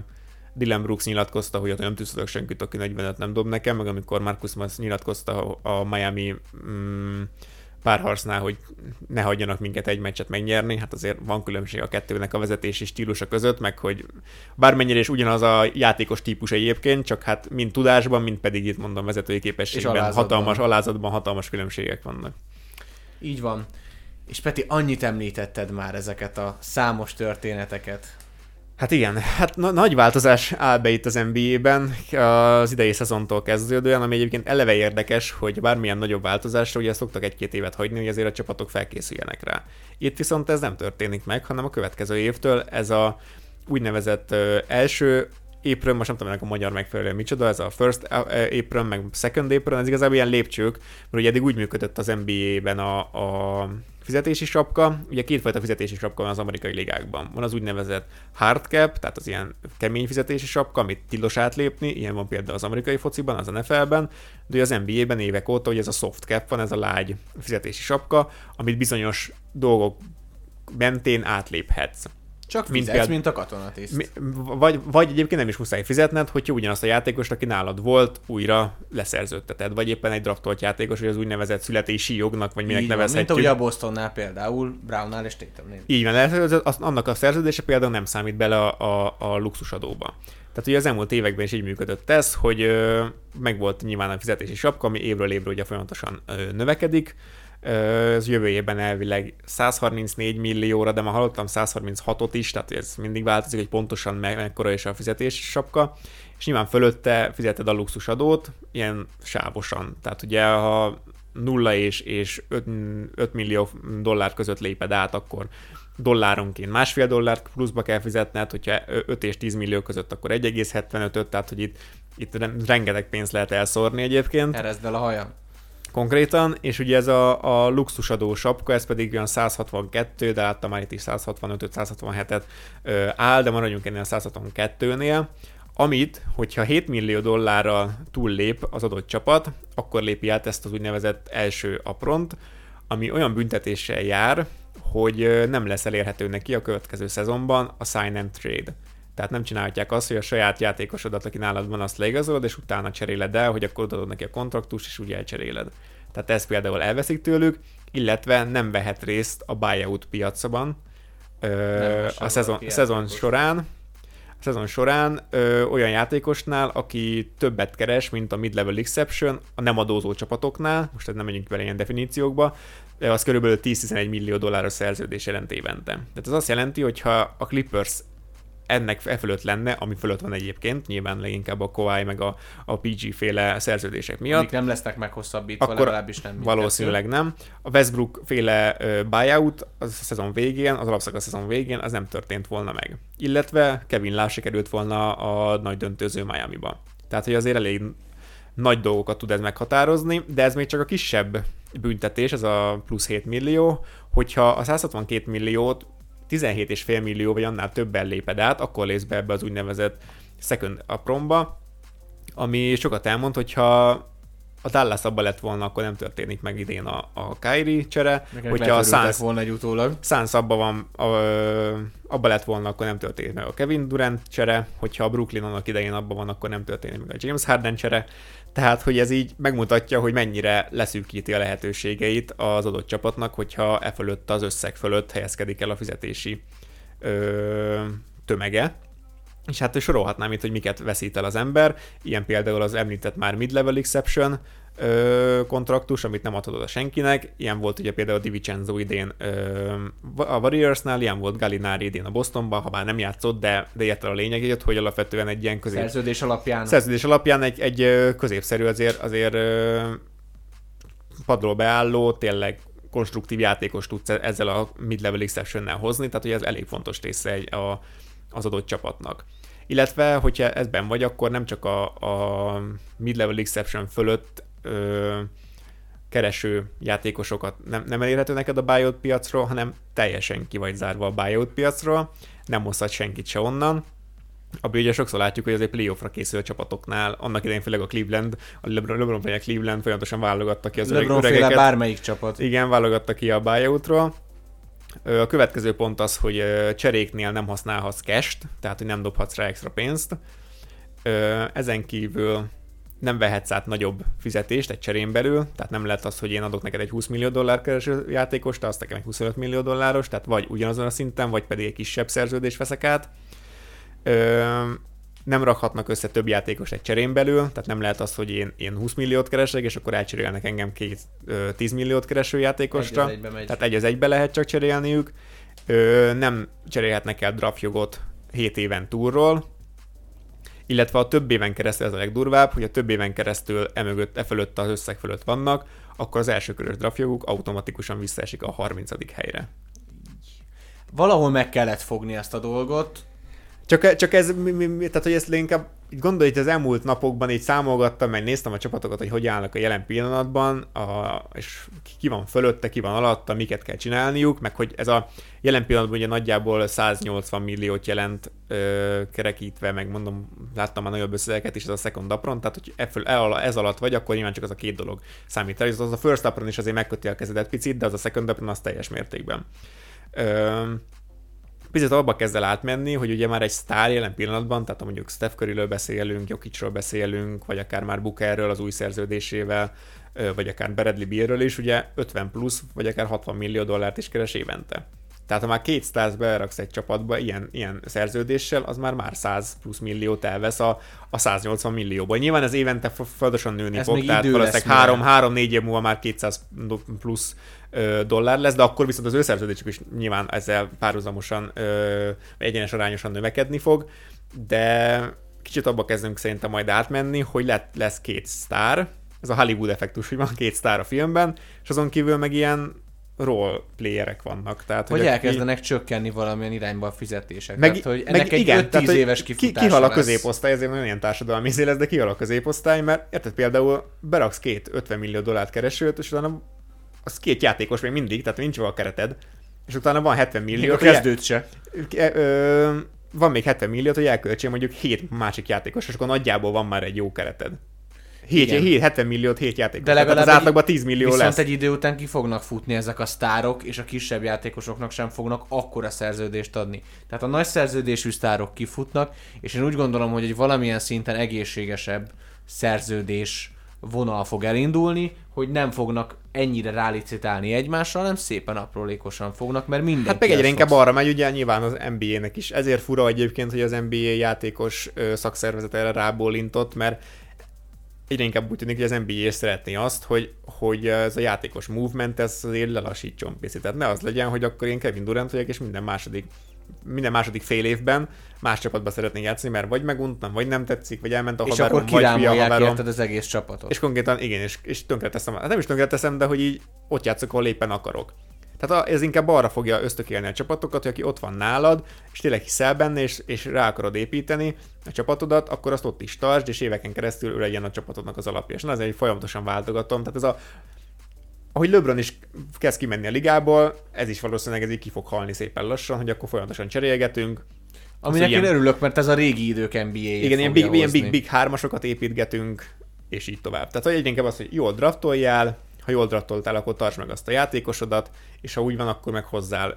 Dylan Brooks nyilatkozta, hogy ott nem tűztök senkit, aki 45 nem dob nekem, meg amikor Marcus Morris nyilatkozta a Miami párharcnál, hogy ne hagyjanak minket egy meccset megnyerni, hát azért van különbség a kettőnek a vezetési stílusa között, meg hogy bármennyire is ugyanaz a játékos típus egyébként, csak hát mind tudásban, mind pedig itt mondom vezetői képességben, hatalmas alázatban hatalmas különbségek vannak. Így van. És Peti, annyit említetted már ezeket a számos történeteket. Hát igen, hát nagy változás áll be itt az NBA-ben az idei szezontól kezdődően, ami egyébként eleve érdekes, hogy bármilyen nagyobb változásra ugye szoktak 1-2 évet hagyni, hogy azért a csapatok felkészüljenek rá. Itt viszont ez nem történik meg, hanem a következő évtől ez a úgynevezett első apron, most nem tudom, ennek a magyar megfelelően micsoda, ez a first apron, meg second apron, ez igazából ilyen lépcsők, mert ugye eddig úgy működött az NBA-ben a fizetési sapka, ugye kétfajta fizetési sapka van az amerikai ligákban. Van az úgynevezett hard cap, tehát az ilyen kemény fizetési sapka, amit tilos átlépni, ilyen van például az amerikai fociban, az NFL-ben, de az NBA-ben évek óta, hogy ez a soft cap van, ez a lágy fizetési sapka, amit bizonyos dolgok mentén átléphetsz. Csak fizetsz, mint a katonatiszt. Vagy egyébként nem is muszáj fizetned, hogyha ugyanazt a játékost, aki nálad volt, újra leszerződteted. Vagy éppen egy draftolt játékos, hogy az úgynevezett születési jognak, vagy minek nevezhetjük. Mint ugye a Bostonnál például, Brownnál és Tatumnél. Így van, annak a szerződése például nem számít bele a luxusadóba. Tehát ugye az elmúlt években is így működött ez, hogy megvolt nyilván a fizetési sapka, ami évről évre ugye folyamatosan növekedik. Ez jövő évben elvileg 134 millióra, de már hallottam 136-ot is, tehát ez mindig változik, hogy pontosan mekkora is a fizetési sapka, és nyilván fölötte fizeted a luxusadót, ilyen sávosan. Tehát ugye ha 0 és 5 millió dollár között léped át, akkor dolláronként $1,5 pluszba kell fizetned, hogyha 5 és 10 millió között, akkor 1,75-öt, tehát hogy itt rengeteg pénzt lehet elszórni egyébként. Erezd el a hajam. Konkrétan, és ugye ez a luxusadó sapka, ez pedig olyan 162, de láttam már itt is 165-öt, 167-et áll, de maradjunk ennél a 162-nél, amit, hogyha 7 millió dollárral túllép az adott csapat, akkor lépi át ezt az úgynevezett első apront, ami olyan büntetéssel jár, hogy nem lesz elérhető neki a következő szezonban a sign and trade. Tehát nem csinálhatják azt, hogy a saját játékosodat, aki nálad van, azt leigazolod, és utána cseréled el, hogy akkor odaadod neki a kontraktust, és úgy elcseréled. Tehát ezt például elveszik tőlük, illetve nem vehet részt a buyout piacban a szezon során olyan játékosnál, aki többet keres, mint a mid-level exception, a nem adózó csapatoknál, most nem megyünk vele ilyen definíciókba, az körülbelül 10-11 millió dolláros szerződés jelent évente. Tehát ez azt jelenti, hogy ha a Clippers ennek fölött lenne, ami fölött van egyébként, nyilván leginkább a Kawhi meg a PG-féle szerződések miatt. Amik nem lesznek meghosszabbítva, legalábbis nem. Valószínűleg nem. A Westbrook-féle buyout az a szezon végén, az alapszakasz szezon végén, az nem történt volna meg. Illetve Kevin Love sikerült volna a nagy döntőző Miamiba. Tehát, hogy azért elég nagy dolgokat tud ez meghatározni, de ez még csak a kisebb büntetés, ez a plusz 7 millió, hogyha a 162 milliót 17,5 millió vagy annál többen léped át, akkor lépsz be ebbe az úgynevezett second apronba, ami sokat elmond, hogyha a Dallas abba lett volna, akkor nem történik meg idén a Kyrie csere. Hogyha a Suns abba lett volna, akkor nem történik meg a Kevin Durant csere. Hogyha a Brooklyn annak idején abban van, akkor nem történik meg a James Harden csere. Tehát, hogy ez így megmutatja, hogy mennyire leszűkíti a lehetőségeit az adott csapatnak, hogyha e fölött az összeg fölött helyezkedik el a fizetési tömege. És hát sorolhatnám itt, hogy miket veszít el az ember. Ilyen például az említett már mid-level exception kontraktus, amit nem adhatod a senkinek. Ilyen volt ugye például DiVincenzo idén a Warriorsnál, ilyen volt Gallinari idén a Bostonban, ha bár nem játszott, de érte a lényegét, hogy alapvetően egy ilyen szerződés alapján egy középszerű azért padról beálló, tényleg konstruktív játékos tudsz ezzel a mid-level exceptionnel hozni, tehát hogy ez elég fontos része az adott csapatnak. Illetve, hogyha ezben vagy, akkor nem csak a mid-level exception fölött kereső játékosokat nem elérhető neked a buyout piacról, hanem teljesen ki vagy zárva a buyout piacról, nem hozhat senkit se onnan. Abban ugye sokszor látjuk, hogy azért playoffra készülő csapatoknál, annak idején főleg a Cleveland, a LeBron-féle Cleveland folyamatosan válogatta ki az öregeket. Bármelyik csapat. Igen, válogatta ki a buyoutról. A következő pont az, hogy cseréknél nem használhatsz cash-t, tehát hogy nem dobhatsz rá extra pénzt. Ezen kívül nem vehetsz át nagyobb fizetést egy cserén belül, tehát nem lehet az, hogy én adok neked egy $20 millió kereső játékost, te azt nekem egy $25 millió, tehát vagy ugyanazon a szinten, vagy pedig egy kisebb szerződést veszek át. Nem rakhatnak össze több játékos egy cserén belül, tehát nem lehet az, hogy én 20 milliót keresek, és akkor elcserélnek engem 10 milliót kereső játékosra. Tehát egy az egybe lehet csak cserélniük. Nem cserélhetnek el draftjogot 7 éven túlról, illetve a több éven keresztül, ez a legdurvább, hogy a több éven keresztül fölött az összeg fölött vannak, akkor az első körös draftjoguk automatikusan visszaesik a 30. helyre. Valahol meg kellett fogni ezt a dolgot. Csak ez, tehát hogy ezt inkább gondolj, hogy az elmúlt napokban így számolgattam, meg néztem a csapatokat, hogy állnak a jelen pillanatban, és ki van fölötte, ki van alatta, miket kell csinálniuk, meg hogy ez a jelen pillanatban ugye nagyjából 180 milliót jelent kerekítve, meg mondom, láttam már nagyobb összegeket is ez a second apron, tehát hogy ez alatt vagy, akkor nyilván csak az a két dolog számít el. Az a first apron is azért megköti a kezedet picit, de az a second apron az teljes mértékben. Picit abba kezd el átmenni, hogy ugye már egy sztár jelen pillanatban, tehát mondjuk Steph Curryről beszélünk, Jokicról beszélünk, vagy akár már Bookerről az új szerződésével, vagy akár Bradley Bealről is, ugye 50 plusz, vagy akár 60 millió dollárt is keres évente. Tehát ha már két sztárt beraksz egy csapatba ilyen szerződéssel, az már 100 plusz milliót elvesz a 180 millióból. Nyilván ez évente fontosan nőni fog, tehát valószínűleg 3-4 év múlva már 200 plusz dollár lesz, de akkor viszont az ő szerződésük is nyilván ezzel párhuzamosan egyenes arányosan növekedni fog, de kicsit abba kezdünk szerintem majd átmenni, hogy lesz két sztár, ez a Hollywood effektus, hogy van két sztár a filmben, és azon kívül meg ilyen role playerek vannak. Tehát, hogy elkezdenek csökkenni valamilyen irányba a fizetések. Tehát, hogy ennek egy 5-10 éves kifutása kihal a középosztály, ezért nagyon ilyen társadalmi izé lesz, de kihal a középosztály, mert érted, például beraksz két 50 millió dollárt keresőt, és utána az két játékos még mindig, tehát nincs a kereted, és utána van 70 millió. A kezdőt se. Van még 70 milliót, hogy elköltsél mondjuk 7 másik játékos, és akkor nagyjából van már egy jó kereted. 70 milliót 7 játékos. De legalább az átlagban 10 millió viszont lesz. Egy idő után ki fognak futni ezek a sztárok, és a kisebb játékosoknak sem fognak akkora szerződést adni. Tehát a nagy szerződésű sztárok kifutnak, és én úgy gondolom, hogy egy valamilyen szinten egészségesebb szerződés vonal fog elindulni, hogy nem fognak ennyire rálicitálni egymással, hanem szépen aprólékosan fognak, mert mindenki... Hát meg egyre inkább arra megy, ugye nyilván az NBA-nek is. Ezért fura egyébként, hogy az NBA játékos szakszervezet erre rábólintott, mert egyre inkább úgy tűnik, hogy az NBA szeretné azt, hogy ez a játékos movement, ez azért lelassítson picit. Tehát ne az legyen, hogy akkor én Kevin Durant vagyok, és minden második fél évben más csapatban szeretnék játszani, mert vagy meguntam, vagy nem tetszik, vagy elment a haverom, és akkor kirámolják érted az egész csapatot. És konkrétan igen, és tönkreteszem. Hát nem is tönkreteszem, de hogy így ott játszok, ahol éppen akarok. Tehát ez inkább arra fogja ösztökélni a csapatokat, hogy aki ott van nálad, és tényleg hiszel benne, és rá akarod építeni a csapatodat, akkor azt ott is tartsd, és éveken keresztül ő legyen a csapatodnak az alapja. És azért folyamatosan váltogatom. Tehát ahogy LeBron is kezd kimenni a ligából, ez is valószínűleg ez így ki fog halni szépen lassan, hogy akkor folyamatosan cserélgetünk. Aminek én örülök, mert ez a régi idők NBA-jét igen, ilyen big hármasokat építgetünk, és így tovább. Tehát hogy egyre inkább az, hogy jól draftoljál, ha jól draftoltál, akkor tartsd meg azt a játékosodat, és ha úgy van, akkor meg hozzál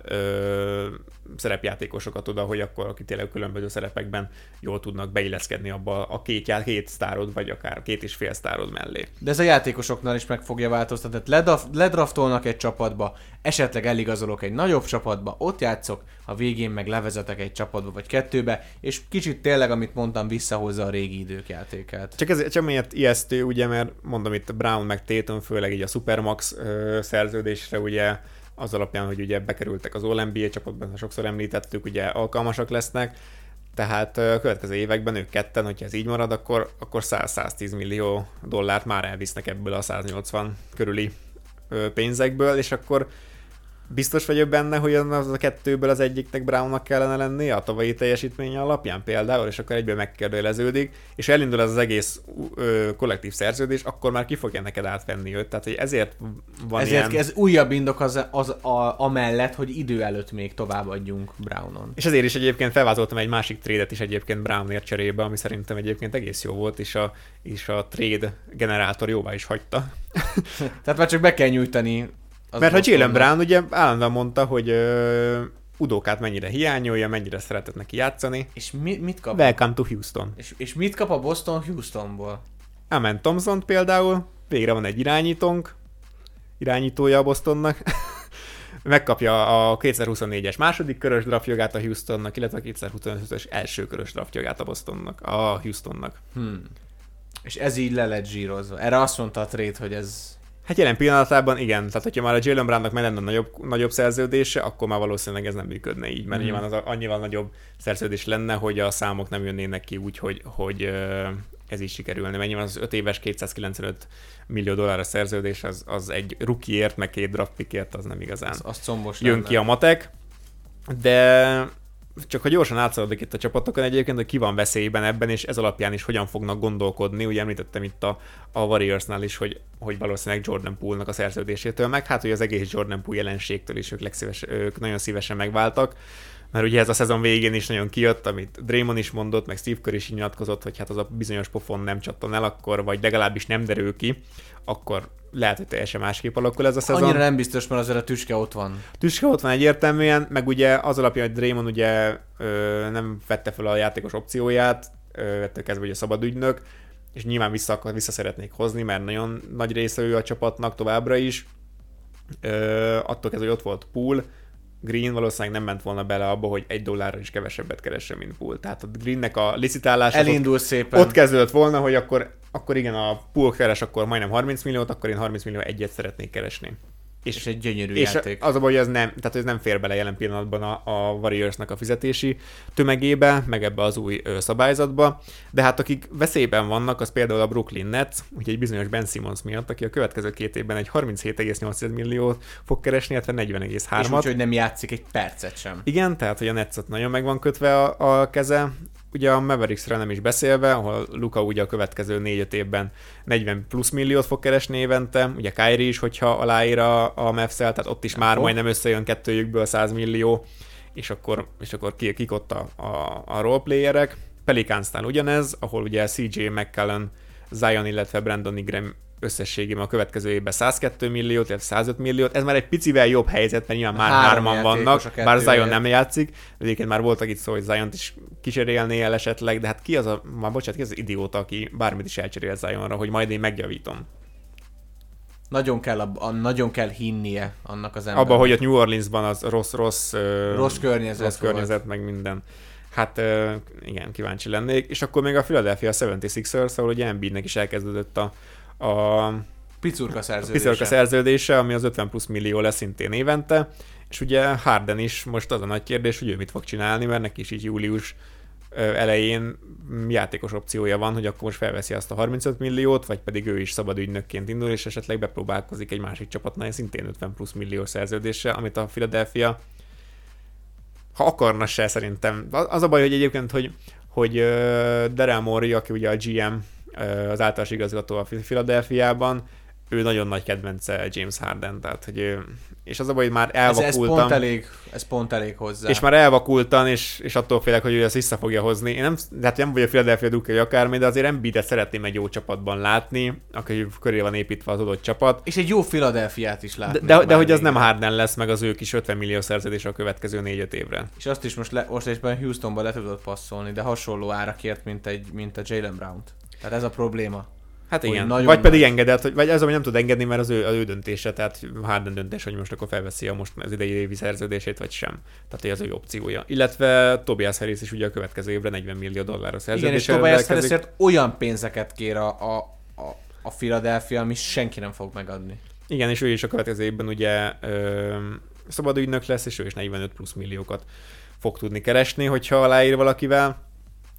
szerepjátékosokat oda, hogy akkor aki tényleg különböző szerepekben jól tudnak beilleszkedni abba a két sztárod, vagy akár 2,5 sztárod mellé. De ez a játékosoknál is meg fogja változtatni. Ledraftolnak egy csapatba, esetleg eligazolok egy nagyobb csapatba, ott játszok, a végén meg levezetek egy csapatba vagy kettőbe, és kicsit tényleg, amit mondtam, visszahozza a régi idők játékát. Csak miért ijesztő, ugye, mert mondom itt Brown meg Tatum, főleg így a Supermax szerződésre, ugye, az alapján, hogy ugye bekerültek az All-NBA csapatban, sokszor említettük, ugye alkalmasak lesznek, tehát a következő években ők ketten, hogyha ez így marad, akkor 100-110 millió dollárt már elvisznek ebből a 180 körüli pénzekből, és akkor biztos vagyok benne, hogy az a kettőből az egyiknek Brownnak kellene lennie a tavalyi teljesítménye alapján például, és akkor egyből megkérdőjeleződik, és elindul az egész kollektív szerződés, akkor már ki fogja neked átvenni őt. Tehát, hogy ezért van ezért ez újabb indok amellett, hogy idő előtt még továbbadjunk Brownon. És ezért is egyébként felvázoltam egy másik trédet is egyébként Brownért cserébe, ami szerintem egyébként egész jó volt, és a trade generátor jóvá is hagyta. Tehát már csak be kell nyújtani. Mert ha Jaylen Brown ugye állandóan mondta, hogy Udokát mennyire hiányolja, mennyire szeretett neki játszani. És mit kap? Welcome to Houston. És mit kap a Boston Houstonból? Amen Thompson például, végre van egy irányítója a Bostonnak. Megkapja a 2024-es második körös draftjogát a Houstonnak, illetve a 2025-ös első körös draftjogát a Bostonnak, a Houstonnak. És ez így le lett zsírozva. Erre azt mondta a trade, hogy ez... Hát jelen pillanatában igen, tehát hogyha már a Jaylen Brownnak meg lenne nagyobb szerződése, akkor már valószínűleg ez nem működne így, mert nyilván az annyival nagyobb szerződés lenne, hogy a számok nem jönnének ki úgy, hogy ez is sikerülne. Mert nyilván az 5 éves $295 millió szerződés, az egy rookieért, meg 2 draft pickért, az nem igazán az combos jön lenne. ki a matek. De csak ha gyorsan átszaladok itt a csapatokon egyébként, hogy ki van veszélyben ebben, és ez alapján is hogyan fognak gondolkodni. Ugye említettem itt a Warriorsnál is, hogy valószínűleg Jordan Poole-nak a szerződésétől, meg hát, hogy az egész Jordan Poole jelenségtől is ők nagyon szívesen megváltak. Mert ugye ez a szezon végén is nagyon kijött, amit Draymond is mondott, meg Steve Kerr is nyilatkozott, hogy hát az a bizonyos pofon nem csattan el akkor, vagy legalábbis nem derül ki, akkor lehet, hogy teljesen másképp alakul ez a szezon. Annyira nem biztos, mert azért a tüske ott van. Tüske ott van egyértelműen, meg ugye az alapján, hogy Draymond ugye nem vette fel a játékos opcióját, ettől kezdve ugye szabad ügynök, és nyilván vissza szeretnék hozni, mert nagyon nagy része ő a csapatnak továbbra is. Attól kezdve, hogy ott volt Poole, Green valószínűleg nem ment volna bele abba, hogy $1 is kevesebbet keressen, mint Poole. Tehát a Greennek a licitálás elindul szépen. Ott kezdődött volna, hogy akkor igen, a Poole keres akkor majdnem 30 milliót, akkor én 30 millió egyet szeretnék keresni. És egy gyönyörű és játék. Az a baj, hogy ez nem fér bele jelen pillanatban a Warriorsnak a fizetési tömegébe, meg ebbe az új szabályzatba. De hát akik veszélyben vannak, az például a Brooklyn Nets, ugye egy bizonyos Ben Simmons miatt, aki a következő 2 évben egy 37,8 milliót fog keresni, illetve 40,3-at. És úgy, hogy nem játszik egy percet sem. Igen, tehát hogy a Netset nagyon meg van kötve a keze. Ugye a Mavericksről nem is beszélve, ahol Luka ugye a következő 4-5 évben 40 plusz milliót fog keresni évente, ugye Kyrie is, hogyha aláír a Mavs-el, tehát ott is már majdnem összejön kettőjükből 100 millió, és akkor kik ott a roleplayerek. Pelicansnál ugyanez, ahol ugye CJ McCollum, Zion, illetve Brandon Ingram összességében a következő évben 102 milliót, illetve 105 milliót. Ez már egy picivel jobb helyzet, mert nyilván már 3-an vannak, bár Zion nem játszik. Egyébként már voltak itt szó, hogy Ziont is kicserélné el esetleg, de hát ki az az idióta, aki bármit is elcserél Zionra, hogy majd én megjavítom. Nagyon kell hinnie annak az embernek. Abba, hogy ott New Orleansban az rossz környezet meg minden. Hát igen, kíváncsi lennék. És akkor még a Philadelphia 76ers, ahol ugye Embiidnek is elkezdődött a Picurka szerződése, ami az 50 plusz millió lesz szintén évente, és ugye Harden is most az a nagy kérdés, hogy ő mit fog csinálni, mert neki is így július elején játékos opciója van, hogy akkor most felveszi azt a 35 milliót, vagy pedig ő is szabad ügynökként indul, és esetleg bepróbálkozik egy másik csapatnál, szintén 50 plusz millió szerződéssel, amit a Philadelphia, ha akarna se szerintem. Az a baj, hogy egyébként, hogy Daryl Morey, aki ugye a GM, az általános igazgató a Philadelphiában, ő nagyon nagy kedvence James Harden, tehát hogy és az a baj, hogy már elvakultam. Ez pont elég hozzá. És már elvakultan, és attól félek, hogy ő ezt vissza fogja hozni. Én nem vagyok a Philadelphia drukker, vagy akármi, de azért Embiidet szeretném egy jó csapatban látni, aki köré van építve az adott csapat. És egy jó Philadelphiát is látni. De hogy az nem Harden lesz, meg az ők is 50 millió szerződés a következő 4-5 évre. És azt is most egyben Houstonba le tudod passzolni, de hasonló árakért, mint a Jaylen Brown-t. Tehát ez a probléma. Hát igen, vagy pedig engedett, vagy az, ami nem tud engedni, mert az ő döntése, tehát Harden döntés, hogy most akkor felveszi most az idei évi szerződését, vagy sem. Tehát hogy az ő opciója. Illetve Tobias Harris is ugye a következő évre $40 millió szerződésre. Igen, és Tobias Harrisért olyan pénzeket kér a Philadelphia, ami senki nem fog megadni. Igen, és ő is a következő évben ugye szabad ügynök lesz, és ő is 45 plusz milliókat fog tudni keresni, hogyha aláír valakivel.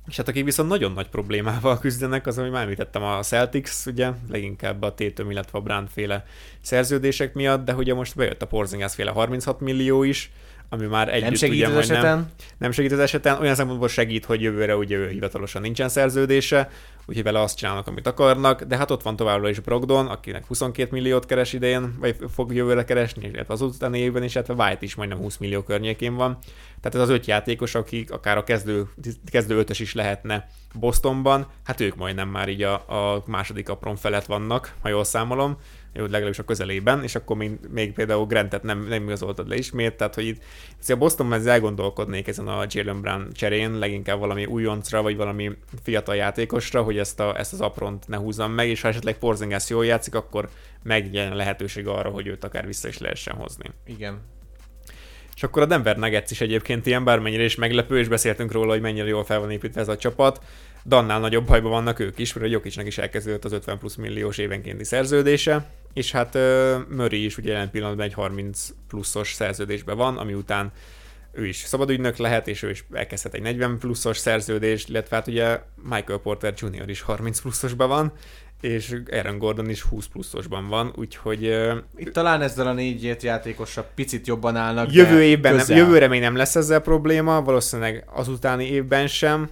És hát akik viszont nagyon nagy problémával küzdenek, az, amit már említettem, a Celtics, ugye, leginkább a Tatum, illetve a Brown féle szerződések miatt, de ugye most bejött a Porzingis féle 36 millió is, ami már együtt nem segít ugye az eseten. Nem segít az eseten, olyan szempontból segít, hogy jövőre ugye ő hivatalosan nincsen szerződése, úgyhogy vele azt csinálnak, amit akarnak, de hát ott van továbbra is Brogdon, akinek 22 milliót keres idén, vagy fog jövőre keresni, illetve az utáni évben is, illetve White is majdnem 20 millió környékén van. Tehát ez az 5 játékos, akik akár a kezdő 5-ös is lehetne Bostonban, hát ők majdnem már így a második apron felett vannak, ha jól számolom, jó, legalábbis a közelében, és akkor még például Grantet nem igazoltad le ismét, tehát hogy itt a Bostonban elgondolkodnék ezen a Jaylen Brown cserén, leginkább valami újoncra, vagy valami fiatal játékosra, hogy ezt az apront ne húzzam meg, és ha esetleg Porzingis jól játszik, akkor megjelent lehetőség arra, hogy őt akár vissza is lehessen hozni. Igen. És akkor a Denver Nuggets is egyébként ilyen, bármennyire is meglepő, és beszéltünk róla, hogy mennyire jól fel van építve ez a csapat. De annál nagyobb bajban vannak ők is, mert a Jokicnak is elkezdődött az 50 plusz milliós évenkénti szerződése, és hát Murray is ugye jelen pillanatban egy 30 pluszos szerződésben van, ami után ő is szabadügynök lehet, és ő is elkezdhet egy 40 pluszos szerződést, illetve hát ugye Michael Porter Jr. is 30 pluszosban van, és Aaron Gordon is 20 pluszosban van, úgyhogy... Itt talán ezzel a 4 játékossal picit jobban állnak, jövőre még nem lesz ezzel probléma, valószínűleg az utáni évben sem,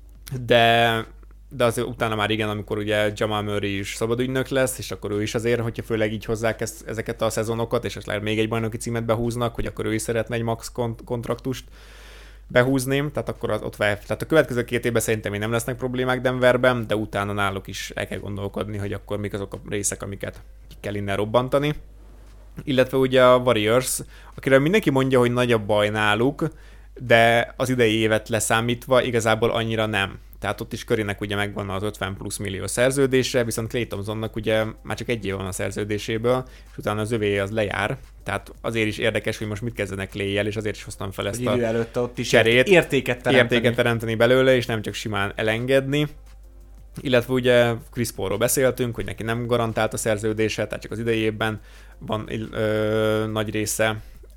de azért utána már igen, amikor ugye Jamal Murray is szabadügynök lesz, és akkor ő is azért, hogyha főleg így hozzák ezeket a szezonokat, és esetleg még egy bajnoki címet behúznak, hogy akkor ő is szeretne egy max kontraktust behúzni, tehát akkor tehát a következő 2 évben szerintem még nem lesznek problémák Denverben, de utána náluk is el kell gondolkodni, hogy akkor mik azok a részek, amiket ki kell innen robbantani. Illetve ugye a Warriors, akiről mindenki mondja, hogy nagy a baj náluk, de az idei évet leszámítva igazából annyira nem. Tehát ott is Currynek ugye megvan az 50 plusz millió szerződése, viszont Klay Thompsonnak ugye már csak 1 év van a szerződéséből, és utána az övé az lejár. Tehát azért is érdekes, hogy most mit kezdenek Clay-jel, és azért is hoztam fel ezt idő előtt ott is cserét, értéket teremteni belőle, és nem csak simán elengedni. Illetve ugye Chris Paulról beszéltünk, hogy neki nem garantált a szerződése, tehát csak az idejében van nagy része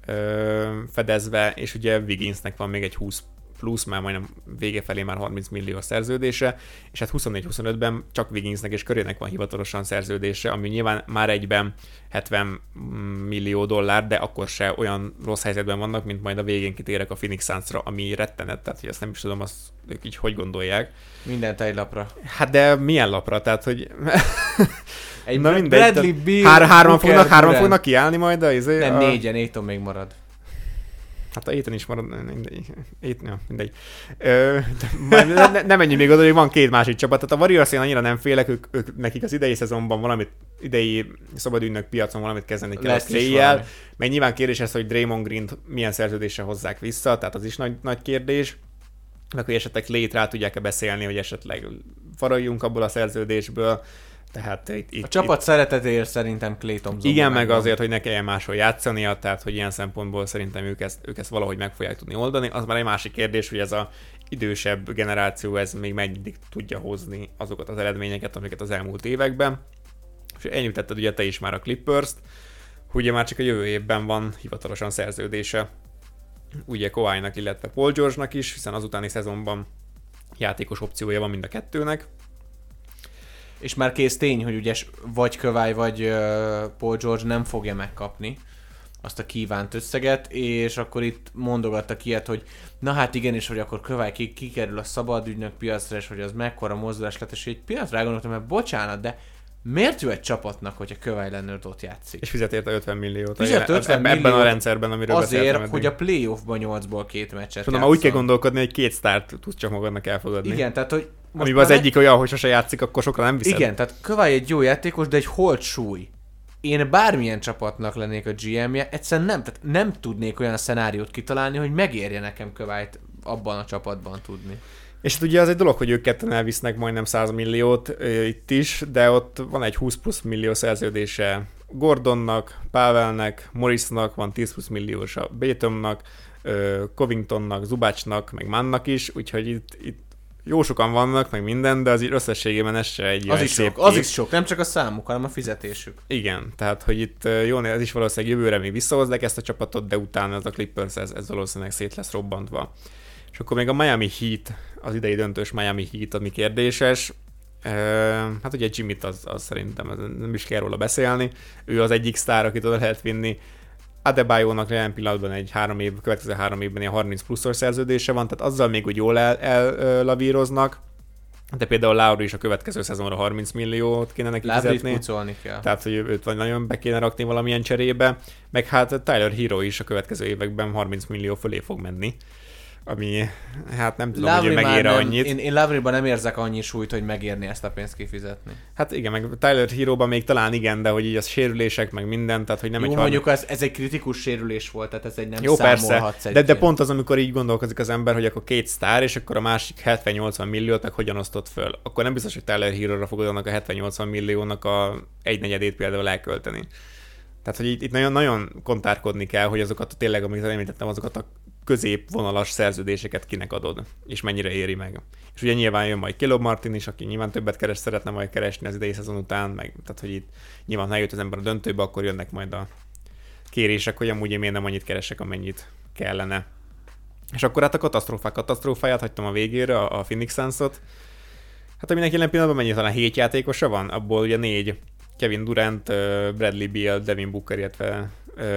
fedezve, és ugye Wigginsnek van még egy 20 plusz, már majdnem vége felé már 30 millió szerződése, és hát 24-25-ben csak Wigginsnek és Currynek van hivatalosan szerződése, ami nyilván már egyben 70 millió dollár, de akkor se olyan rossz helyzetben vannak, mint majd a végén kitérek a Phoenix Sunsra, ami rettenet, tehát hogy ezt nem is tudom, azt ők így hogy gondolják. Mindent egy lapra. Hát de milyen lapra? Tehát, hogy... Egy na mindegy, Bradley Beal, hárman fognak kiállni majd? Nem, 4-en, Ayton még marad. Hát a Ayton is marad, mindegy. Nem menjünk még oda, hogy van 2 másik csapat. Tehát a Warriors én annyira nem félek, ők nekik az idei szezonban idei szabadügynök piacon valamit kezdeni kell a Clay-jel. Meg nyilván kérdés ez, hogy Draymond Green-t milyen szerződésre hozzák vissza, tehát az is nagy kérdés. Meg hogy esetleg Clay-t rá tudják-e beszélni, hogy esetleg faraljunk abból a szerződésből. Tehát a csapat szeretetéért szerintem Klay Thompson. Igen, meg azért, hogy ne kelljen máshol játszania, tehát hogy ilyen szempontból szerintem ők ezt valahogy meg fogják tudni oldani. Az már egy másik kérdés, hogy ez az idősebb generáció, ez még meddig tudja hozni azokat az eredményeket, amiket az elmúlt években. És említetted ugye te is már a Clippers-t, ugye már csak a jövő évben van hivatalosan szerződése ugye Kawhinak, illetve Paul George-nak is, hiszen az utáni szezonban játékos opciója van mind a kettőnek. És már kész tény, hogy ugye vagy Kawhi, vagy Paul George nem fogja megkapni azt a kívánt összeget, és akkor itt mondogattak ilyet, hogy na hát igen, és hogy akkor Kawhi kikerül a szabadügynök piacra, és hogy az mekkora mozdulás lett, és egy piacra elgondoltam, mert bocsánat, de miért jó egy csapatnak, hogyha Kawhi Leonard ott játszik? És fizet érte 50 milliót. Ebben a rendszerben, amiről beszéltem. Azért, hogy a playoffban 8-ból 2 meccset játszol. Úgy kell gondolkodni, hogy 2 sztárt tudsz csak magadnak elfogadni. Igen, tehát hogy... Amiben az egyik olyan, hogy sose játszik, akkor sokra nem viszed. Igen, tehát Kawhi egy jó játékos, de egy holt súly. Én bármilyen csapatnak lennék a GM-je, egyszerűen nem tudnék olyan szenáriót kitalálni, hogy megérje nekem Kawhi-t abban a csapatban tudni. És hát ugye az egy dolog, hogy ők ketten elvisznek majdnem 100 milliót itt is, de ott van egy 20 plusz millió szerződése Gordonnak, Powellnek, Morrisnak, van 10 plusz milliós a Batumnak, Covingtonnak, Zubacnak, meg Mannnak is, úgyhogy itt jó sokan vannak, meg minden, de azért összességében ez se egy az szép kép. Az is sok, nem csak a számuk, hanem a fizetésük. Igen, tehát hogy itt jó, ez is valószínűleg jövőre még visszahozzák ezt a csapatot, de utána ez a Clippers, ez valószínűleg szét lesz robbantva. És akkor még a Miami Heat, az idei döntős Miami Heat, ami kérdéses. Hát ugye Jimmyt az szerintem nem is kell róla beszélni. Ő az egyik sztár, akit oda lehet vinni. Adebayo-nak jelen pillanatban következő 3 évben ilyen 30 pluszos szerződése van, tehát azzal még úgy jól ellavíroznak. De például Lauri is a következő szezonra 30 milliót kéne neki fizetni. Kell. Tehát, hogy őt nagyon be kéne rakni valamilyen cserébe. Meg hát Tyler Hero is a következő években 30 millió fölé fog menni. Ami, hát nem tudom, hogy ő megér annyit. Én Lauriban nem érzek annyi súlyt, hogy megérni ezt a pénzt kifizetni. Hát igen, meg Tyler Hero-ban még talán igen, de hogy így az sérülések, meg minden, tehát hogy nem jó, mondjuk ez egy kritikus sérülés volt, tehát ez egy nem jó, számolhatsz. Persze, de pont az, amikor így gondolkozik az ember, hogy akkor 2 sztár, és akkor a másik 70-80 milliót, meg hogyan osztott föl. Akkor nem biztos, hogy Tyler Hero-ra fogod annak a 70-80 milliónak a 1/4 például elkölteni. Tehát, hogy itt nagyon kontárkodni kell, hogy azokat tényleg, amiket említettem, azokat a középvonalas szerződéseket kinek adod, és mennyire éri meg. És ugye nyilván jön majd Caleb Martin is, aki nyilván többet szeretne majd keresni az idei szezon után, meg, tehát hogy itt nyilván ha eljött az ember a döntőbe, akkor jönnek majd a kérések, hogy amúgy én miért nem annyit keresek, amennyit kellene. És akkor hát a katasztrófáját hagytam a végére, a Phoenix Suns-ot. Hát aminek jelen pillanatban mennyi, talán 7 játékosa van, abból ugye 4 Kevin Durant, Bradley Beal, Devin Booker, illetve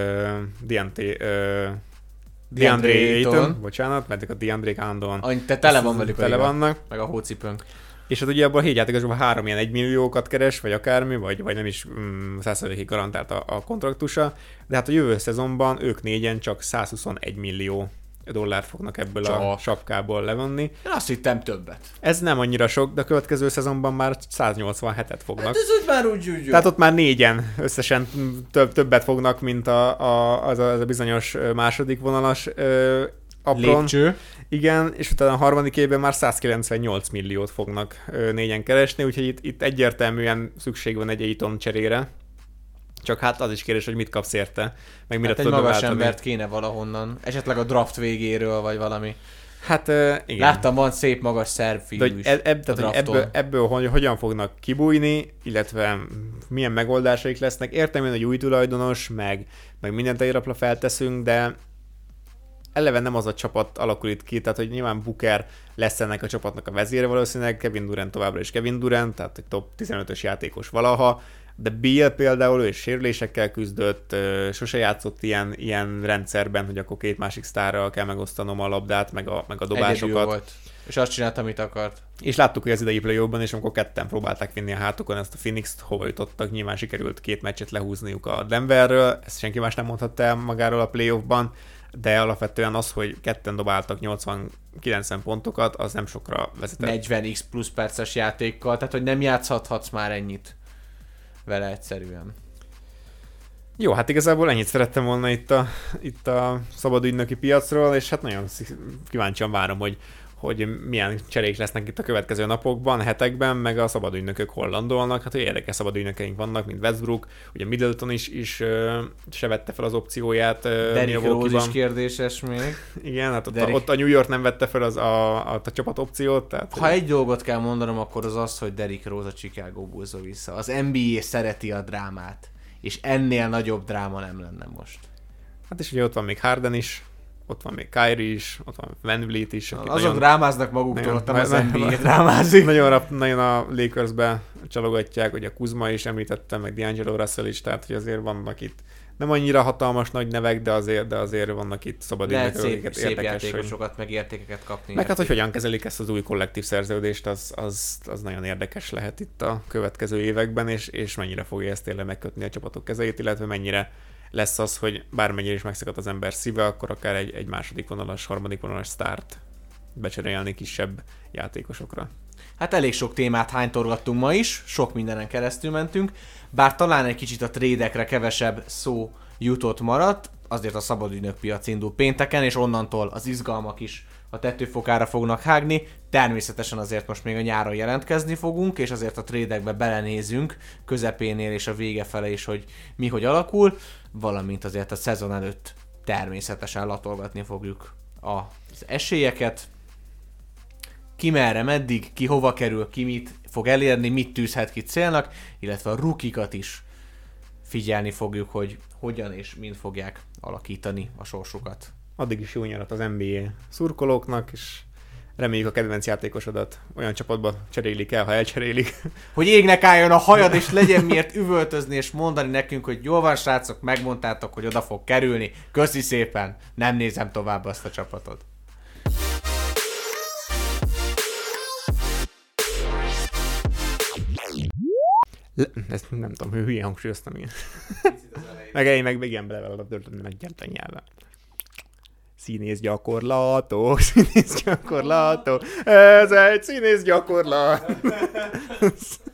DeAndre Ayton, bocsánat, mert a DeAndre állandóan te tele van velük, tele vannak. Meg a hócipőnk. És hát ugye abban a 7 játékosban 3 ilyen 1 milliókat keres, vagy akármi, vagy nem is 100%-ig garantált a kontraktusa, de hát a jövő szezonban ők 4-en csak 121 millió dollárt fognak ebből a sapkából levonni. Én azt hittem többet. Ez nem annyira sok, de a következő szezonban már 187-et fognak. Hát ez úgy már úgy. Tehát ott már 4-en összesen többet fognak, mint az a bizonyos második vonalas apron. Lépcső. Igen, és utána a harmadik évben már 198 milliót fognak 4-en keresni, úgyhogy itt egyértelműen szükség van egy Ayton cserére. Csak hát az is kérdés, hogy mit kapsz érte, meg mire tudod váltani. Egy magas embert kéne valahonnan, esetleg a draft végéről, vagy valami. Hát igen. Láttam, van szép magas szerb fiú is ebből hogyan fognak kibújni, illetve milyen megoldásaik lesznek. Értem én, hogy új tulajdonos, meg mindent egyrapra felteszünk, de eleve nem az a csapat alakul itt ki, tehát hogy nyilván Booker lesz ennek a csapatnak a vezére valószínűleg, Kevin Durant továbbra is Kevin Durant, tehát egy top 15-ös játékos valaha, de Beal például ő is sérülésekkel küzdött, sose játszott ilyen rendszerben, hogy akkor 2 másik sztárral kell megosztanom a labdát, meg a dobásokat. Volt. És azt csinálta, amit akart. És láttuk, hogy az idei play-offban, és amikor ketten próbálták vinni a hátukon ezt a Phoenix-t, hova jutottak, nyilván sikerült 2 meccset lehúzniuk a Denverről, ezt senki más nem mondhatta el magáról a play-offban, de alapvetően az, hogy ketten dobáltak 80-90 pontokat, az nem sokra vezetett. 40x plusz perces játékkal, tehát hogy nem játszhatsz már ennyit vele egyszerűen. Jó, hát igazából ennyit szerettem volna itt a szabad ügynöki piacról, és hát nagyon kíváncsian várom, hogy milyen cserék lesznek itt a következő napokban, hetekben, meg a szabad ügynökök hol landolnak. Hát érdekes szabad ügynökeink vannak, mint Westbrook, ugye Middleton is se vette fel az opcióját. Derrick Rose is kérdéses még. Igen, hát ott a New York nem vette fel a csapat opciót. Tehát, ha egy dolgot kell mondanom, akkor az, hogy Derrick Rose a Chicago Bulls-a vissza. Az NBA szereti a drámát, és ennél nagyobb dráma nem lenne most. Hát és ugye ott van még Harden is, ott van még Kyrie is, ott van Van Vliet is. Azok drámáznak maguktól, ott az NBA drámázik. Nagyon a Lakersbe csalogatják, hogy a Kuzma is említettem, meg D'Angelo Russell is, tehát hogy azért vannak itt nem annyira hatalmas nagy nevek, de azért vannak itt szabad ügynökök, akiket szép játékosokat, meg értékeket kapni. Meg hát, hogy hogyan kezelik ezt az új kollektív szerződést, az nagyon érdekes lehet itt a következő években, és mennyire fogja ezt tényleg megkötni a csapatok kezeit, illetve mennyire lesz az, hogy bármennyire is megszakadt az ember szíve, akkor akár egy második vonalas, harmadik vonalas sztárt becserélni kisebb játékosokra. Hát elég sok témát hánytorgattunk ma is, sok mindenen keresztül mentünk, bár talán egy kicsit a trédekre kevesebb szó jutott maradt, azért a szabadügynök piac indul pénteken, és onnantól az izgalmak is a tetőfokára fognak hágni. Természetesen azért most még a nyáron jelentkezni fogunk, és azért a trédekbe belenézünk közepénél és a vége fele is, hogy mi hogy alakul, valamint azért a szezon előtt természetesen latolgatni fogjuk az esélyeket. Ki merre, meddig, ki hova kerül, ki mit fog elérni, mit tűzhet ki célnak, illetve a rukikat is figyelni fogjuk, hogy hogyan és mind fogják alakítani a sorsukat. addig is jó nyarat az NBA szurkolóknak, és reméljük a kedvenc játékosodat olyan csapatba cserélik el, ha elcserélik. Hogy égnek álljon a hajad, és legyen miért üvöltözni, és mondani nekünk, hogy jól van, srácok, megmondtátok, hogy oda fog kerülni. Köszi szépen, nem nézem tovább azt a csapatot. Ezt nem tudom, hülye hangsúlyoztam én. Meg igen, meggyert a nyelven. Színész gyakorlatok, ez egy színész gyakorlat.